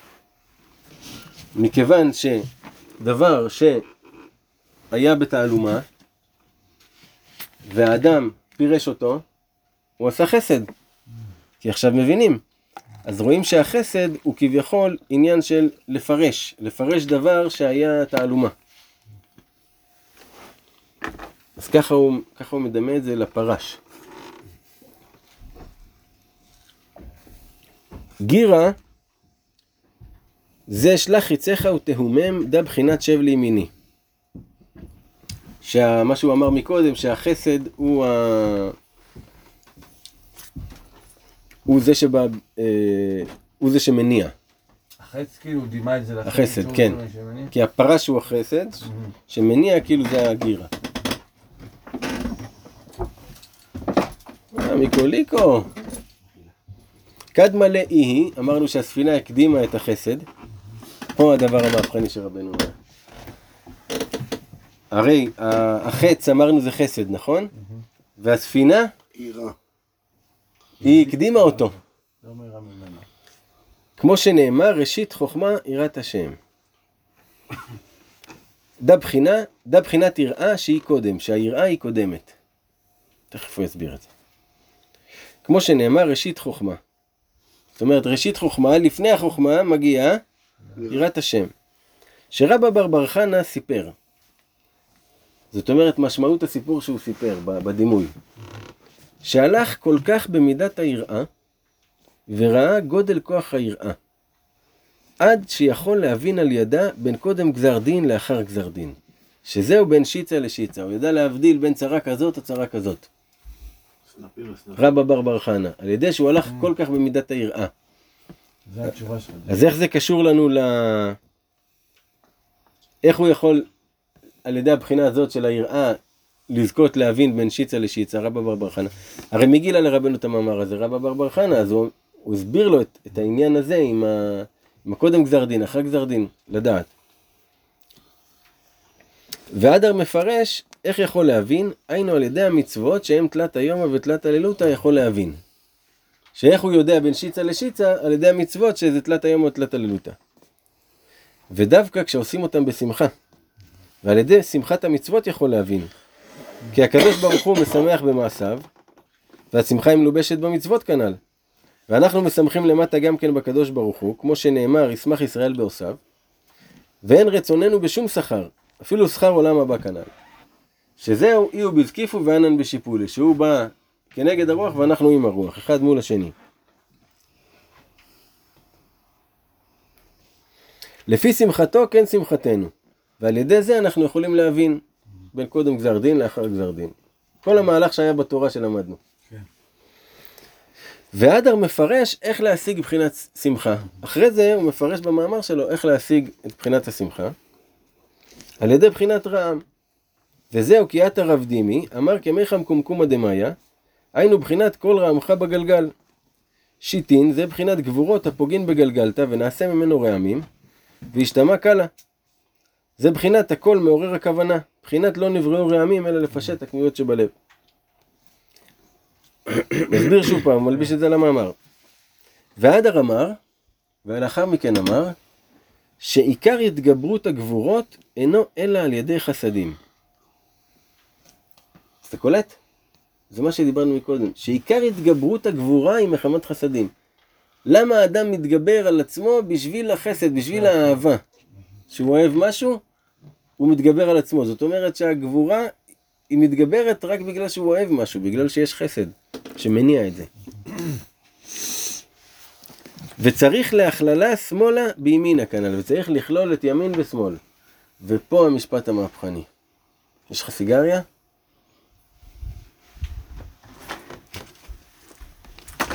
מכיוון שדבר שהיה בתעלומה, והאדם פירש אותו, הוא עשה חסד. כי עכשיו מבינים. אז רואים שהחסד הוא כביכול עניין של לפרש, לפרש דבר שהיה תעלומה. אז ככה הוא, ככה הוא מדמה את זה לפרש. גירה, זה שלח חיציך ותהומם דה בחינת שב לימיני. שמה שהוא אמר מקודם, שהחסד הוא, ה... הוא, זה שבא, אה, הוא זה שמניע. החץ כאילו דימה את זה לחסד. החסד, כן. כי הפרש הוא החסד, שמניע כאילו זה הגירה. מיקוליקו. קדמה לאיהי, אמרנו שהספינה הקדימה את החסד. פה הדבר המהפכני של רבנו. הרי החץ אמרנו זה חסד, נכון? והספינה עירה. היא הקדימה אותו. כמו שנאמר, ראשית חוכמה יראת השם. דה בחינה, דה בחינת יראה שהיא קודם, שהיראה היא קודמת. תכף הוא יסביר את זה. כמו שנאמר, ראשית חוכמה. זאת אומרת, ראשית חוכמה, לפני החוכמה מגיעה יראת השם. שרבא בר בר חנא סיפר. זאת אומרת, משמעות הסיפור שהוא סיפר בדימוי. שהלך כל כך במידת היראה, וראה גודל כוח היראה. עד שיכול להבין על ידה בין קודם גזר דין לאחר גזר דין. שזהו בין שיצה לשיצה. הוא ידע להבדיל בין צרה כזאת או צרה כזאת. רבא בר בר חנא. על ידי שהוא הלך כל כך במידת היראה. זה התשובה שלך. אז איך זה קשור לנו ל... איך הוא יכול, על ידי הבחינה הזאת של היראה, לזכות להבין בין שיצה לשיצה, רבא בר בר חנא. הרי מי גילה לרבנו את המאמר הזה? רבא בר בר חנא. אז הוא, הוא הסביר לו את, את העניין הזה עם, ה, עם הקודם גזר דין, אחר גזר דין, לדעת. והדר מפרש איך יכול להבין, היינו על ידי המצוות שהם תלת היומא ותלת הלילותא יכול להבין. שאיך הוא יודע בין שיצה לשיצה, על ידי המצוות שזה תלת היומא ותלת הלילותא. ודווקא כשעושים אותם בשמחה, ועל ידי שמחת המצוות יכול להבין. כי הקדוש ברוך הוא משמח במעשיו, והשמחה היא מלובשת במצוות כנ"ל. ואנחנו משמחים למטה גם כן בקדוש ברוך הוא, כמו שנאמר, ישמח ישראל בעושיו, ואין רצוננו בשום שכר, אפילו שכר עולם הבא כנ"ל. שזהו, אי הוא בזקיפו וענן בשיפולי, שהוא בא כנגד הרוח ואנחנו עם הרוח, אחד מול השני. לפי שמחתו כן שמחתנו, ועל ידי זה אנחנו יכולים להבין בין קודם גזר דין לאחר גזר דין. כל המהלך שהיה בתורה שלמדנו. כן. והדר מפרש איך להשיג בחינת שמחה. אחרי זה הוא מפרש במאמר שלו איך להשיג את בחינת השמחה, על ידי בחינת רעם. וזהו כי עת הרב דימי אמר כמיכם קומקומא דמאיה, היינו בחינת כל רעמך בגלגל. שיטין זה בחינת גבורות הפוגין בגלגלתא ונעשה ממנו רעמים, והשתמע קלה. זה בחינת הכל מעורר הכוונה, בחינת לא נבראו רעמים אלא לפשט הקניות שבלב. מסביר שוב פעם, מלביש את זה למאמר. והדר אמר, ולאחר מכן אמר, שעיקר התגברות הגבורות אינו אלא על ידי חסדים. אז אתה קולט? זה מה שדיברנו מקודם, שעיקר התגברות הגבורה היא מחמת חסדים. למה האדם מתגבר על עצמו? בשביל החסד, בשביל האהבה. שהוא אוהב משהו, הוא מתגבר על עצמו. זאת אומרת שהגבורה היא מתגברת רק בגלל שהוא אוהב משהו, בגלל שיש חסד שמניע את זה. וצריך להכללה שמאלה בימינה כנ"ל, וצריך לכלול את ימין ושמאל. ופה המשפט המהפכני. יש לך סיגריה?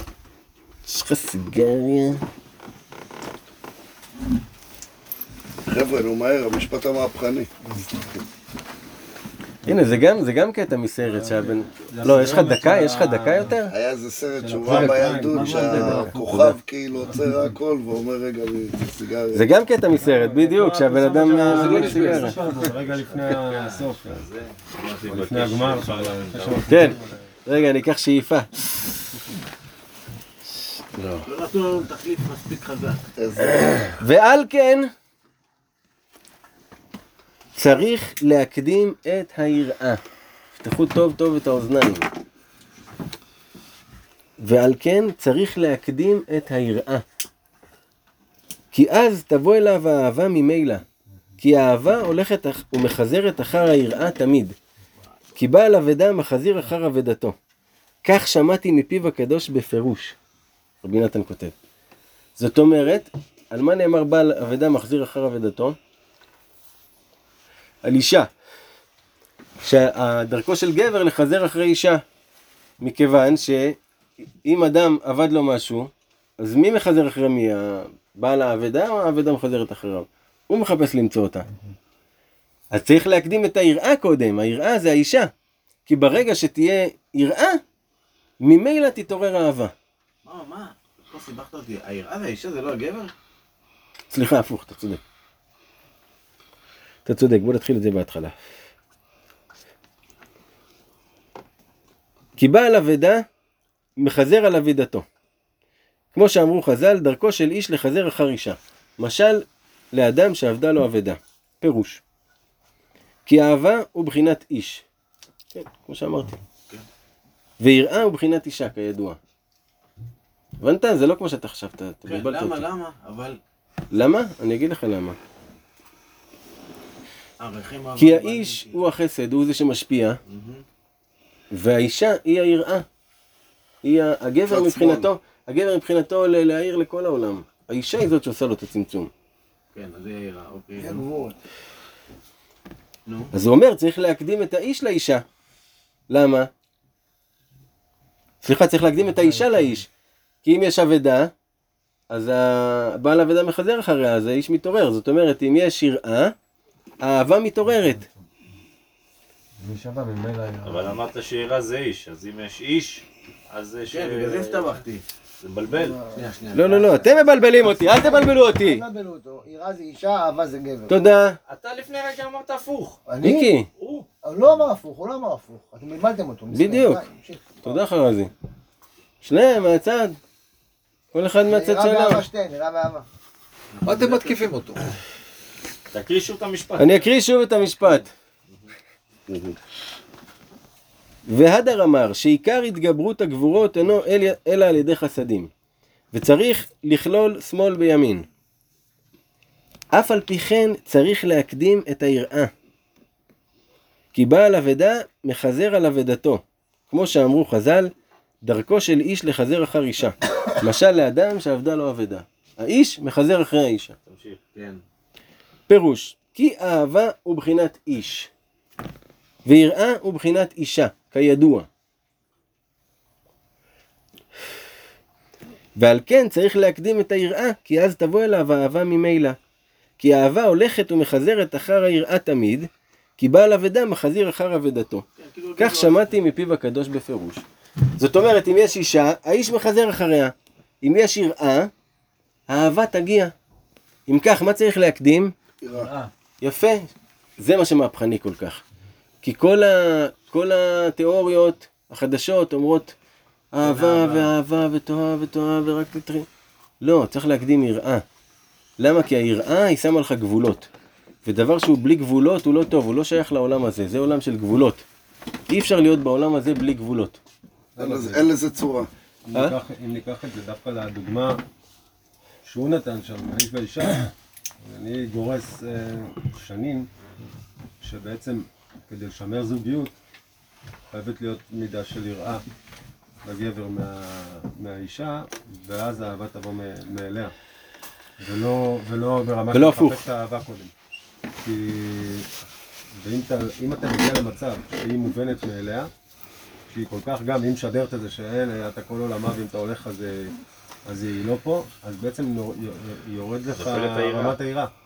יש לך סיגריה? חבר'ה, נו מהר, המשפט המהפכני. הנה, זה גם, זה גם קטע מסרט שהבן... לא, יש לך דקה? יש לך דקה יותר? היה איזה סרט שהוא ראה בילדות, שהכוכב כאילו עוצר הכל ואומר רגע, אני צריך סיגריה. זה גם קטע מסרט, בדיוק, שהבן אדם מדליק סיגריה. רגע לפני הסוף, לפני הגמר. כן, רגע, אני אקח שאיפה. לא נתנו לנו תחליף מספיק חזק. ועל כן, צריך להקדים את היראה. פתחו טוב טוב את האוזניים. ועל כן צריך להקדים את היראה. כי אז תבוא אליו האהבה ממילא. כי האהבה הולכת ומחזרת אחר היראה תמיד. כי בעל אבדה מחזיר אחר אבדתו. כך שמעתי מפיו הקדוש בפירוש. רבי נתן כותב. זאת אומרת, על מה נאמר בעל אבדה מחזיר אחר אבדתו? על אישה. שהדרכו של גבר לחזר אחרי אישה. מכיוון שאם אדם עבד לו משהו, אז מי מחזר אחרי מי? בעל האבדה או האבדה מחזרת אחריו? הוא מחפש למצוא אותה. אז צריך להקדים את היראה קודם. היראה זה האישה. כי ברגע שתהיה יראה, ממילא תתעורר אהבה. מה, מה? לא סיבכת אותי. היראה והאישה זה לא הגבר? סליחה, הפוך, אתה צודק. אתה צודק, בוא נתחיל את זה בהתחלה. כי בעל אבדה מחזר על אבדתו. כמו שאמרו חז"ל, דרכו של איש לחזר אחר אישה. משל לאדם שעבדה לו אבדה. פירוש. כי אהבה הוא בחינת איש. כן, כמו שאמרתי. ויראה הוא בחינת אישה, כידוע. הבנת? זה לא כמו שאתה חשבת. כן, למה, למה? אבל... למה? אני אגיד לך למה. כי האיש הוא החסד, הוא זה שמשפיע, והאישה היא היראה. היא הגבר מבחינתו, הגבר מבחינתו להעיר לכל העולם. האישה היא זאת שעושה לו את הצמצום. כן, אז היא היראה, אוקיי. אז הוא אומר, צריך להקדים את האיש לאישה. למה? סליחה, צריך להקדים את האישה לאיש. כי אם יש אבדה, אז הבעל אבדה מחזר אחריה, אז האיש מתעורר. זאת אומרת, אם יש יראה, האהבה מתעוררת. אבל אמרת שיראה זה איש, אז אם יש איש, אז זה ש... כן, בגלל זה הסתבכתי. זה מבלבל. לא, לא, לא, אתם מבלבלים אותי, אל תבלבלו אותי. אל תבלבלו אותו, יראה זה אישה, אהבה זה גבר. תודה. אתה לפני רגע אמרת הפוך. מיקי. הוא לא אמר הפוך, הוא לא אמר הפוך. אתם בלבלתם אותו. בדיוק. תודה חרזי. שניהם מהצד. כל אחד מהצד שלו. נראה באהבה שתיהם, נראה באהבה. מה אתם מתקיפים אותו? תקריא שוב את המשפט. אני אקריא שוב את המשפט. והדר אמר שעיקר התגברות הגבורות אינו אלא על ידי חסדים, וצריך לכלול שמאל בימין. אף על פי כן צריך להקדים את היראה. כי בעל אבדה מחזר על אבדתו, כמו שאמרו חז"ל, דרכו של איש לחזר אחר אישה. משל לאדם שעבדה לו אבדה. האיש מחזר אחרי האישה. תמשיך. כן. פירוש, כי אהבה הוא בחינת איש, ויראה הוא בחינת אישה, כידוע. ועל כן צריך להקדים את היראה, כי אז תבוא אליו האהבה ממילא. כי האהבה הולכת ומחזרת אחר היראה תמיד, כי בעל אבדה מחזיר אחר אבדתו. כך שמעתי מפיו הקדוש בפירוש. זאת אומרת, אם יש אישה, האיש מחזר אחריה. אם יש יראה, האהבה תגיע. אם כך, מה צריך להקדים? יראה. יפה. זה מה שמהפכני כל כך. כי כל, ה, כל התיאוריות החדשות אומרות אהבה ואהבה ותאהב ותאהב ורק תתרים. לא, צריך להקדים יראה. למה? כי היראה היא שמה לך גבולות. ודבר שהוא בלי גבולות הוא לא טוב, הוא לא שייך לעולם הזה. זה עולם של גבולות. אי אפשר להיות בעולם הזה בלי גבולות. אין לזה צורה. אם ניקח את זה דווקא לדוגמה שהוא נתן שם, האיש והאישה, אני גורס שנים שבעצם כדי לשמר זוגיות חייבת להיות מידה של יראה לגבר מה, מהאישה, ואז האהבה תבוא מאליה, ולא, ולא ברמה ולא שתחפש את האהבה קודם. כי ואם אתה, אם אתה מגיע למצב שהיא מובנת מאליה, שהיא כל כך גם, אם משדרת את זה שאלה, אתה כל עולמה ואם אתה הולך אז, אז היא לא פה, אז בעצם יורד לך רמת היראה.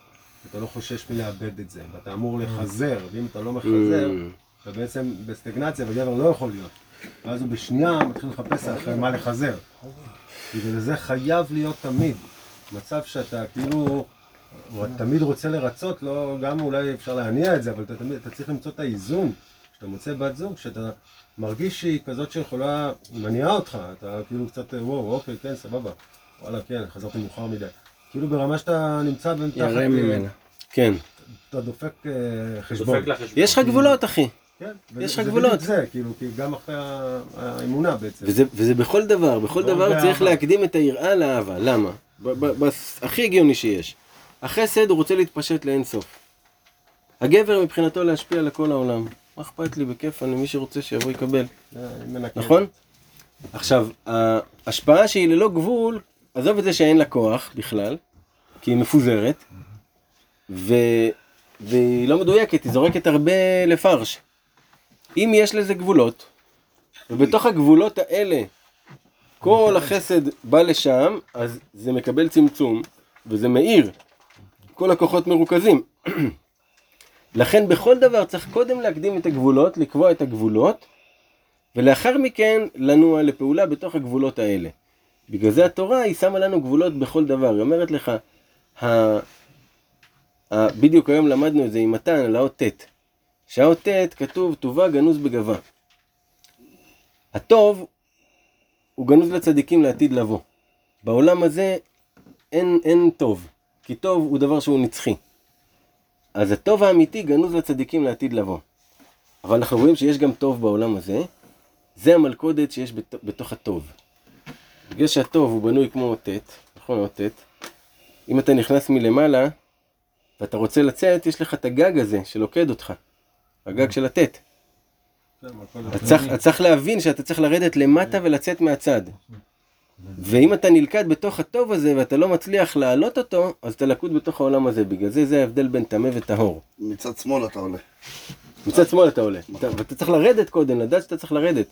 אתה לא חושש מלאבד את זה, ואתה אמור לחזר, ואם אתה לא מחזר, אתה בעצם בסטגנציה, וגבר לא יכול להיות. ואז הוא בשנייה מתחיל לחפש אחרי מה לחזר. וזה חייב להיות תמיד. מצב שאתה כאילו, הוא תמיד רוצה לרצות, לא, גם אולי אפשר להניע את זה, אבל אתה, תמיד, אתה צריך למצוא את האיזון. כשאתה מוצא בת זוג, שאתה מרגיש שהיא כזאת שיכולה, היא מניעה אותך, אתה כאילו קצת, וואו, אוקיי, כן, סבבה. וואלה, כן, חזרתי מאוחר מדי. כאילו ברמה שאתה נמצא במתחת... ירם ממנה. כן. אתה דופק חשבון. יש לך גבולות, אחי. כן, יש לך גבולות. זה, כאילו, כי גם אחרי האמונה בעצם. וזה, וזה בכל דבר, בכל דבר צריך להקדים את היראה לאהבה. למה? הכי הגיוני שיש. החסד הוא רוצה להתפשט לאין סוף. הגבר מבחינתו להשפיע על כל העולם. מה אכפת לי? בכיף, אני מי שרוצה שיבוא יקבל. נכון? עכשיו, ההשפעה שהיא ללא גבול, עזוב את זה שאין לה כוח בכלל, כי היא מפוזרת, ו... והיא לא מדויקת, היא זורקת הרבה לפרש. אם יש לזה גבולות, ובתוך הגבולות האלה כל החסד בא לשם, אז זה מקבל צמצום, וזה מאיר. כל הכוחות מרוכזים. לכן בכל דבר צריך קודם להקדים את הגבולות, לקבוע את הגבולות, ולאחר מכן לנוע לפעולה בתוך הגבולות האלה. בגלל זה התורה היא שמה לנו גבולות בכל דבר. היא אומרת לך, ה... ה... בדיוק היום למדנו את זה עם מתן על האות ט'. שהאות ט' כתוב טובה גנוז בגבה. הטוב הוא גנוז לצדיקים לעתיד לבוא. בעולם הזה אין, אין טוב, כי טוב הוא דבר שהוא נצחי. אז הטוב האמיתי גנוז לצדיקים לעתיד לבוא. אבל אנחנו רואים שיש גם טוב בעולם הזה. זה המלכודת שיש בת... בתוך הטוב. בגלל שהטוב הוא בנוי כמו אות ט', נכון, אות ט'. אם אתה נכנס מלמעלה ואתה רוצה לצאת, יש לך את הגג הזה שלוקד אותך. הגג של הט'. אתה צריך, אתה צריך להבין שאתה צריך לרדת למטה ולצאת מהצד. ואם אתה נלכד בתוך הטוב הזה ואתה לא מצליח להעלות אותו, אז אתה לקוד בתוך העולם הזה. בגלל זה זה ההבדל בין טמא וטהור. מצד שמאל אתה עולה. מצד שמאל אתה עולה. ואתה צריך לרדת קודם, לדעת שאתה צריך לרדת.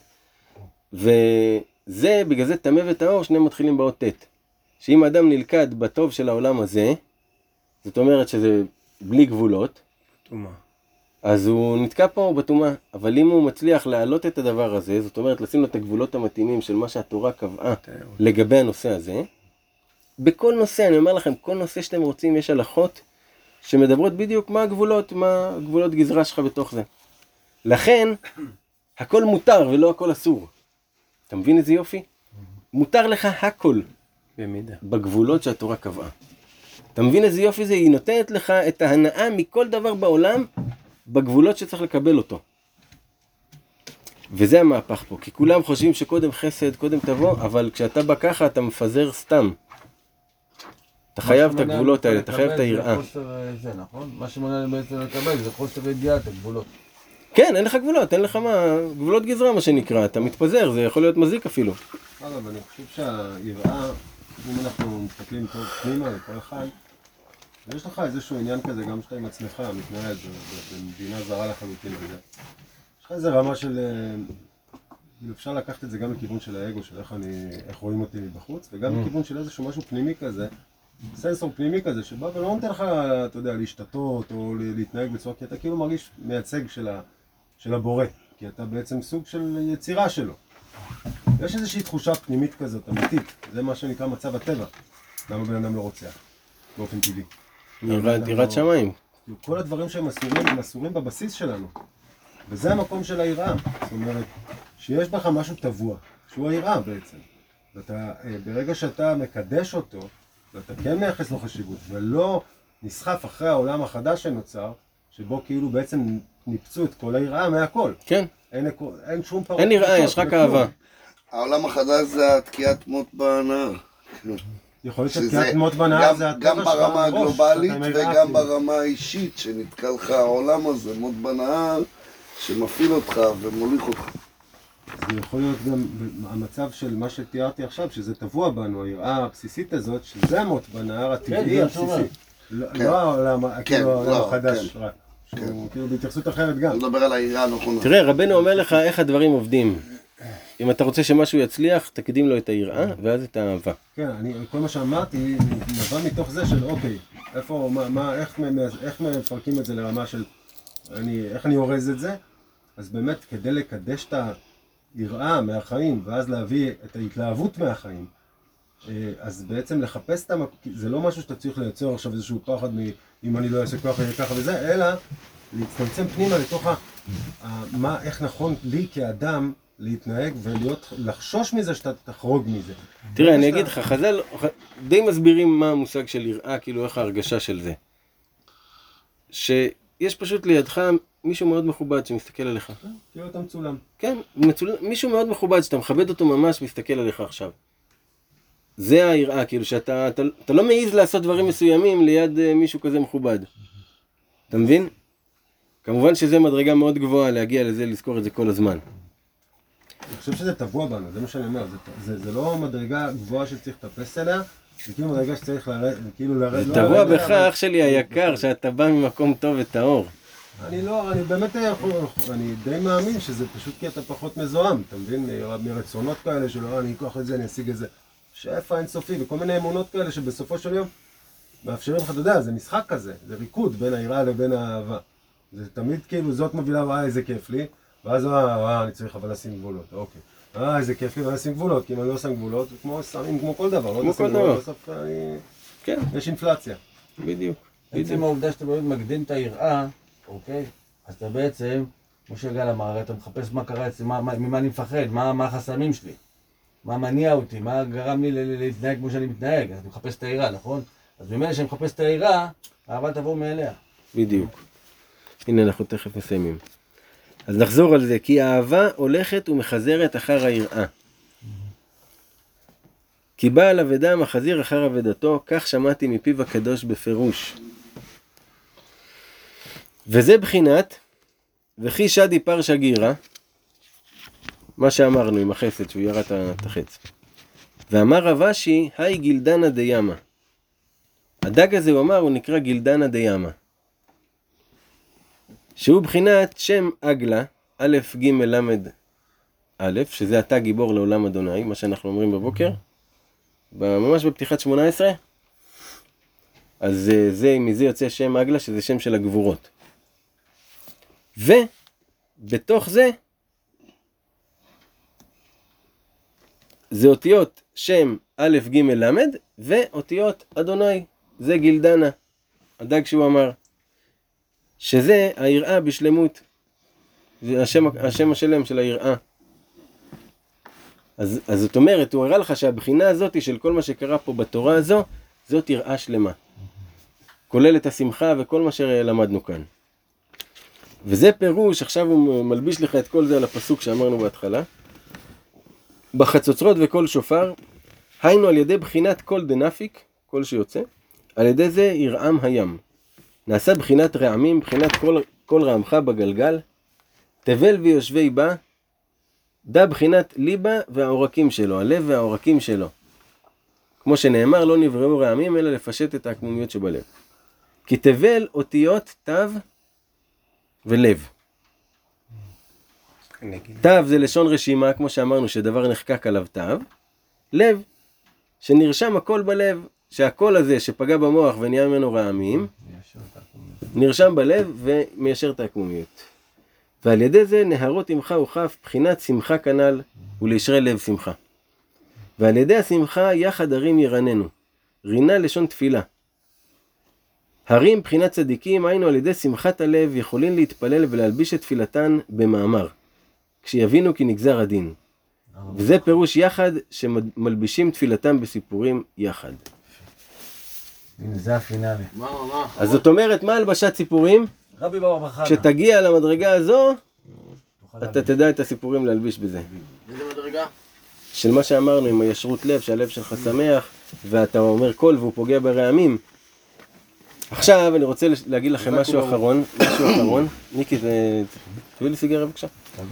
וזה, בגלל זה טמא וטהור, שניהם מתחילים באות ט'. שאם האדם נלכד בטוב של העולם הזה, זאת אומרת שזה בלי גבולות, תומה. אז הוא נתקע פה בתומה. אבל אם הוא מצליח להעלות את הדבר הזה, זאת אומרת לשים לו את הגבולות המתאימים של מה שהתורה קבעה לגבי הנושא הזה, בכל נושא, אני אומר לכם, כל נושא שאתם רוצים, יש הלכות שמדברות בדיוק מה הגבולות, מה הגבולות גזרה שלך בתוך זה. לכן, הכל מותר ולא הכל אסור. אתה מבין איזה יופי? מותר לך הכל במידה. בגבולות שהתורה קבעה. אתה מבין איזה יופי זה? היא נותנת לך את ההנאה מכל דבר בעולם בגבולות שצריך לקבל אותו. וזה המהפך פה, כי כולם חושבים שקודם חסד, קודם תבוא, אבל כשאתה בא ככה אתה מפזר סתם. אתה חייב את הגבולות האלה, אתה חייב את היראה. זה נכון? מה שמונע בעצם לקבל זה חוסר ידיעת הגבולות. כן, אין לך גבולות, אין לך מה, גבולות גזרה מה שנקרא, אתה מתפזר, זה יכול להיות מזיק אפילו. אגב, אני חושב שהיראה, אם אנחנו מסתכלים טוב פנימה לכל אחד, יש לך איזשהו עניין כזה, גם שאתה עם עצמך מתנהל במדינה זרה לחלוטין וזה. יש לך איזה רמה של, אפשר לקחת את זה גם לכיוון של האגו, של איך, אני, איך רואים אותי מבחוץ, וגם לכיוון של איזשהו משהו פנימי כזה, סנסור פנימי כזה, שבא ולא נותן לך, אתה יודע, להשתתות או להתנהג בצורה, כי אתה כאילו מרגיש מייצג של, ה, של הבורא, כי אתה בעצם סוג של יצירה שלו. יש איזושהי תחושה פנימית כזאת, אמיתית, זה מה שנקרא מצב הטבע. למה בן אדם לא רוצח, באופן טבעי. יראת שמיים. כל הדברים שהם אסורים, הם אסורים בבסיס שלנו. וזה המקום של היראה. זאת אומרת, שיש בך משהו טבוע, שהוא היראה בעצם. ואתה, ברגע שאתה מקדש אותו, ואתה כן מייחס לו חשיבות, ולא נסחף אחרי העולם החדש שנוצר, שבו כאילו בעצם ניפצו את כל היראה מהכל. כן. אין, אין שום פרות. אין יראה, יש רק אהבה. העולם החדש זה התקיעת מות בנהר. יכול להיות שתקיעת מות בנהר זה גם ברמה הגלובלית וגם ברמה האישית, שנתקע לך העולם הזה, מות בנהר, שמפעיל אותך ומוליך אותך. זה יכול להיות גם המצב של מה שתיארתי עכשיו, שזה טבוע בנו, היראה הבסיסית הזאת, שזה המות בנהר הטבעי הבסיסי. לא העולם החדש רק. שהוא כאילו בהתייחסות אחרת גם. אני מדבר על היראה הנכונה. תראה, רבנו אומר לך איך הדברים עובדים. אם אתה רוצה שמשהו יצליח, תקדים לו את היראה, ואז את האהבה. כן, אני, כל מה שאמרתי נבע מתוך זה של אוקיי, איפה, מה, מה, איך, איך מפרקים את זה לרמה של, אני, איך אני אורז את זה? אז באמת, כדי לקדש את היראה מהחיים, ואז להביא את ההתלהבות מהחיים, אז בעצם לחפש את המק... זה לא משהו שאתה צריך לייצר עכשיו איזשהו פחד מ... אם אני לא אעשה ככה, ככה וזה, אלא להצטמצם פנימה לתוך ה... מה, איך נכון לי כאדם להתנהג ולהיות, לחשוש מזה שאתה תחרוג מזה. תראה, אני אגיד לך, חז"ל די מסבירים מה המושג של יראה, כאילו איך ההרגשה של זה. שיש פשוט לידך מישהו מאוד מכובד שמסתכל עליך. כאילו אתה מצולם. כן, מישהו מאוד מכובד שאתה מכבד אותו ממש מסתכל עליך עכשיו. זה היראה, כאילו שאתה אתה, אתה לא מעיז לעשות דברים מסוימים ליד מישהו כזה מכובד. אתה מבין? כמובן שזה מדרגה מאוד גבוהה להגיע לזה, לזכור את זה כל הזמן. אני חושב שזה טבוע בנו, זה מה שאני אומר, זה, זה, זה לא מדרגה גבוהה שצריך לטפס אליה, זה כאילו מדרגה שצריך לרד, כאילו לרד. זה טבוע בך, אח שלי היקר, שאתה בא ממקום טוב וטהור. אני לא, אני באמת יכול, אני די מאמין שזה פשוט כי אתה פחות מזוהם, אתה מבין? מרצונות כאלה שלא, אני אקח את זה, אני אשיג את זה. שפע אינסופי וכל מיני אמונות כאלה שבסופו של יום מאפשרים לך, אתה יודע, זה משחק כזה, זה ריקוד בין היראה לבין האהבה. זה תמיד כאילו, זאת מובילה, וואי, איזה כיף לי, ואז וואי, אני צריך אבל לשים גבולות, אוקיי. אה, איזה כיף לי, ואני אשים גבולות, כי אם אני לא שם גבולות, זה כמו סמים, כמו כל דבר, לא תשים גבולות, בסוף אני... כן. יש אינפלציה. בדיוק. בעצם העובדה שאתה באמת מקדים את היראה, אוקיי? אז אתה בעצם, כמו שגל אמר, אתה מחפש מה קרה אצלי, ממה אני מפחד, מה החסמים שלי. מה מניע אותי, מה גרם לי להתנהג כמו שאני מתנהג, אז אני מחפש את היראה, נכון? אז במילא שאני מחפש את היראה, האהבה תבוא מאליה. בדיוק. הנה אנחנו תכף מסיימים. אז נחזור על זה, כי האהבה הולכת ומחזרת אחר היראה. כי בעל אבדה מחזיר אחר אבדתו, כך שמעתי מפיו הקדוש בפירוש. וזה בחינת, וכי שדי פרשה גירה, מה שאמרנו עם החסד, שהוא ירד את החץ. ואמר רב אשי, היי גילדנה דיימה. הדג הזה הוא אמר, הוא נקרא גילדנה דיימה. שהוא בחינת שם אגלה, א' ג' למד א', שזה אתה גיבור לעולם אדוני, מה שאנחנו אומרים בבוקר, ממש בפתיחת שמונה עשרה. אז זה, מזה יוצא שם אגלה, שזה שם של הגבורות. ובתוך זה, זה אותיות שם א' ג' למד, ואותיות אדוני, זה גילדנה, הדג שהוא אמר, שזה היראה בשלמות, זה השם, השם השלם של היראה. אז, אז זאת אומרת, הוא הראה לך שהבחינה הזאת של כל מה שקרה פה בתורה הזו, זאת יראה שלמה. כולל את השמחה וכל מה שלמדנו כאן. וזה פירוש, עכשיו הוא מלביש לך את כל זה על הפסוק שאמרנו בהתחלה. בחצוצרות וכל שופר, היינו על ידי בחינת כל דנפיק, כל שיוצא, על ידי זה ירעם הים. נעשה בחינת רעמים, בחינת כל, כל רעמך בגלגל, תבל ויושבי בה, דה בחינת ליבה והעורקים שלו, הלב והעורקים שלו. כמו שנאמר, לא נבראו רעמים, אלא לפשט את העקמומיות שבלב. כי תבל אותיות תו ולב. תו זה לשון רשימה, כמו שאמרנו, שדבר נחקק עליו תו. לב, שנרשם הכל בלב, שהכל הזה שפגע במוח ונהיה ממנו רעמים, נרשם בלב ומיישר את העקמומיות. ועל ידי זה נהרות עמך וכף, בחינת שמחה כנל ולישרי לב שמחה. ועל ידי השמחה יחד הרים ירננו, רינה לשון תפילה. הרים בחינת צדיקים, היינו על ידי שמחת הלב, יכולים להתפלל ולהלביש את תפילתן במאמר, כשיבינו כי נגזר הדין. וזה פירוש יחד שמלבישים תפילתם בסיפורים יחד. הנה זה הפינאלי. מה, מה, מה? אז זאת אומרת, מה הלבשת סיפורים? רבי בר בחנה. כשתגיע למדרגה הזו, אתה תדע את הסיפורים להלביש בזה. איזה מדרגה? של מה שאמרנו עם הישרות לב, שהלב שלך שמח, ואתה אומר קול והוא פוגע ברעמים. עכשיו אני רוצה להגיד לכם משהו אחרון, משהו אחרון. ניקי, תביאי לי סיגריה בבקשה.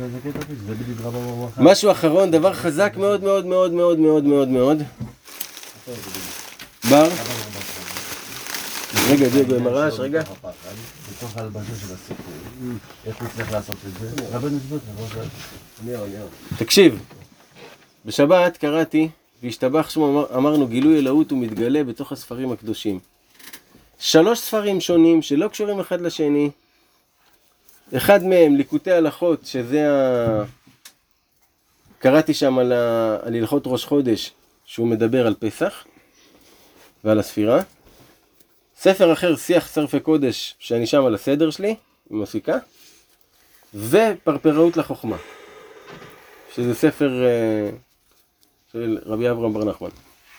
משהו אחרון, דבר חזק מאוד מאוד מאוד מאוד מאוד מאוד מאוד. בר? רגע, זה במרש, רגע. בתוך ההלבשה של הסיפור. איך הוא צריך לעשות את זה? רבנו הסביר, נכון? תקשיב, בשבת קראתי, והשתבח שמו, אמר, אמרנו, גילוי אלוהות הוא מתגלה בתוך הספרים הקדושים. שלוש ספרים שונים שלא קשורים אחד לשני. אחד מהם, ליקוטי הלכות, שזה ה... קראתי שם על, ה... על הלכות ראש חודש, שהוא מדבר על פסח ועל הספירה. ספר אחר, שיח שרפי קודש, שאני שם על הסדר שלי, עם מוסיקה. ופרפראות לחוכמה, שזה ספר uh, של רבי אברהם בר נחמן.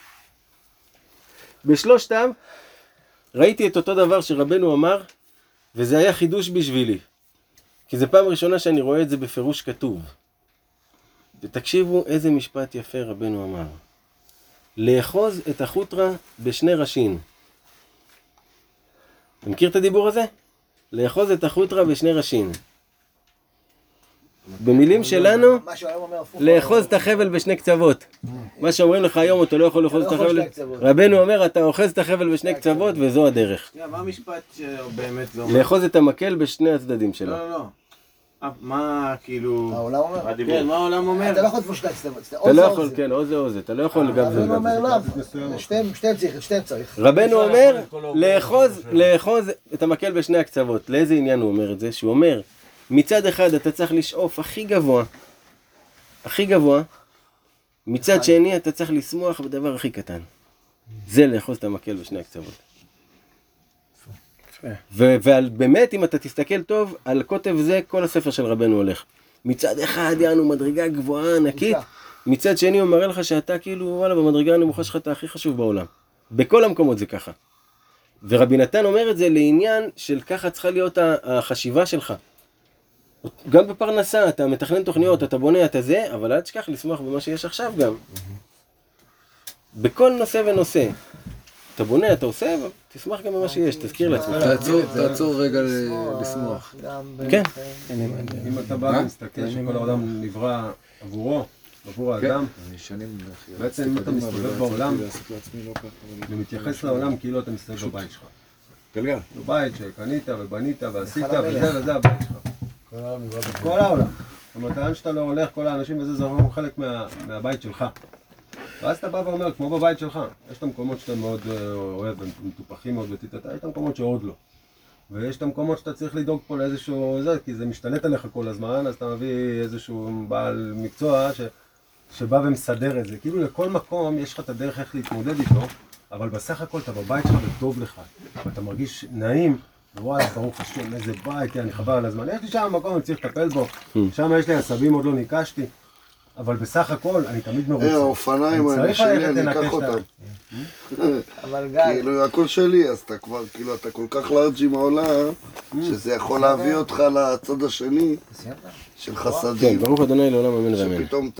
בשלושתם ראיתי את אותו דבר שרבנו אמר, וזה היה חידוש בשבילי. כי זה פעם ראשונה שאני רואה את זה בפירוש כתוב. ותקשיבו איזה משפט יפה רבנו אמר. לאחוז את החוטרה בשני ראשים. אתה מכיר את הדיבור הזה? לאחוז את החוטרה בשני ראשים. במילים שלנו, לאחוז את החבל בשני קצוות. מה שאומרים לך היום, אתה לא יכול לאחוז את החבל. רבנו אומר, אתה אוחז את החבל בשני קצוות, וזו הדרך. מה המשפט שבאמת לא אומר? לאחוז את המקל בשני הצדדים שלו. לא, לא, לא. מה כאילו... העולם אומר? כן, מה העולם אומר? אתה לא יכול לתפוס שני קצוות. אתה לא יכול, כן, או זה או זה, אתה לא יכול גם זה. רבנו אומר לא, שתיהם צריך, שתיהם צריך. רבנו אומר, לאחוז, לאחוז את המקל בשני הקצוות. לאיזה עניין הוא אומר את זה? שהוא אומר, מצד אחד אתה צריך לשאוף הכי גבוה, הכי גבוה, מצד שני אתה צריך לשמוח בדבר הכי קטן. זה לאחוז את המקל בשני הקצוות. ובאמת אם אתה תסתכל טוב, על כותב זה כל הספר של רבנו הולך. מצד אחד יענו מדרגה גבוהה ענקית, מצד שני הוא מראה לך שאתה כאילו, וואלה, במדרגה הנמוכה שלך אתה הכי חשוב בעולם. בכל המקומות זה ככה. ורבי נתן אומר את זה לעניין של ככה צריכה להיות החשיבה שלך. גם בפרנסה, אתה מתכנן תוכניות, אתה בונה, אתה זה, אבל אל תשכח לשמוח במה שיש עכשיו גם. בכל נושא ונושא. אתה בונה, אתה עושה, תשמח גם במה שיש, תזכיר לעצמך. תעצור רגע לשמוח. כן. אם אתה בא ומסתכל שכל העולם נברא עבורו, עבור האדם, בעצם אם אתה מסתובב בעולם, ומתייחס לעולם כאילו אתה מסתובב בבית שלך. גלגל. בבית שקנית ובנית ועשית, וזה וזה הבית שלך. כל העולם. זאת אומרת, לאן שאתה לא הולך, כל האנשים וזה זרום חלק מהבית שלך. ואז אתה בא ואומר, כמו בבית שלך, יש את המקומות שאתה מאוד אוהב, הם מטופחים מאוד ותתתה, יש את המקומות שעוד לא. ויש את המקומות שאתה צריך לדאוג פה לאיזשהו זה, כי זה משתלט עליך כל הזמן, אז אתה מביא איזשהו בעל מקצוע ש... שבא ומסדר את זה. כאילו לכל מקום יש לך את הדרך איך להתמודד איתו, אבל בסך הכל אתה בבית שלך וטוב לך, ואתה מרגיש נעים, וואלה, ברוך השם, איזה בית, אני חבל על הזמן. יש לי שם מקום, אני צריך לטפל בו, שם יש לי עשבים, עוד לא ניקשתי. אבל בסך הכל, אני תמיד מרוצה. אה, האופניים האלה שלי, אני אקח אותם. אבל גיא... כאילו, הכל שלי, אז אתה כבר, כאילו, אתה כל כך לארג' עם העולם, שזה יכול להביא אותך לצד השני של חסדים. כן, ברוך אדוני לעולם אמן ואמן. שפתאום...